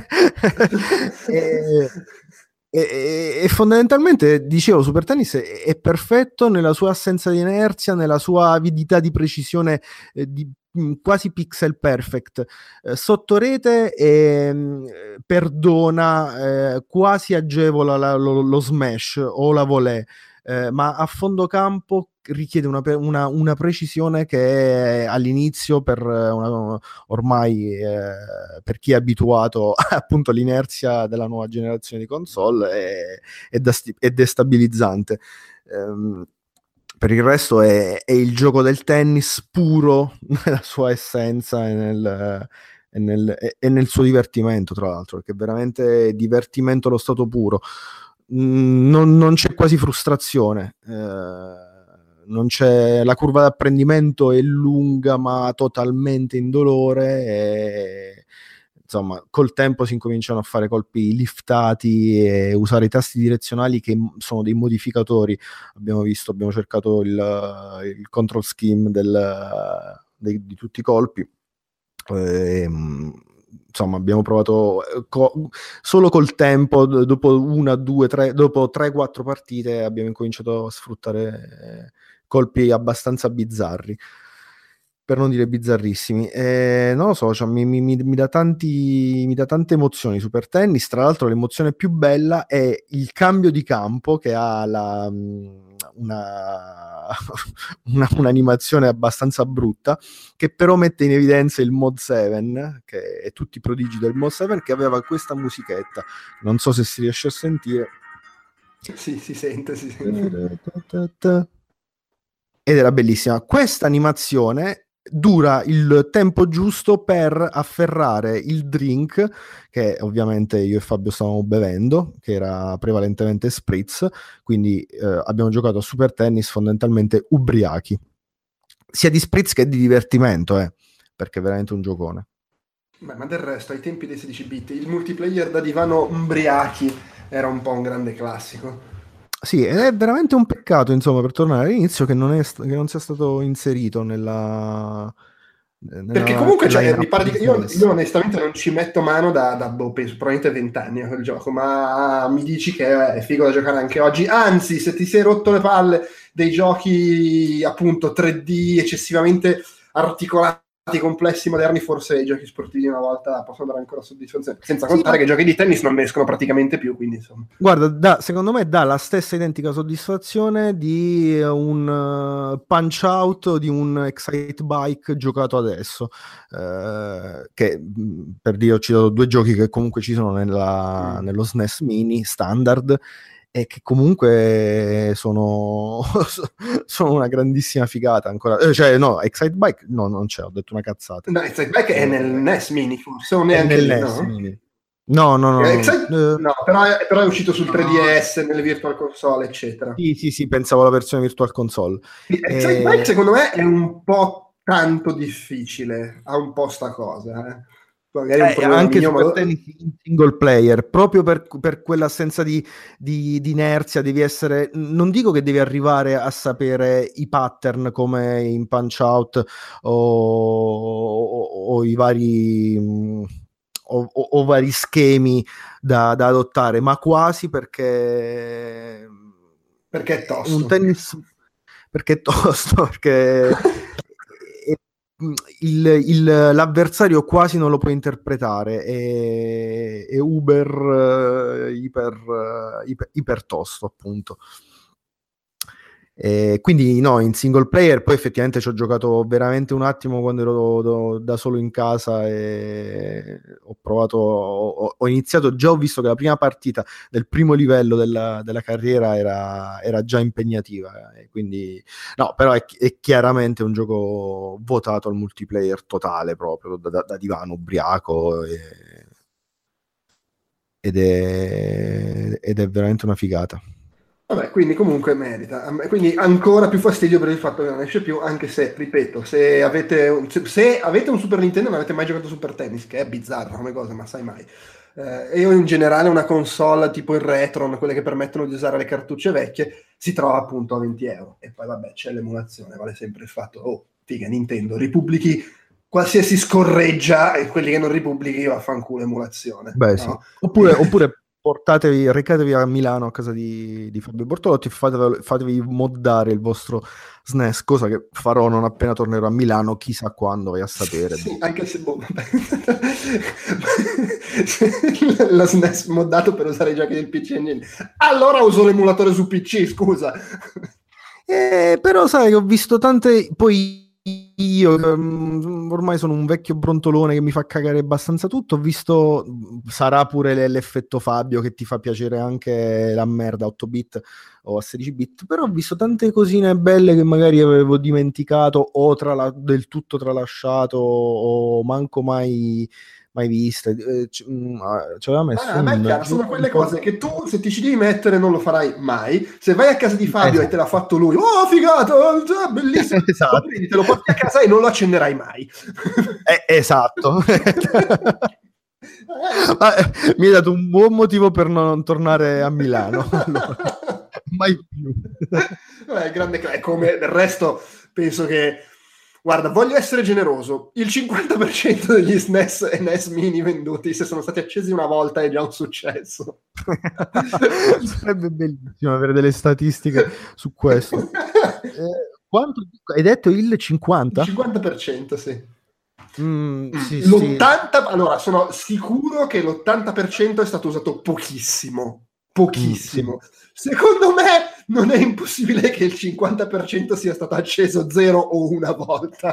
e... E, e, e fondamentalmente, dicevo, Super Tennis è, è perfetto nella sua assenza di inerzia, nella sua avidità di precisione, eh, di mh, quasi pixel perfect, eh, sotto rete e mh, perdona, eh, quasi agevola la, lo, lo smash o la volée, eh, ma a fondo campo richiede una, una, una precisione che all'inizio per una, ormai eh, per chi è abituato appunto all'inerzia della nuova generazione di console è, è, da sti- è destabilizzante. Um, per il resto è, è il gioco del tennis puro nella sua essenza e nel, e, nel, e nel suo divertimento, tra l'altro, perché è veramente divertimento allo stato puro. Mm, non, non c'è quasi frustrazione, eh, non c'è, la curva d'apprendimento è lunga ma totalmente indolore e insomma col tempo si incominciano a fare colpi liftati e usare i tasti direzionali che sono dei modificatori. Abbiamo visto, abbiamo cercato il, il control scheme del, dei, di tutti i colpi e, insomma abbiamo provato co- solo col tempo, dopo una, due, tre, dopo tre, quattro partite abbiamo incominciato a sfruttare colpi abbastanza bizzarri, per non dire bizzarrissimi. E non lo so, cioè, mi, mi, mi, dà tanti, mi dà tante emozioni Super Tennis. Tra l'altro l'emozione più bella è il cambio di campo che ha la, una, una, un'animazione abbastanza brutta, che però mette in evidenza il Mod sette, che è tutti i prodigi del Mod sette, che aveva questa musichetta. Non so se si riesce a sentire. Sì, si sente, si sente. Ed era bellissima. Questa animazione dura il tempo giusto per afferrare il drink che ovviamente io e Fabio stavamo bevendo, che era prevalentemente spritz, quindi eh, abbiamo giocato a Super Tennis fondamentalmente ubriachi, sia di spritz che di divertimento, eh, perché è veramente un giocone. Beh, ma del resto, ai tempi dei sedici bit, il multiplayer da divano ubriachi era un po' un grande classico. Sì, ed è veramente un peccato, insomma, per tornare all'inizio, che non, è st- che non sia stato inserito nella... nella Perché comunque cioè, mi pare di... io, S N E S. io onestamente non ci metto mano da, da boh, penso, probabilmente vent'anni a quel gioco, ma mi dici che è figo da giocare anche oggi. Anzi, se ti sei rotto le palle dei giochi appunto tre D eccessivamente articolati, complessi, moderni, forse i giochi sportivi una volta possono dare ancora soddisfazione, senza contare sì, che i giochi di tennis non ne escono praticamente più, quindi insomma. Guarda, da, secondo me dà la stessa identica soddisfazione di un uh, Punch Out, di un Excite Bike giocato adesso, uh, che per dire ho citato due giochi che comunque ci sono nella, mm. nello S N E S Mini standard e che comunque sono, sono una grandissima figata ancora. Eh, cioè no, Excite Bike no, non c'è, ho detto una cazzata. No, Excite Bike è nel N E S Mini forse, o neanche nel lì, N E S no? Mini. No, no, no, no, Excite... no. no però, è, però è uscito sul tre D S, nelle Virtual Console, eccetera. Sì, sì, sì, pensavo alla versione Virtual Console. Excite Bike secondo me è un po' tanto difficile, ha un po' sta cosa, eh. Magari un eh, anche mio, Super ma... Tennis in single player, proprio per, per quell'assenza di, di, di inerzia, devi essere, non dico che devi arrivare a sapere i pattern come in Punch Out o, o, o i vari o, o, o vari schemi da, da adottare, ma quasi, perché perché è tosto, un tennis perché è tosto perché Il, il, l'avversario quasi non lo può interpretare, è, è uber uh, iper, uh, iper, iper tosto appunto. E quindi no, in single player poi effettivamente ci ho giocato veramente un attimo quando ero do, da solo in casa e ho provato, ho, ho iniziato, già ho visto che la prima partita del primo livello della, della carriera era, era già impegnativa, e quindi no, però è, è chiaramente un gioco votato al multiplayer totale, proprio da, da, da divano ubriaco, e, ed, è, ed è veramente una figata. Vabbè, quindi comunque merita. Quindi ancora più fastidio per il fatto che non esce più, anche se, ripeto, se avete un, se, se avete un Super Nintendo non avete mai giocato Super Tennis, che è bizzarro come cosa, ma sai mai. Eh, e io in generale una console tipo il Retron, quelle che permettono di usare le cartucce vecchie, si trova appunto a venti euro. E poi vabbè, c'è l'emulazione, vale sempre il fatto, oh, figa, Nintendo, ripubblichi qualsiasi scorreggia e quelli che non ripubblichi vaffanculo emulazione. Beh, no? sì. Oppure... oppure... portatevi, recatevi a Milano a casa di, di Fabio Bortolotti e fatevi, fatevi moddare il vostro S N E S, cosa che farò non appena tornerò a Milano, chissà quando, vai a sapere. Sì, anche se boh, lo S N E S moddato per usare i giochi del P C Engine. Allora uso l'emulatore su P C, scusa. Eh, però sai che ho visto tante, poi io um, ormai sono un vecchio brontolone che mi fa cagare abbastanza tutto, ho visto, sarà pure l'effetto Fabio che ti fa piacere anche la merda a otto bit o a sedici bit, però ho visto tante cosine belle che magari avevo dimenticato o trala- del tutto tralasciato o manco mai mai viste. Eh, c- mh, c'aveva messo ah, a me è chiaro, sono quelle cose che tu se ti ci devi mettere non lo farai mai. Se vai a casa di Fabio esatto. e te l'ha fatto lui, oh figata, bellissimo, esatto. te lo porti a casa e non lo accenderai mai. Eh, esatto. Ma, eh, mi hai dato un buon motivo per non tornare a Milano. Allora, mai più. Vabbè, grande, è come del resto penso che guarda, voglio essere generoso. Il cinquanta per cento degli S N E S e N E S mini venduti, se sono stati accesi una volta, è già un successo. Sarebbe bellissimo avere delle statistiche su questo. Eh, quanto hai detto il cinquanta? Il cinquanta per cento, sì. Mm, sì l'ottanta sì. Allora, sono sicuro che l'ottanta per cento è stato usato pochissimo. Pochissimo. Mm, sì. Secondo me non è impossibile che il cinquanta per cento sia stato acceso zero o una volta.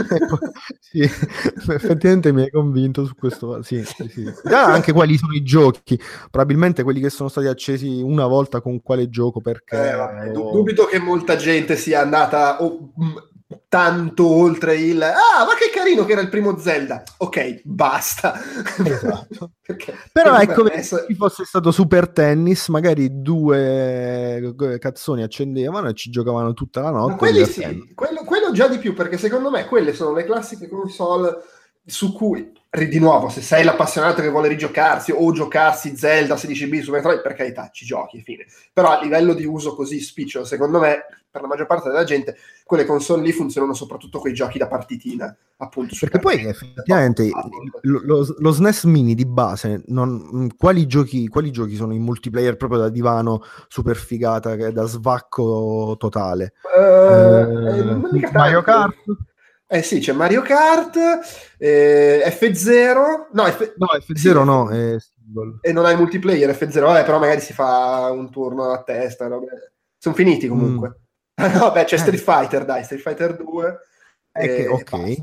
Sì, effettivamente mi hai convinto su questo. Sì, sì, sì. Ah, anche quali sono i giochi? Probabilmente quelli che sono stati accesi una volta con quale gioco, perché... Eh, vabbè, dubito che molta gente sia andata... Oh, tanto oltre il ah ma che carino che era il primo Zelda, ok, basta. Esatto. Perché, però ecco, se adesso... ci fosse stato Super Tennis, magari due cazzoni accendevano e ci giocavano tutta la notte. Ma quelli sì, quello, quello già di più, perché secondo me quelle sono le classiche console su cui, di nuovo, se sei l'appassionato che vuole rigiocarsi o giocarsi Zelda sedici bit su Metroid, per carità, ci giochi, fine. Però a livello di uso così spiccio, secondo me, per la maggior parte della gente, quelle console lì funzionano soprattutto con i giochi da partitina, appunto. Perché poi effettivamente lo, lo, lo S N E S mini di base, non, quali, giochi, quali giochi sono in multiplayer proprio da divano super figata, che è da svacco totale? Uh, eh, eh, Mario Kart? Eh sì, c'è Mario Kart, eh, F zero, no, F... no, F zero sì, no, è single. E non hai multiplayer F zero, vabbè, però magari si fa un turno a testa, no? Sono finiti comunque. Mm. No, beh, c'è Street Fighter, dai, Street Fighter due. Eh, che, ok.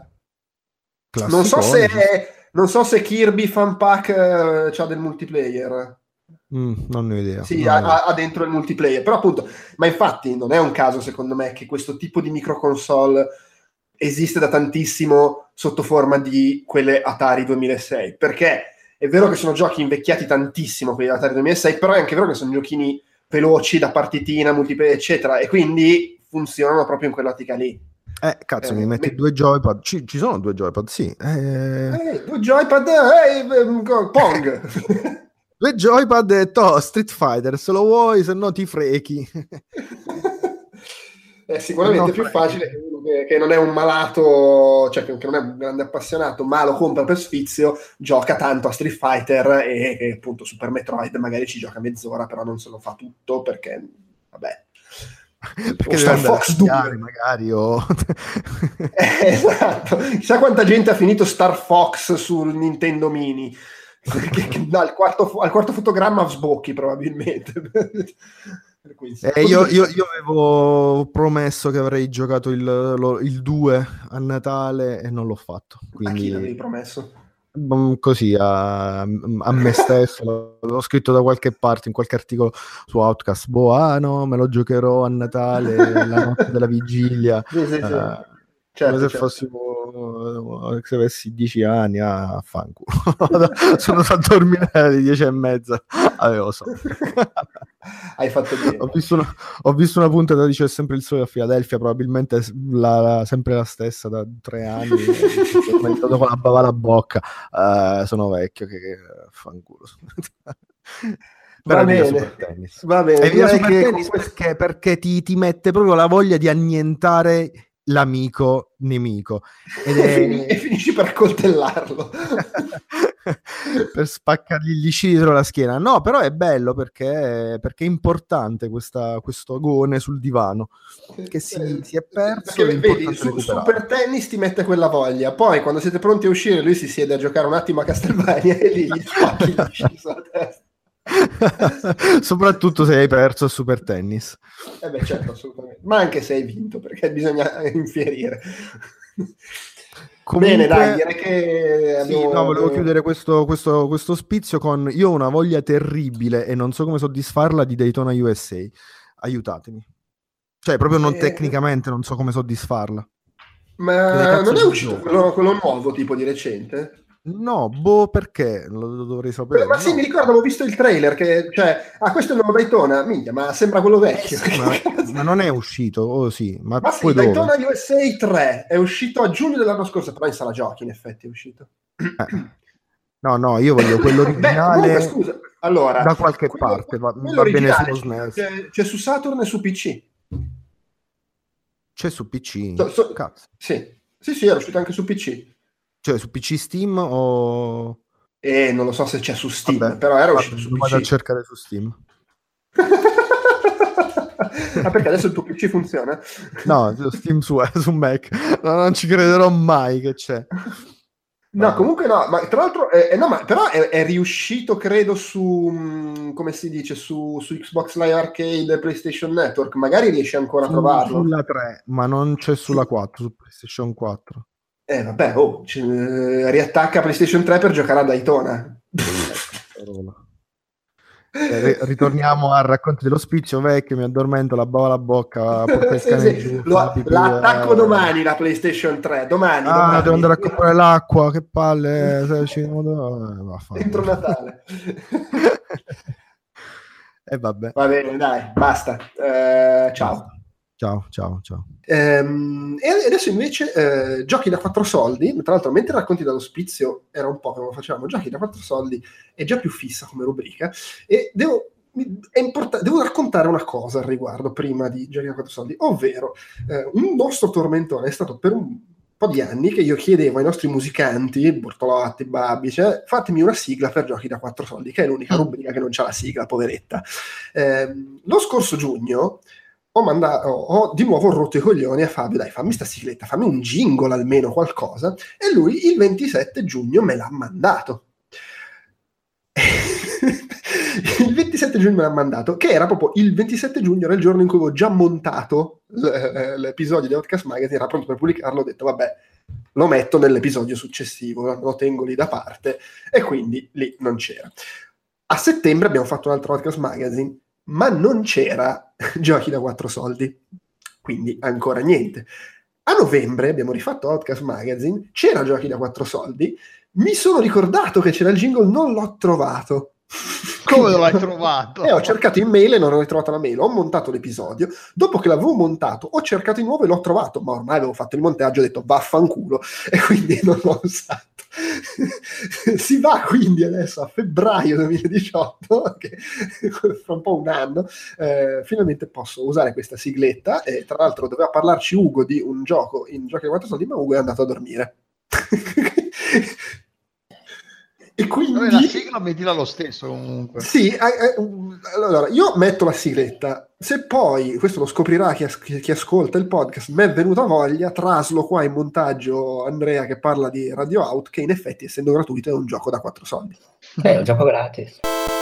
Non so, se, non so se Kirby Fan Pack uh, c'ha del multiplayer. Mm, non ne ho idea. Sì, no, ha, no. ha dentro il multiplayer, però appunto, ma infatti non è un caso secondo me che questo tipo di microconsole esiste da tantissimo sotto forma di quelle Atari duemilasei, perché è vero che sono giochi invecchiati tantissimo quelli Atari duemilasei, però è anche vero che sono giochini veloci da partitina, multiplayer eccetera, e quindi funzionano proprio in quell'ottica lì. Eh, cazzo, eh, mi metti me... due joypad, ci, ci sono due joypad, sì. Eh... Eh, due joypad, eh, Pong! Due joypad e to, Street Fighter, se lo vuoi, se no ti frechi. È sicuramente no, più facile che uno che, che non è un malato, cioè che non è un grande appassionato, ma lo compra per sfizio, gioca tanto a Street Fighter e che appunto Super Metroid magari ci gioca mezz'ora, però non se lo fa tutto perché, vabbè. Perché Star Fox due magari o... eh, esatto, chissà quanta gente ha finito Star Fox sul Nintendo Mini. Che, che, no, al, quarto, al quarto fotogramma sbocchi probabilmente. Per cui, sì. eh, io, io, io avevo promesso che avrei giocato il, lo, il due a Natale e non l'ho fatto, quindi... A chi l'avevi promesso? Così a, a me stesso, l'ho scritto da qualche parte in qualche articolo su Outcast. Boh, ah no, me lo giocherò a Natale, la notte della vigilia. Sì, sì, sì. Uh, certo, come se certo. fossimo, se avessi dieci anni, ah, fanculo. Sono stato a dormire alle dieci e mezza, avevo sonno. Hai fatto bene. Ho visto una, ho visto una puntata di C'è sempre il sole a Filadelfia, probabilmente la, la- sempre la stessa da tre anni. Ho commentato con la bava alla bocca. Eh, sono vecchio, che, che fanculo. Però Va è meglio bene, Super Tennis. va bene. È meglio Direi Super che con Tennis questo- perché, perché ti, ti mette proprio la voglia di annientare l'amico nemico. Ed e, fini- è... e finisci per coltellarlo. per spaccargli gli sci dietro la schiena. No, però è bello perché, perché è importante questa, questo agone sul divano che si, si è perso. Perché È vedi, importante su, recuperare. Super Tennis ti mette quella voglia, poi quando siete pronti a uscire lui si siede a giocare un attimo a Castlevania e lì gli spacchi gli sci sulla testa. Soprattutto se hai perso a Super Tennis. Eh beh, certo, assolutamente. Ma anche se hai vinto, perché bisogna infierire. Comunque, Bene, dai, direi che sì, abbiamo- no, volevo chiudere questo, questo, questo spizio con io ho una voglia terribile e non so come soddisfarla di Daytona U S A. Aiutatemi. Cioè, proprio non Eh, tecnicamente non so come soddisfarla. Dove Ma cazzo non è ci uscito gioco? quello, quello nuovo, tipo di recente? No, boh, perché? Lo, lo dovrei sapere. Ma sì, No. mi ricordo, avevo visto il trailer, che, cioè, ah, questo è il nuovo Daytona, minchia, ma sembra quello vecchio. Sì, ma, ma non è uscito, oh sì, ma, Ma sì, poi dove? Daytona U S A tre è uscito a giugno dell'anno scorso, però in sala giochi in effetti è uscito. Eh. No, no, io voglio quello Beh, originale comunque, scusa, allora, da qualche quello- parte, va, quello va bene originale sullo S N E S. c'è, c'è su Saturn e su P C. C'è su P C? So- so- Cazzo. sì. sì, sì, era uscito anche su P C. Cioè su P C Steam o... E non lo so se c'è su Steam, Vabbè, però era vabbè, uscito su lo vado a P C. cercare su Steam. Ah, perché adesso il tuo P C funziona? No, su Steam su, su Mac. No, non ci crederò mai che c'è. No, Vabbè. comunque no, ma tra l'altro, eh, eh, no, ma però è, è riuscito, credo, su, mh, come si dice, su, su Xbox Live Arcade e PlayStation Network, magari riesci ancora a Su- trovarlo. Sulla tre, ma non c'è sulla quattro, su PlayStation quattro. Eh, vabbè, oh, c- eh, riattacca PlayStation tre per giocare a Daytona. Eh, ri- ritorniamo al racconto dello spizio vecchio, mi addormento, la bava alla bocca, porta il Sì, cane sì, giù, lo- fa la pipì, la attacco eh. domani la PlayStation tre, domani, Ah, domani. devo andare a comprare l'acqua, che palle, sai, ci- eh, vaffanculo. Entro Natale. E vabbè. Va bene, dai, basta. Eh, ciao. Ciao, ciao, ciao. Ehm, e adesso invece eh, giochi da quattro soldi. Tra l'altro, mentre racconti dall'ospizio era un po' che non lo facevamo. Giochi da quattro soldi è già più fissa come rubrica. E devo, mi- è import- devo raccontare una cosa al riguardo prima di giochi da quattro soldi, ovvero eh, un nostro tormentone è stato per un po' di anni che io chiedevo ai nostri musicanti, Bortolotti, Babbi, cioè, fatemi una sigla per giochi da quattro soldi, che è l'unica rubrica che non c'ha la sigla, poveretta. Ehm, lo scorso giugno ho, mandato, ho di nuovo rotto i coglioni a Fabio, dai, fammi sta sigletta, fammi un jingle almeno, qualcosa, e lui il ventisette giugno me l'ha mandato. Il ventisette giugno me l'ha mandato, che era proprio il ventisette giugno, era il giorno in cui avevo già montato l- l'episodio di Outcast Magazine, era pronto per pubblicarlo, ho detto vabbè, lo metto nell'episodio successivo, lo tengo lì da parte, e quindi lì non c'era. A settembre abbiamo fatto un altro Outcast Magazine, ma non c'era giochi da quattro soldi, quindi ancora niente. A novembre abbiamo rifatto Outcast Magazine, c'era giochi da quattro soldi, mi sono ricordato che c'era il jingle, non l'ho trovato. Come non l'hai trovato? E ho cercato in mail e non ho ritrovato la mail, ho montato l'episodio, dopo che l'avevo montato ho cercato di nuovo e l'ho trovato, ma ormai avevo fatto il montaggio, ho detto vaffanculo, e quindi non l'ho usato. Si va quindi adesso a febbraio duemiladiciotto, che fra un po' un anno, eh, finalmente posso usare questa sigletta, e tra l'altro doveva parlarci Ugo di un gioco in giochi da quattro soldi, ma Ugo è andato a dormire. E quindi Vabbè, la sigla mettila lo stesso comunque. sì, eh, eh, allora io metto la sigletta, se poi questo lo scoprirà chi, as- chi ascolta il podcast, mi è venuta voglia, traslo qua in montaggio Andrea che parla di Radio Out, che in effetti essendo gratuito è un gioco da quattro soldi. È un gioco gratis.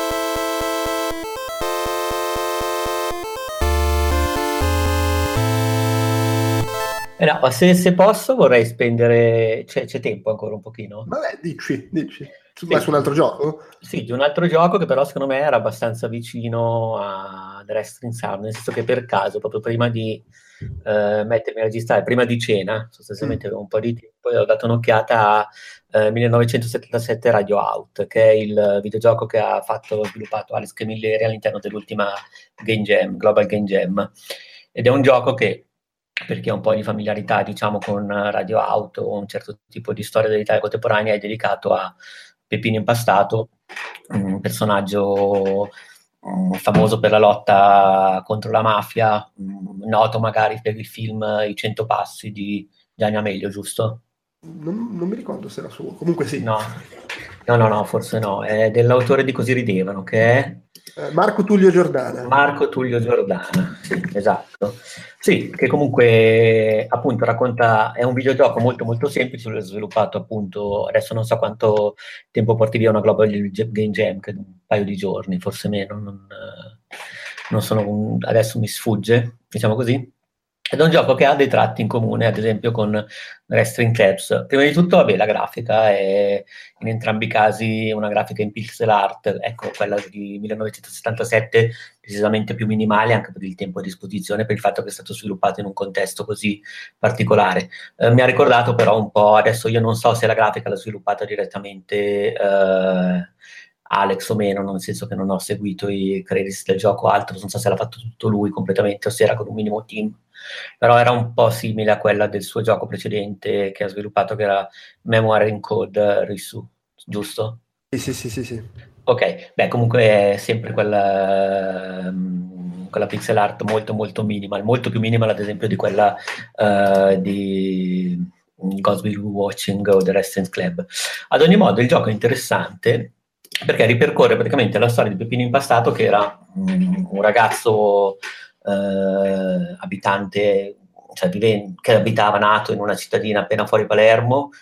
Eh no, se, se posso vorrei spendere... C'è, c'è tempo ancora un pochino? Vabbè, dici, dici. Su, sì. Ma su un altro gioco? Sì, di un altro gioco che però secondo me era abbastanza vicino a The Wrestling Sound, nel senso che per caso, proprio prima di uh, mettermi a registrare, prima di cena, sostanzialmente avevo un po' di tempo, e ho dato un'occhiata a uh, millenovecentosettantasette Radio Out, che è il videogioco che ha fatto, sviluppato Alex Camilleri all'interno dell'ultima Game Jam, Global Game Jam. Ed è un gioco che, perché ha un po' di familiarità, diciamo, con Radio Out o un certo tipo di storia dell'Italia contemporanea, è dedicato a Peppino Impastato, un personaggio um, famoso per la lotta contro la mafia, um, noto magari per il film I Cento Passi di Gianni Amelio, giusto? Non, non mi ricordo se era suo, comunque sì. No, no, no, no, forse no, è dell'autore di Così ridevano, che è... Eh, Marco Tullio Giordana. Marco Tullio Giordana, sì, esatto. Sì, che comunque appunto racconta, è un videogioco molto molto semplice, l'ho sviluppato appunto, adesso non so quanto tempo porti via una Global Game Jam, che un paio di giorni, forse meno, non, non sono un, adesso mi sfugge, diciamo così. Ed è un gioco che ha dei tratti in comune, ad esempio con Wrestling Clubs. Prima di tutto, vabbè, la grafica è in entrambi i casi una grafica in pixel art, ecco, quella di millenovecentosettantasette decisamente più minimale anche per il tempo a disposizione, per il fatto che è stato sviluppato in un contesto così particolare. Eh, mi ha ricordato però un po', adesso io non so se la grafica l'ha sviluppata direttamente eh, Alex o meno, nel senso che non ho seguito i credits del gioco, altro, non so se l'ha fatto tutto lui completamente o se era con un minimo team. Però era un po' simile a quella del suo gioco precedente che ha sviluppato, che era Memoir in Code Risu, giusto? Sì, sì, sì, sì, sì. Ok, beh, comunque è sempre quella, um, quella pixel art molto molto minimal, molto più minimal ad esempio di quella uh, di Ghost Will Watching o The Wrestling Club. Ad ogni modo il gioco è interessante perché ripercorre praticamente la storia di Peppino Impastato, che era um, un ragazzo Uh, abitante, cioè vive, che abitava, nato in una cittadina appena fuori Palermo,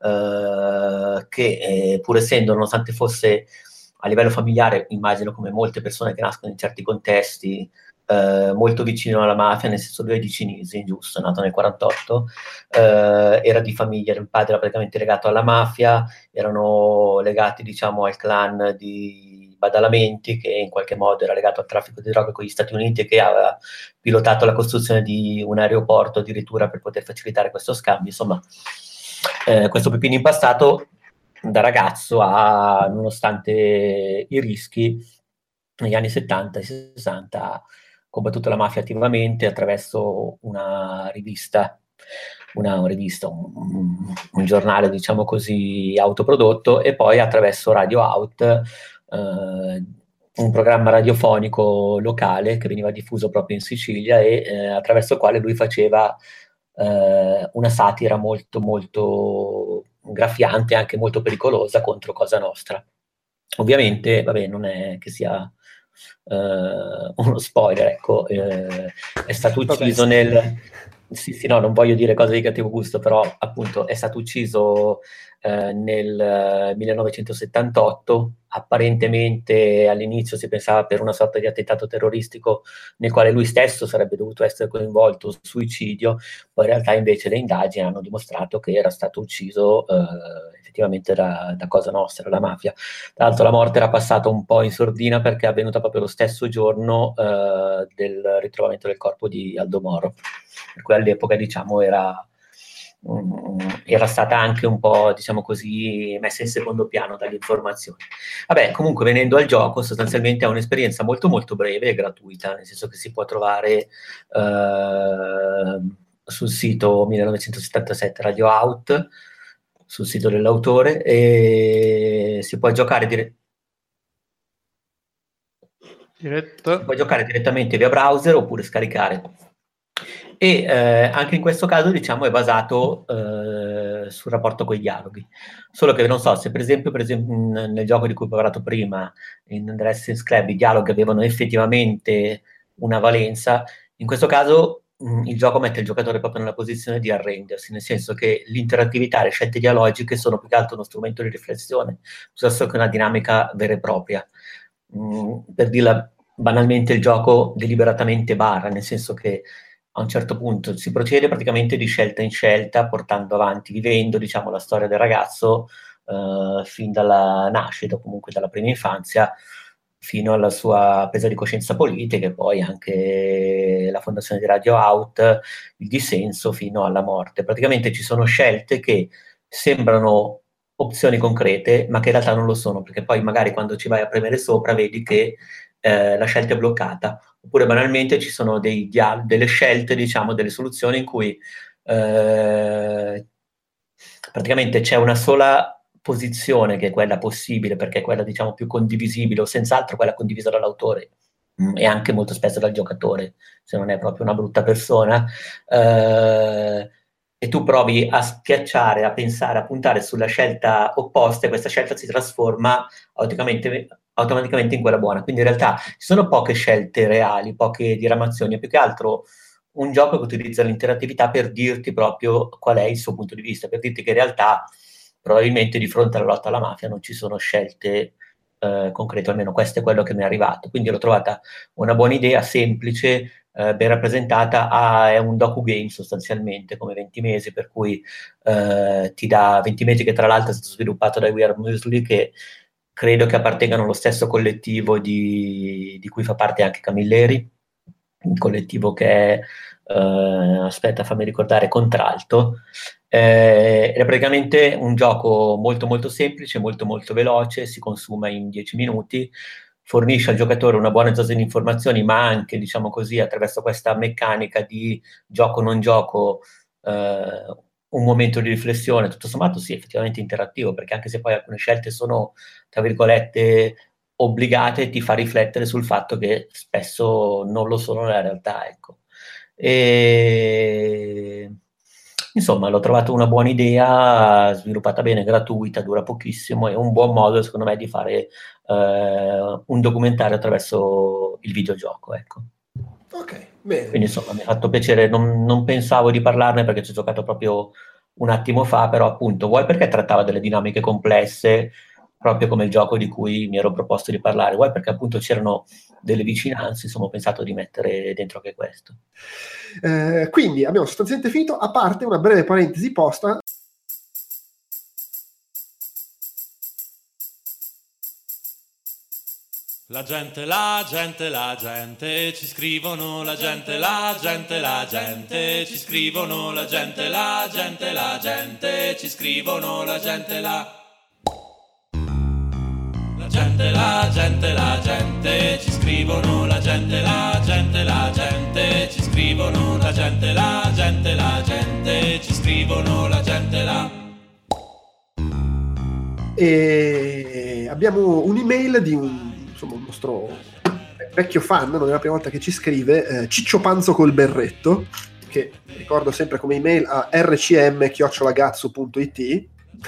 uh, che eh, pur essendo, nonostante fosse a livello familiare, immagino come molte persone che nascono in certi contesti, uh, molto vicino alla mafia, nel senso lui è di Cinisi, giusto, è nato nel quarantotto, uh, era di famiglia, il padre era praticamente legato alla mafia, erano legati diciamo al clan di Badalamenti, che in qualche modo era legato al traffico di droga con gli Stati Uniti e che aveva pilotato la costruzione di un aeroporto addirittura per poter facilitare questo scambio. Insomma, eh, questo Peppino Impastato da ragazzo ha, nonostante i rischi, negli anni settanta e sessanta ha combattuto la mafia attivamente attraverso una rivista Una, una rivista, un, un giornale diciamo così autoprodotto, e poi attraverso Radio Out, Uh, un programma radiofonico locale che veniva diffuso proprio in Sicilia e eh, attraverso il quale lui faceva uh, una satira molto molto graffiante, anche molto pericolosa contro Cosa Nostra. Ovviamente, vabbè, non è che sia uh, uno spoiler, ecco, eh, è stato ucciso vabbè, nel... Sì, sì, no, non voglio dire cose di cattivo gusto, però appunto è stato ucciso eh, nel millenovecentosettantotto, apparentemente all'inizio si pensava per una sorta di attentato terroristico nel quale lui stesso sarebbe dovuto essere coinvolto, suicidio, poi in realtà invece le indagini hanno dimostrato che era stato ucciso eh, effettivamente da, da Cosa Nostra, la mafia. Tra l'altro la morte era passata un po' in sordina perché è avvenuta proprio lo stesso giorno eh, del ritrovamento del corpo di Aldo Moro, per cui all'epoca diciamo era, um, era stata anche un po' diciamo così messa in secondo piano dalle informazioni. Vabbè, comunque venendo al gioco, sostanzialmente è un'esperienza molto molto breve e gratuita, nel senso che si può trovare uh, sul sito millenovecentosettantasette Radio Out, sul sito dell'autore, e si può giocare dire- Diretto. si può giocare direttamente via browser oppure scaricare. E eh, anche in questo caso diciamo è basato eh, sul rapporto con i dialoghi, solo che non so se per esempio, per esempio nel gioco di cui ho parlato prima, in The Wrestling Club, i dialoghi avevano effettivamente una valenza, in questo caso mh, il gioco mette il giocatore proprio nella posizione di arrendersi, nel senso che l'interattività e le scelte dialogiche sono più che altro uno strumento di riflessione piuttosto che una dinamica vera e propria. Mh, per dirla banalmente, il gioco deliberatamente barra, nel senso che a un certo punto si procede praticamente di scelta in scelta, portando avanti, vivendo diciamo la storia del ragazzo uh, fin dalla nascita, o comunque dalla prima infanzia, fino alla sua presa di coscienza politica, e poi anche la fondazione di Radio Out, il dissenso fino alla morte. Praticamente ci sono scelte che sembrano opzioni concrete, ma che in realtà non lo sono, perché poi magari quando ci vai a premere sopra vedi che eh, la scelta è bloccata, oppure banalmente ci sono dei dia- delle scelte, diciamo, delle soluzioni in cui eh, praticamente c'è una sola posizione che è quella possibile, perché è quella, diciamo, più condivisibile, o senz'altro quella condivisa dall'autore mh, e anche molto spesso dal giocatore, se non è proprio una brutta persona, eh, e tu provi a schiacciare, a pensare, a puntare sulla scelta opposta, e questa scelta si trasforma automaticamente, automaticamente in quella buona. Quindi in realtà ci sono poche scelte reali, poche diramazioni, e più che altro un gioco che utilizza l'interattività per dirti proprio qual è il suo punto di vista, per dirti che in realtà probabilmente di fronte alla lotta alla mafia non ci sono scelte eh, concrete, almeno questo è quello che mi è arrivato. Quindi l'ho trovata una buona idea, semplice, eh, ben rappresentata. Ah, è un docu-game sostanzialmente, come venti mesi, per cui eh, ti dà venti mesi, che tra l'altro è stato sviluppato da We Are Muesli, che credo che appartengano allo stesso collettivo di, di cui fa parte anche Camilleri, un collettivo che è, eh, aspetta, fammi ricordare, Contralto. Eh, è praticamente un gioco molto molto semplice, molto molto veloce, si consuma in dieci minuti, fornisce al giocatore una buona dose di informazioni, ma anche, diciamo così, attraverso questa meccanica di gioco non gioco, eh, un momento di riflessione, tutto sommato sì, effettivamente interattivo, perché anche se poi alcune scelte sono, tra virgolette, obbligate, ti fa riflettere sul fatto che spesso non lo sono nella realtà, ecco. E insomma, l'ho trovato una buona idea, sviluppata bene, gratuita, dura pochissimo, e un buon modo, secondo me, di fare eh, un documentario attraverso il videogioco, ecco. Ok, bene. Quindi insomma mi ha fatto piacere, non, non pensavo di parlarne perché ci ho giocato proprio un attimo fa, però appunto, vuoi perché trattava delle dinamiche complesse, proprio come il gioco di cui mi ero proposto di parlare, vuoi perché appunto c'erano delle vicinanze, insomma ho pensato di mettere dentro anche questo. Eh, quindi abbiamo sostanzialmente finito, a parte una breve parentesi posta. La gente, la gente, la gente, ci scrivono, la gente, la gente, la gente, ci scrivono, la gente, la gente, la gente, ci scrivono, la gente, la... La gente, la gente, la gente, ci scrivono, la gente, la gente, la gente, ci scrivono, la gente, la gente, la gente, ci scrivono, la gente, la... E abbiamo un'email di un, insomma, un nostro vecchio fan, non è la prima volta che ci scrive, eh, Ciccio Panzo col berretto, che ricordo sempre come email a erre ci emme chiocciola gazzo punto it.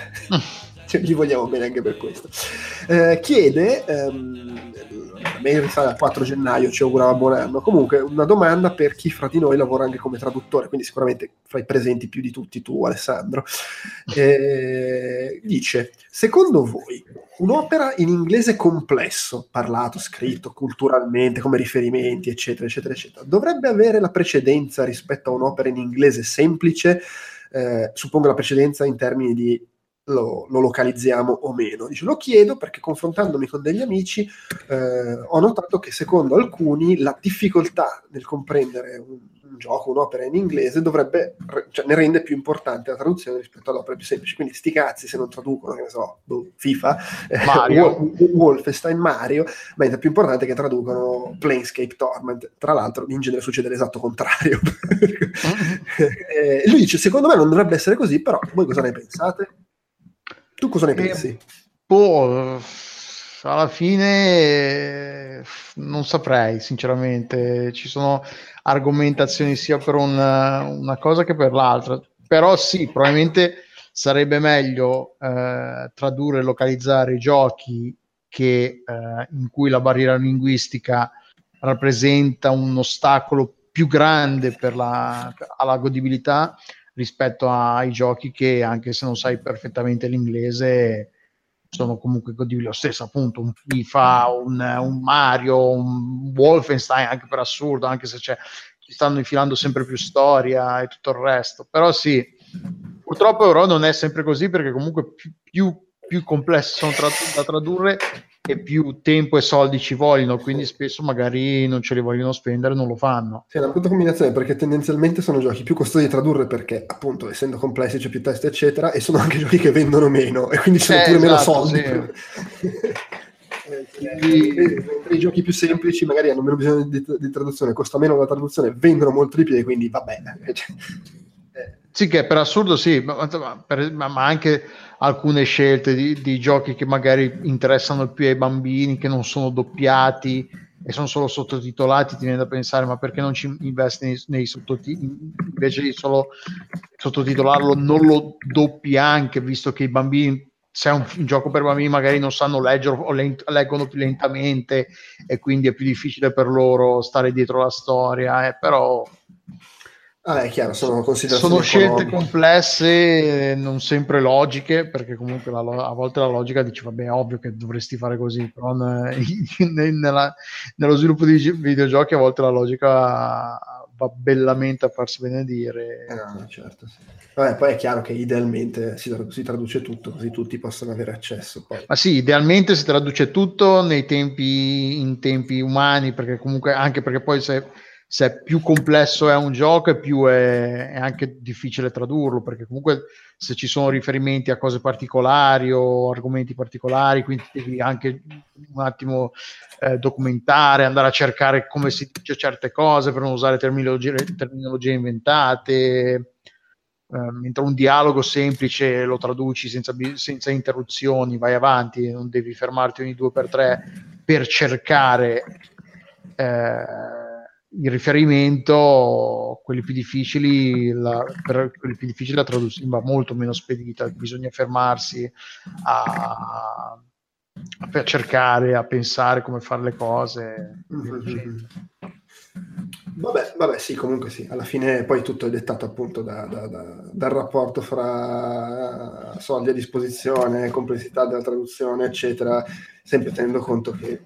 Gli vogliamo bene anche per questo. Eh, chiede, ehm, la mail risale al quattro gennaio, ci augurava buon anno, comunque una domanda per chi fra di noi lavora anche come traduttore, quindi sicuramente fra i presenti più di tutti tu, Alessandro. Eh, dice, secondo voi un'opera in inglese complesso, parlato, scritto, culturalmente, come riferimenti, eccetera, eccetera, eccetera, dovrebbe avere la precedenza rispetto a un'opera in inglese semplice? Eh, suppongo la precedenza in termini di Lo, lo localizziamo o meno. Dice, lo chiedo perché confrontandomi con degli amici eh, ho notato che secondo alcuni la difficoltà nel comprendere un, un gioco, un'opera in inglese dovrebbe, cioè, ne rende più importante la traduzione rispetto ad opere più semplici. Quindi sti cazzi se non traducono, che ne so, boh, FIFA, Mario. eh, Wolfenstein, Mario, mentre è più importante che traducano Planescape Torment. Tra l'altro in genere succede l'esatto contrario. eh, lui dice, secondo me non dovrebbe essere così, però voi cosa ne pensate? Tu cosa ne pensi? Eh, boh, alla fine eh, non saprei, sinceramente. Ci sono argomentazioni sia per una, una cosa che per l'altra. Però sì, probabilmente sarebbe meglio eh, tradurre e localizzare i giochi che, eh, in cui la barriera linguistica rappresenta un ostacolo più grande per la, alla godibilità, rispetto ai giochi che, anche se non sai perfettamente l'inglese, sono comunque godibili lo stesso, appunto un FIFA, un, un Mario, un Wolfenstein, anche per assurdo, anche se c'è, ci stanno infilando sempre più storia e tutto il resto. Però sì, purtroppo però non è sempre così, perché comunque più, più, più complessi sono tra- da tradurre e più tempo e soldi ci vogliono, quindi spesso magari non ce li vogliono spendere, non lo fanno. Sì, è una brutta combinazione, perché tendenzialmente sono giochi più costosi da tradurre perché, appunto, essendo complessi c'è più test, eccetera, e sono anche giochi che vendono meno, e quindi ci sono Eh, pure meno esatto, soldi. sì. Per... Quindi, i giochi più semplici magari hanno meno bisogno di, di traduzione, costa meno la traduzione, vendono molto di più, e quindi va bene. Sì, che per assurdo sì, ma, ma, per- ma- ma anche alcune scelte di, di giochi che magari interessano più ai bambini, che non sono doppiati e sono solo sottotitolati, ti viene da pensare, ma perché non ci investi nei, nei sottotitoli, invece di solo sottotitolarlo, non lo doppi anche, visto che i bambini, se è un, un gioco per bambini, magari non sanno leggere o lent- leggono più lentamente e quindi è più difficile per loro stare dietro la storia, eh, però... Ah, è chiaro, sono considerazioni Sono scelte economiche. complesse, non sempre logiche, perché comunque la, a volte la logica dice vabbè, è ovvio che dovresti fare così, però ne- nella- nello sviluppo di gi- videogiochi a volte la logica va bellamente a farsi benedire. Eh, no, certo, sì. Vabbè, poi è chiaro che idealmente si, tra- si traduce tutto, così tutti possono avere accesso. Poi. Ma sì, idealmente si traduce tutto nei tempi, in tempi umani, perché comunque anche perché poi se, se è più complesso è un gioco e più è, è anche difficile tradurlo, perché comunque se ci sono riferimenti a cose particolari o argomenti particolari, quindi devi anche un attimo eh, documentare, andare a cercare come si dice certe cose per non usare terminologie, terminologie inventate. Uh, mentre un dialogo semplice lo traduci senza, senza interruzioni, vai avanti, non devi fermarti ogni due per tre per cercare eh, il riferimento. Quelli più difficili la, per quelli più difficili la traduzione va molto meno spedita, bisogna fermarsi a, a cercare, a pensare come fare le cose. Mm-hmm. Vabbè, vabbè, sì, comunque sì, alla fine poi tutto è dettato appunto da, da, da, dal rapporto fra soldi a disposizione, complessità della traduzione, eccetera, sempre tenendo conto che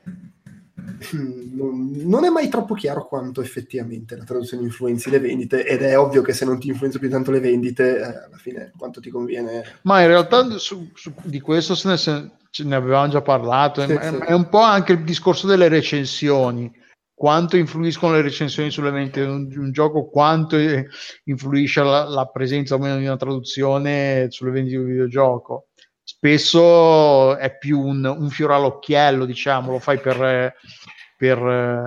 non, non è mai troppo chiaro quanto effettivamente la traduzione influenzi le vendite, ed è ovvio che se non ti influenza più tanto le vendite, eh, alla fine quanto ti conviene. Ma in realtà su, su, di questo se ne, se ne avevamo già parlato, sì, è, sì. è un po' anche il discorso delle recensioni. Quanto influiscono le recensioni sulle vendite di un, un gioco, quanto influisce la, la presenza o meno di una traduzione sulle vendite di un videogioco. Spesso è più un, un fiore all'occhiello, diciamo, lo fai per, per,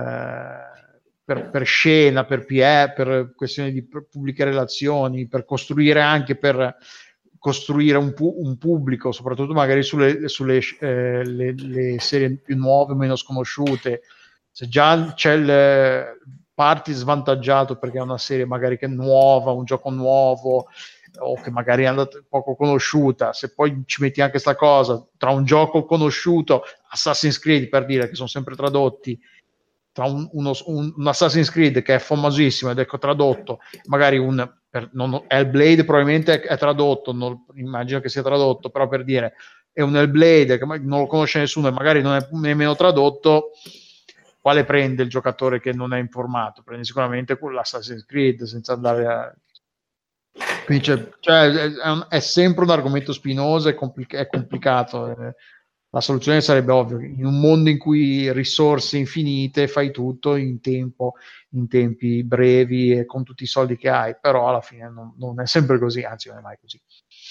per, per scena, per P E, per questioni di pubbliche relazioni, per costruire anche per costruire un, pu- un pubblico, soprattutto magari sulle, sulle eh, le, le serie più nuove, meno sconosciute. Se già c'è il parti svantaggiato perché è una serie magari che è nuova, un gioco nuovo o che magari è andata poco conosciuta, se poi ci metti anche sta cosa tra un gioco conosciuto, Assassin's Creed per dire, che sono sempre tradotti, tra un, uno, un, un Assassin's Creed che è famosissimo ed è tradotto, magari un per, non, Hellblade probabilmente è, è tradotto, non, immagino che sia tradotto, però per dire è un Hellblade che non lo conosce nessuno e magari non è nemmeno tradotto, quale prende il giocatore che non è informato? Prende sicuramente l'Assassin's Creed senza andare a... Quindi c'è, cioè, è, un, è sempre un argomento spinoso e complica- è complicato. La soluzione sarebbe ovvio, in un mondo in cui risorse infinite fai tutto in tempo, in tempi brevi e con tutti i soldi che hai, però alla fine non, non è sempre così, anzi non è mai così.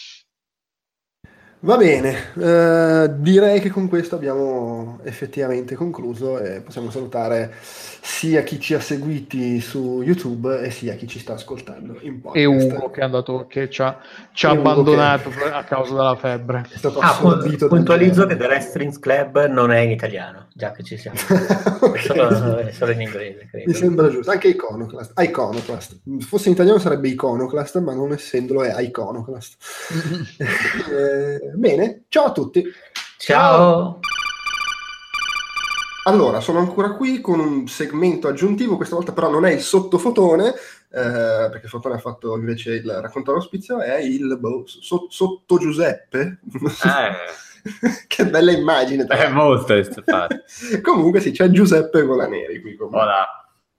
Va bene, eh, direi che con questo abbiamo effettivamente concluso e possiamo salutare sia chi ci ha seguiti su YouTube e sia chi ci sta ascoltando in podcast. E Ugo che è andato, che ci ha, ci ha abbandonato che... a causa della febbre. È stato ah, pu- puntualizzo che The Wrestlings Club non è in italiano, già che ci siamo. Okay. È, solo, è solo in inglese, credo. Mi sembra giusto, anche Iconoclast. Ah, Iconoclast. Fosse in italiano sarebbe Iconoclast, ma non essendolo è Iconoclast. eh, bene, ciao a tutti. Ciao. Allora, sono ancora qui con un segmento aggiuntivo, questa volta però non è il sottofotone, eh, perché il fotone ha fatto invece il racconto all'ospizio, è il boh, so, sotto Giuseppe. Eh. Che bella immagine. È molto. Comunque sì, c'è Giuseppe Volaneri qui con me. Hola.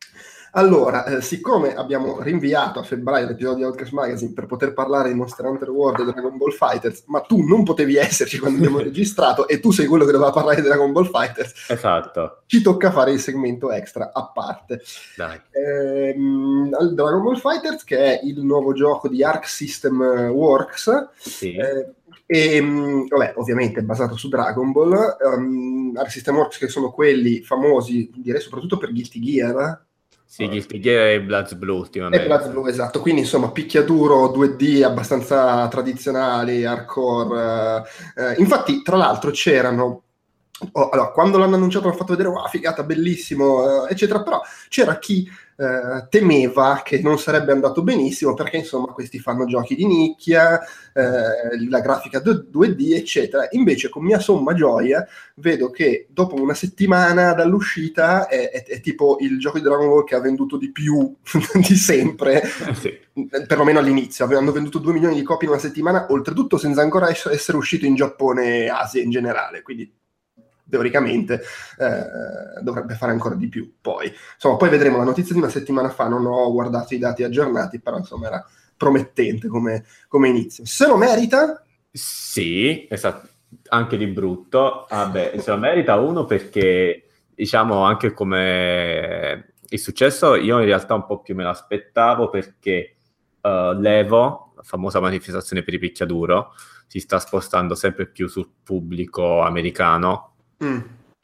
Allora, eh, siccome abbiamo rinviato a febbraio l'episodio di Outcast Magazine per poter parlare di Monster Hunter World e Dragon Ball Fighters, ma tu non potevi esserci quando abbiamo registrato e tu sei quello che doveva parlare di Dragon Ball Fighters, Esatto. Ci tocca fare il segmento extra a parte. Dai. Ehm, Dragon Ball Fighters, che è il nuovo gioco di Arc System Works, Sì. eh, e vabbè, ovviamente è basato su Dragon Ball. um, Arc System Works, che sono quelli famosi, direi soprattutto per Guilty Gear. Sì, Guilty Gear e BlazBlue ultimamente. E BlazBlue, esatto, quindi insomma picchiaduro due D abbastanza tradizionali, hardcore. Eh, infatti, tra l'altro, c'erano oh, allora, quando l'hanno annunciato l'hanno fatto vedere, wow, figata, bellissimo, eh, eccetera, però c'era chi eh, temeva che non sarebbe andato benissimo perché insomma questi fanno giochi di nicchia, eh, la grafica due D, eccetera. Invece, con mia somma gioia, vedo che dopo una settimana dall'uscita è, è, è tipo il gioco di Dragon Ball che ha venduto di più di sempre, Sì. perlomeno all'inizio. Hanno venduto due milioni di copie in una settimana, oltretutto senza ancora essere uscito in Giappone e Asia in generale, quindi teoricamente eh, dovrebbe fare ancora di più. Poi insomma, poi vedremo. La notizia di una settimana fa, non ho guardato i dati aggiornati, però insomma era promettente come, come inizio. Se lo merita? Sì, esatto, anche di brutto. Vabbè, se lo merita uno perché, diciamo, anche come il successo, io in realtà un po' più me l'aspettavo perché uh, l'Evo, la famosa manifestazione per i picchiaduro, si sta spostando sempre più sul pubblico americano. Mm.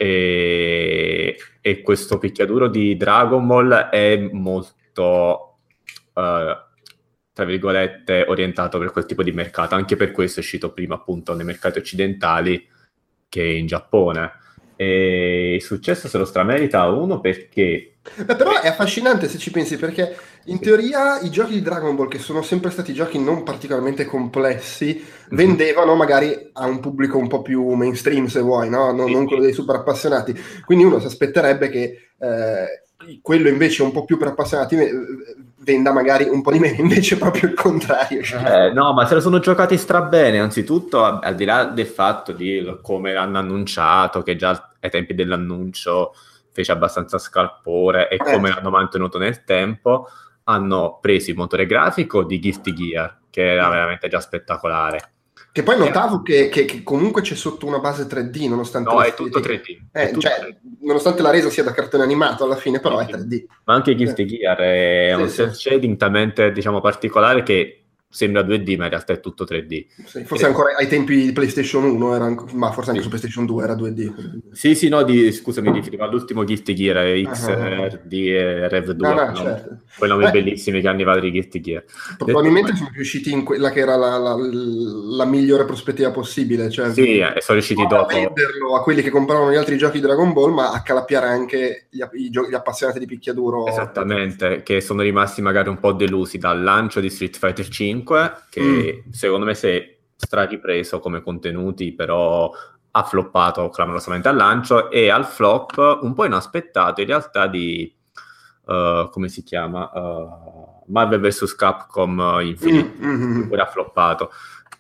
E, e questo picchiaduro di Dragon Ball è molto uh, tra virgolette orientato per quel tipo di mercato, anche per questo è uscito prima appunto nei mercati occidentali che in Giappone. E il successo se lo stramerita uno perché Beh, però è affascinante se ci pensi, perché in teoria i giochi di Dragon Ball, che sono sempre stati giochi non particolarmente complessi, vendevano magari a un pubblico un po' più mainstream, se vuoi, no? Non, non quello dei super appassionati. Quindi uno si aspetterebbe che eh, quello invece un po' più per appassionati venda magari un po' di meno, invece proprio il contrario. Eh, no, ma se lo sono giocati strabene, anzitutto al di là del fatto di come l'hanno annunciato, che già ai tempi dell'annuncio fece abbastanza scalpore, e come eh. l'hanno mantenuto nel tempo, hanno preso il motore grafico di Guilty Gear, che era veramente già spettacolare. Che poi notavo che, che, che comunque c'è sotto una base tre D, nonostante no, è tutto tre D. Eh, tutto cioè, tre D. Nonostante la resa sia da cartone animato, alla fine però sì, è tre D. Ma anche Guilty eh. Gear è sì, un cel sì. shading talmente, diciamo, particolare che sembra due D, ma in realtà è tutto tre D. Sì, forse e... ancora ai tempi di PlayStation uno, era, ma forse anche sì. su PlayStation due era due D. Sì, sì, no, di, scusami, riferivo all'ultimo Guilty Gear, X R D e Rev due, no, no, no, certo. quei nomi bellissimi che hanno i vari Guilty Gear. Probabilmente Detto... sono riusciti in quella che era la, la, la migliore prospettiva possibile. Cioè, sì, e sono riusciti non dopo. a venderlo a quelli che compravano gli altri giochi di Dragon Ball, ma a calappiare anche gli, i giochi, gli appassionati di picchiaduro. Esattamente, che sono rimasti magari un po' delusi dal lancio di Street Fighter cinque, che mm. secondo me si è straripreso come contenuti, però ha floppato clamorosamente al lancio, e al flop un po' inaspettato in realtà di uh, come si chiama uh, Marvel versus. Capcom Infinite, mm-hmm. pure ha floppato,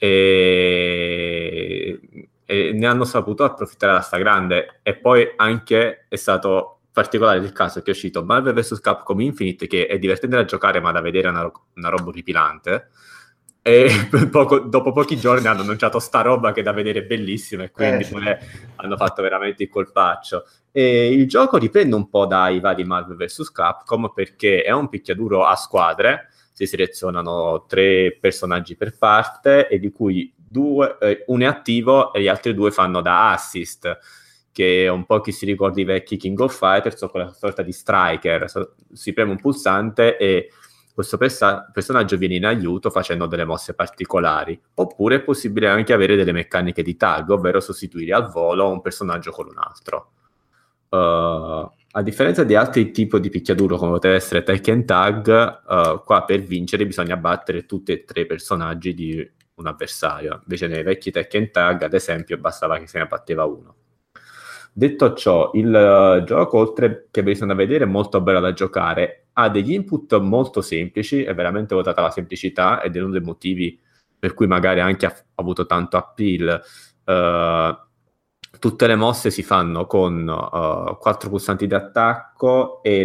e... e ne hanno saputo approfittare alla stragrande. E poi anche è stato particolare il caso che è uscito Marvel versus. Capcom Infinite, che è divertente da giocare ma da vedere una, ro- una roba orripilante, e poco, dopo pochi giorni hanno annunciato sta roba che è da vedere bellissima, e quindi eh, sì. hanno fatto veramente il colpaccio. E il gioco riprende un po' dai vari Marvel versus. Capcom, perché è un picchiaduro a squadre, si selezionano tre personaggi per parte, e di cui due, eh, uno è attivo e gli altri due fanno da assist, che è un po' chi si ricorda i vecchi King of Fighters, o quella sorta di striker, so, si preme un pulsante e questo persa- personaggio viene in aiuto facendo delle mosse particolari. Oppure è possibile anche avere delle meccaniche di tag, ovvero sostituire al volo un personaggio con un altro. Uh, a differenza di altri tipi di picchiaduro come poteva essere Tekken Tag, uh, qua per vincere bisogna battere tutti e tre i personaggi di un avversario. Invece nei vecchi Tekken Tag, ad esempio, bastava che se ne batteva uno. Detto ciò, il uh, gioco, oltre che bellissimo da vedere, è molto bello da giocare, ha degli input molto semplici, è veramente votata alla semplicità, ed è uno dei motivi per cui magari anche ha, ha avuto tanto appeal. Uh, tutte le mosse si fanno con uh, quattro pulsanti di attacco, e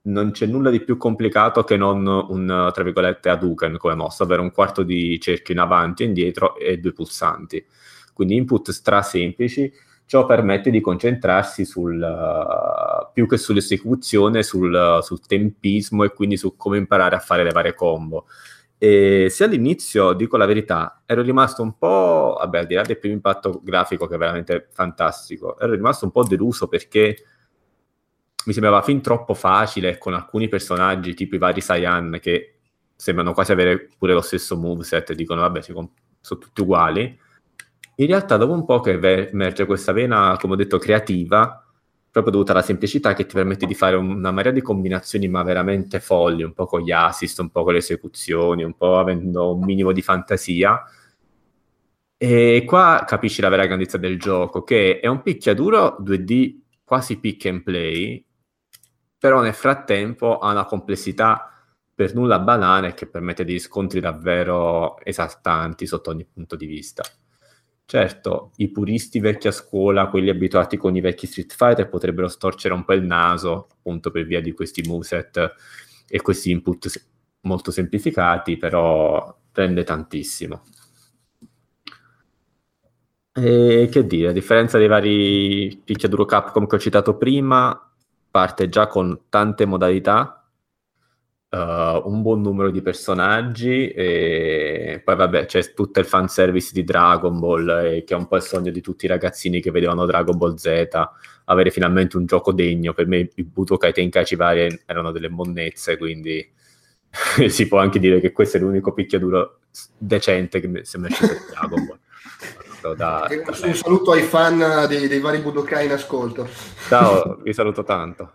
non c'è nulla di più complicato che non un, tra virgolette, Hadouken come mossa, ovvero un quarto di cerchio in avanti e indietro e due pulsanti. Quindi input stra semplici, ciò permette di concentrarsi sul, uh, più che sull'esecuzione, sul, sul tempismo e quindi su come imparare a fare le varie combo. E se all'inizio, dico la verità, ero rimasto un po', vabbè, al di là del primo impatto grafico che è veramente fantastico, ero rimasto un po' deluso perché mi sembrava fin troppo facile, con alcuni personaggi tipo i vari Saiyan che sembrano quasi avere pure lo stesso moveset e dicono vabbè sono tutti uguali. In realtà dopo un po' che emerge questa vena, come ho detto, creativa, proprio dovuta alla semplicità, che ti permette di fare una marea di combinazioni ma veramente folli, un po' con gli assist, un po' con le esecuzioni, un po' avendo un minimo di fantasia. E qua capisci la vera grandezza del gioco, che è un picchiaduro due D quasi pick and play, però nel frattempo ha una complessità per nulla banale che permette degli scontri davvero esaltanti sotto ogni punto di vista. Certo, i puristi vecchia scuola, quelli abituati con i vecchi Street Fighter, potrebbero storcere un po' il naso, appunto per via di questi moveset e questi input se- molto semplificati, però rende tantissimo. E che dire, a differenza dei vari picchiaduro Capcom che ho citato prima, parte già con tante modalità, uh, un buon numero di personaggi e poi vabbè c'è tutto il fanservice di Dragon Ball, eh, che è un po' il sogno di tutti i ragazzini che vedevano Dragon Ball Z, avere finalmente un gioco degno. Per me i Budokai Tenkaichi vari erano delle monnezze, quindi si può anche dire che questo è l'unico picchiaduro decente che mi sembra uscito di Dragon Ball. Da, da un saluto ai fan dei, dei vari Budokai in ascolto. Ciao, vi saluto tanto.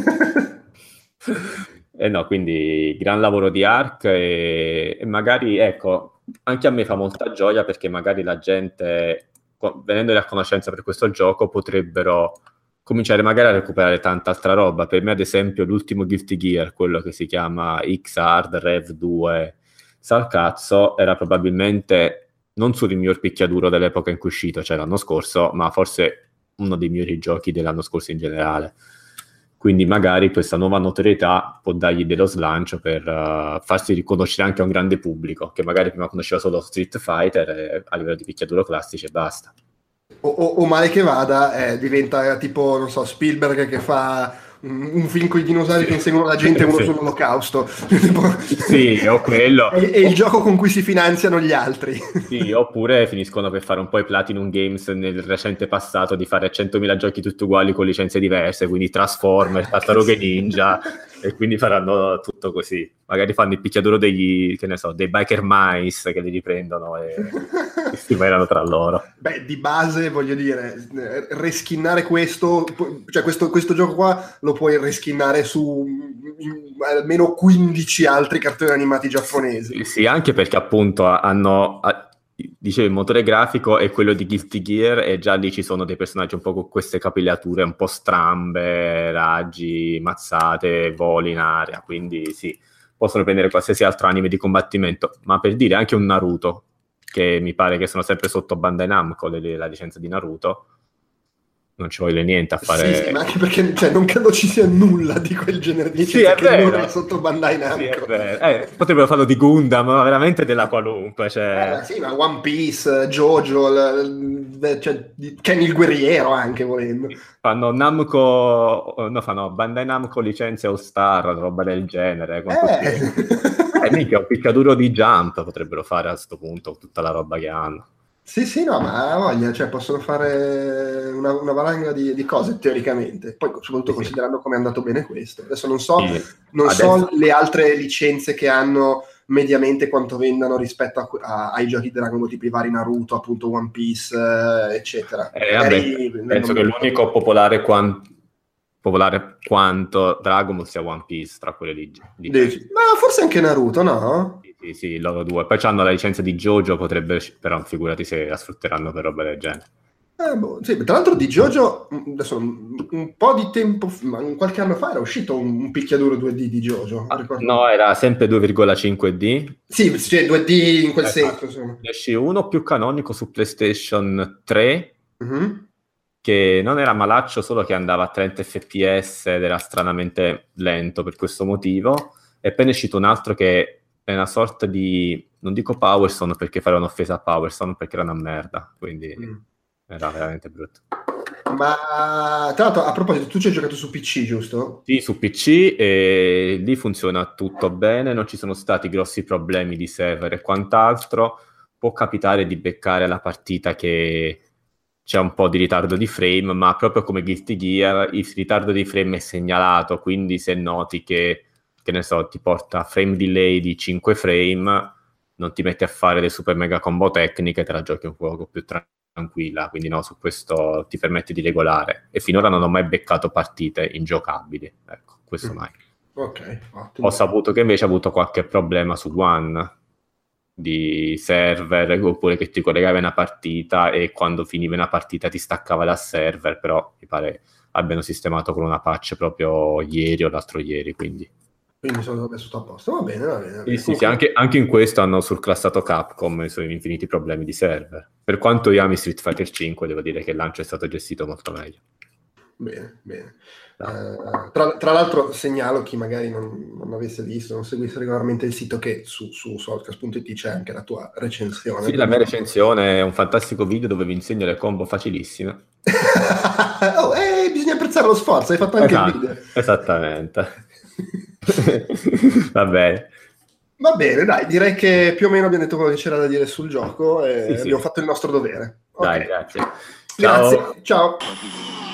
E no, quindi gran lavoro di Ark e, e magari, ecco, anche a me fa molta gioia perché magari la gente, venendo a conoscenza per questo gioco, potrebbero cominciare magari a recuperare tanta altra roba. Per me, ad esempio, l'ultimo Guilty Gear, quello che si chiama X-Hard Rev due Salcazzo, era probabilmente non solo il miglior picchiaduro dell'epoca in cui è uscito, cioè l'anno scorso, ma forse uno dei migliori giochi dell'anno scorso in generale. Quindi magari questa nuova notorietà può dargli dello slancio per uh, farsi riconoscere anche a un grande pubblico, che magari prima conosceva solo Street Fighter e, a livello di picchiaduro classici e basta. O, o, o male che vada, eh, diventa tipo, non so, Spielberg che fa un, un film con i dinosauri sì. che inseguono la gente uno sì. sull'olocausto. Sì, o quello. È, è il gioco con cui si finanziano gli altri. Sì, oppure finiscono per fare un po' i Platinum Games nel recente passato, di fare centomila giochi tutti uguali con licenze diverse, quindi Transformers, Tartarughe Ninja, e quindi faranno tutto così. Magari fanno il picchiaduro degli, che ne so, dei Biker Mice che li riprendono e, e si menano tra loro. Beh, di base, voglio dire, reskinnare questo, cioè questo, questo gioco qua lo puoi reskinnare su almeno quindici altri cartoni animati giapponesi. Sì, sì, anche perché appunto hanno, dicevo, il motore grafico è quello di Guilty Gear e già lì ci sono dei personaggi un po' con queste capigliature un po' strambe, raggi, mazzate, voli in aria, quindi sì, possono prendere qualsiasi altro anime di combattimento, ma per dire anche un Naruto, che mi pare che sono sempre sotto Bandai Namco, le, la licenza di Naruto, non ci voglio niente a fare. Sì, sì, ma anche perché cioè, non credo ci sia nulla di quel genere di licenza sì, che non è sotto Bandai Namco. Sì, è vero. Eh, potrebbero farlo di Gundam, ma veramente della qualunque. Cioè... Eh, sì, ma One Piece, Jojo, l- l- cioè, Kenny il guerriero anche volendo. Fanno Namco, no, fanno Bandai Namco licenze All Star, roba del genere. Con eh. eh, mica un picchiaduro di Jump potrebbero fare a sto punto, tutta la roba che hanno. Sì, sì, no, ma voglia, cioè possono fare una, una valanga di, di cose teoricamente, poi soprattutto sì. considerando come è andato bene questo. Adesso non so, sì. non Adesso... so le altre licenze che hanno mediamente quanto vendano rispetto a, a, ai giochi Dragon Ball tipo i vari Naruto, appunto One Piece, eh, eccetera. Eh, vabbè, Eri, penso che l'unico popolare, quant... popolare quanto Dragon Ball sia One Piece tra quelle lì. Ma forse anche Naruto, no? Sì, sì, loro due. Poi hanno la licenza di JoJo, potrebbe, però figurati se la sfrutteranno per roba del genere. Eh, boh, sì, tra l'altro di JoJo, adesso un po' di tempo, ma qualche anno fa era uscito un, un picchiaduro due D di JoJo. Ah, no, era sempre due virgola cinque D. Sì, cioè due D in quel eh, senso. Insomma. Ne esce uno più canonico su PlayStation tre, mm-hmm. che non era malaccio, solo che andava a trenta effe pi esse ed era stranamente lento per questo motivo. E poi ne è uscito un altro che è una sorta di, non dico Power Stone perché fare un'offesa a Power Stone, perché era una merda, quindi mm. era veramente brutto. Ma tra l'altro, a proposito, tu ci hai giocato su P C, giusto? Sì, su P C, e lì funziona tutto bene, non ci sono stati grossi problemi di server e quant'altro. Può capitare di beccare la partita che c'è un po' di ritardo di frame, ma proprio come Guilty Gear il ritardo di frame è segnalato, quindi se noti che, che ne so, ti porta frame delay di cinque frame, non ti metti a fare le super mega combo tecniche, te la giochi un po' più tranquillo. tranquilla, quindi no, su questo ti permette di regolare, e finora non ho mai beccato partite ingiocabili, ecco, questo mm. mai. Ok, ottimo. Ho saputo che invece ha avuto qualche problema su One di server, oppure che ti collegavi a una partita e quando finiva una partita ti staccava dal server, però mi pare abbiano sistemato con una patch proprio ieri o l'altro ieri, quindi quindi sono messo tutto a posto, va bene, va bene. Va bene. Sì, sì, sì, anche, anche in questo hanno surclassato Capcom i suoi infiniti problemi di server. Per quanto io ami Street Fighter cinque, devo dire che il lancio è stato gestito molto meglio. Bene, bene. No. Uh, tra, tra l'altro segnalo chi magari non, non avesse visto, non seguisse regolarmente il sito, che su, su Soulcast punto it c'è anche la tua recensione. Sì, la mia recensione è un fantastico video dove vi insegno le combo facilissime. Oh, eh, bisogna apprezzare lo sforzo, hai fatto anche esatto, il video. Esattamente. Va bene. Va bene, dai, direi che più o meno abbiamo detto quello che c'era da dire sul gioco e sì, abbiamo sì. fatto il nostro dovere. Dai, okay. grazie. Grazie, ciao. ciao.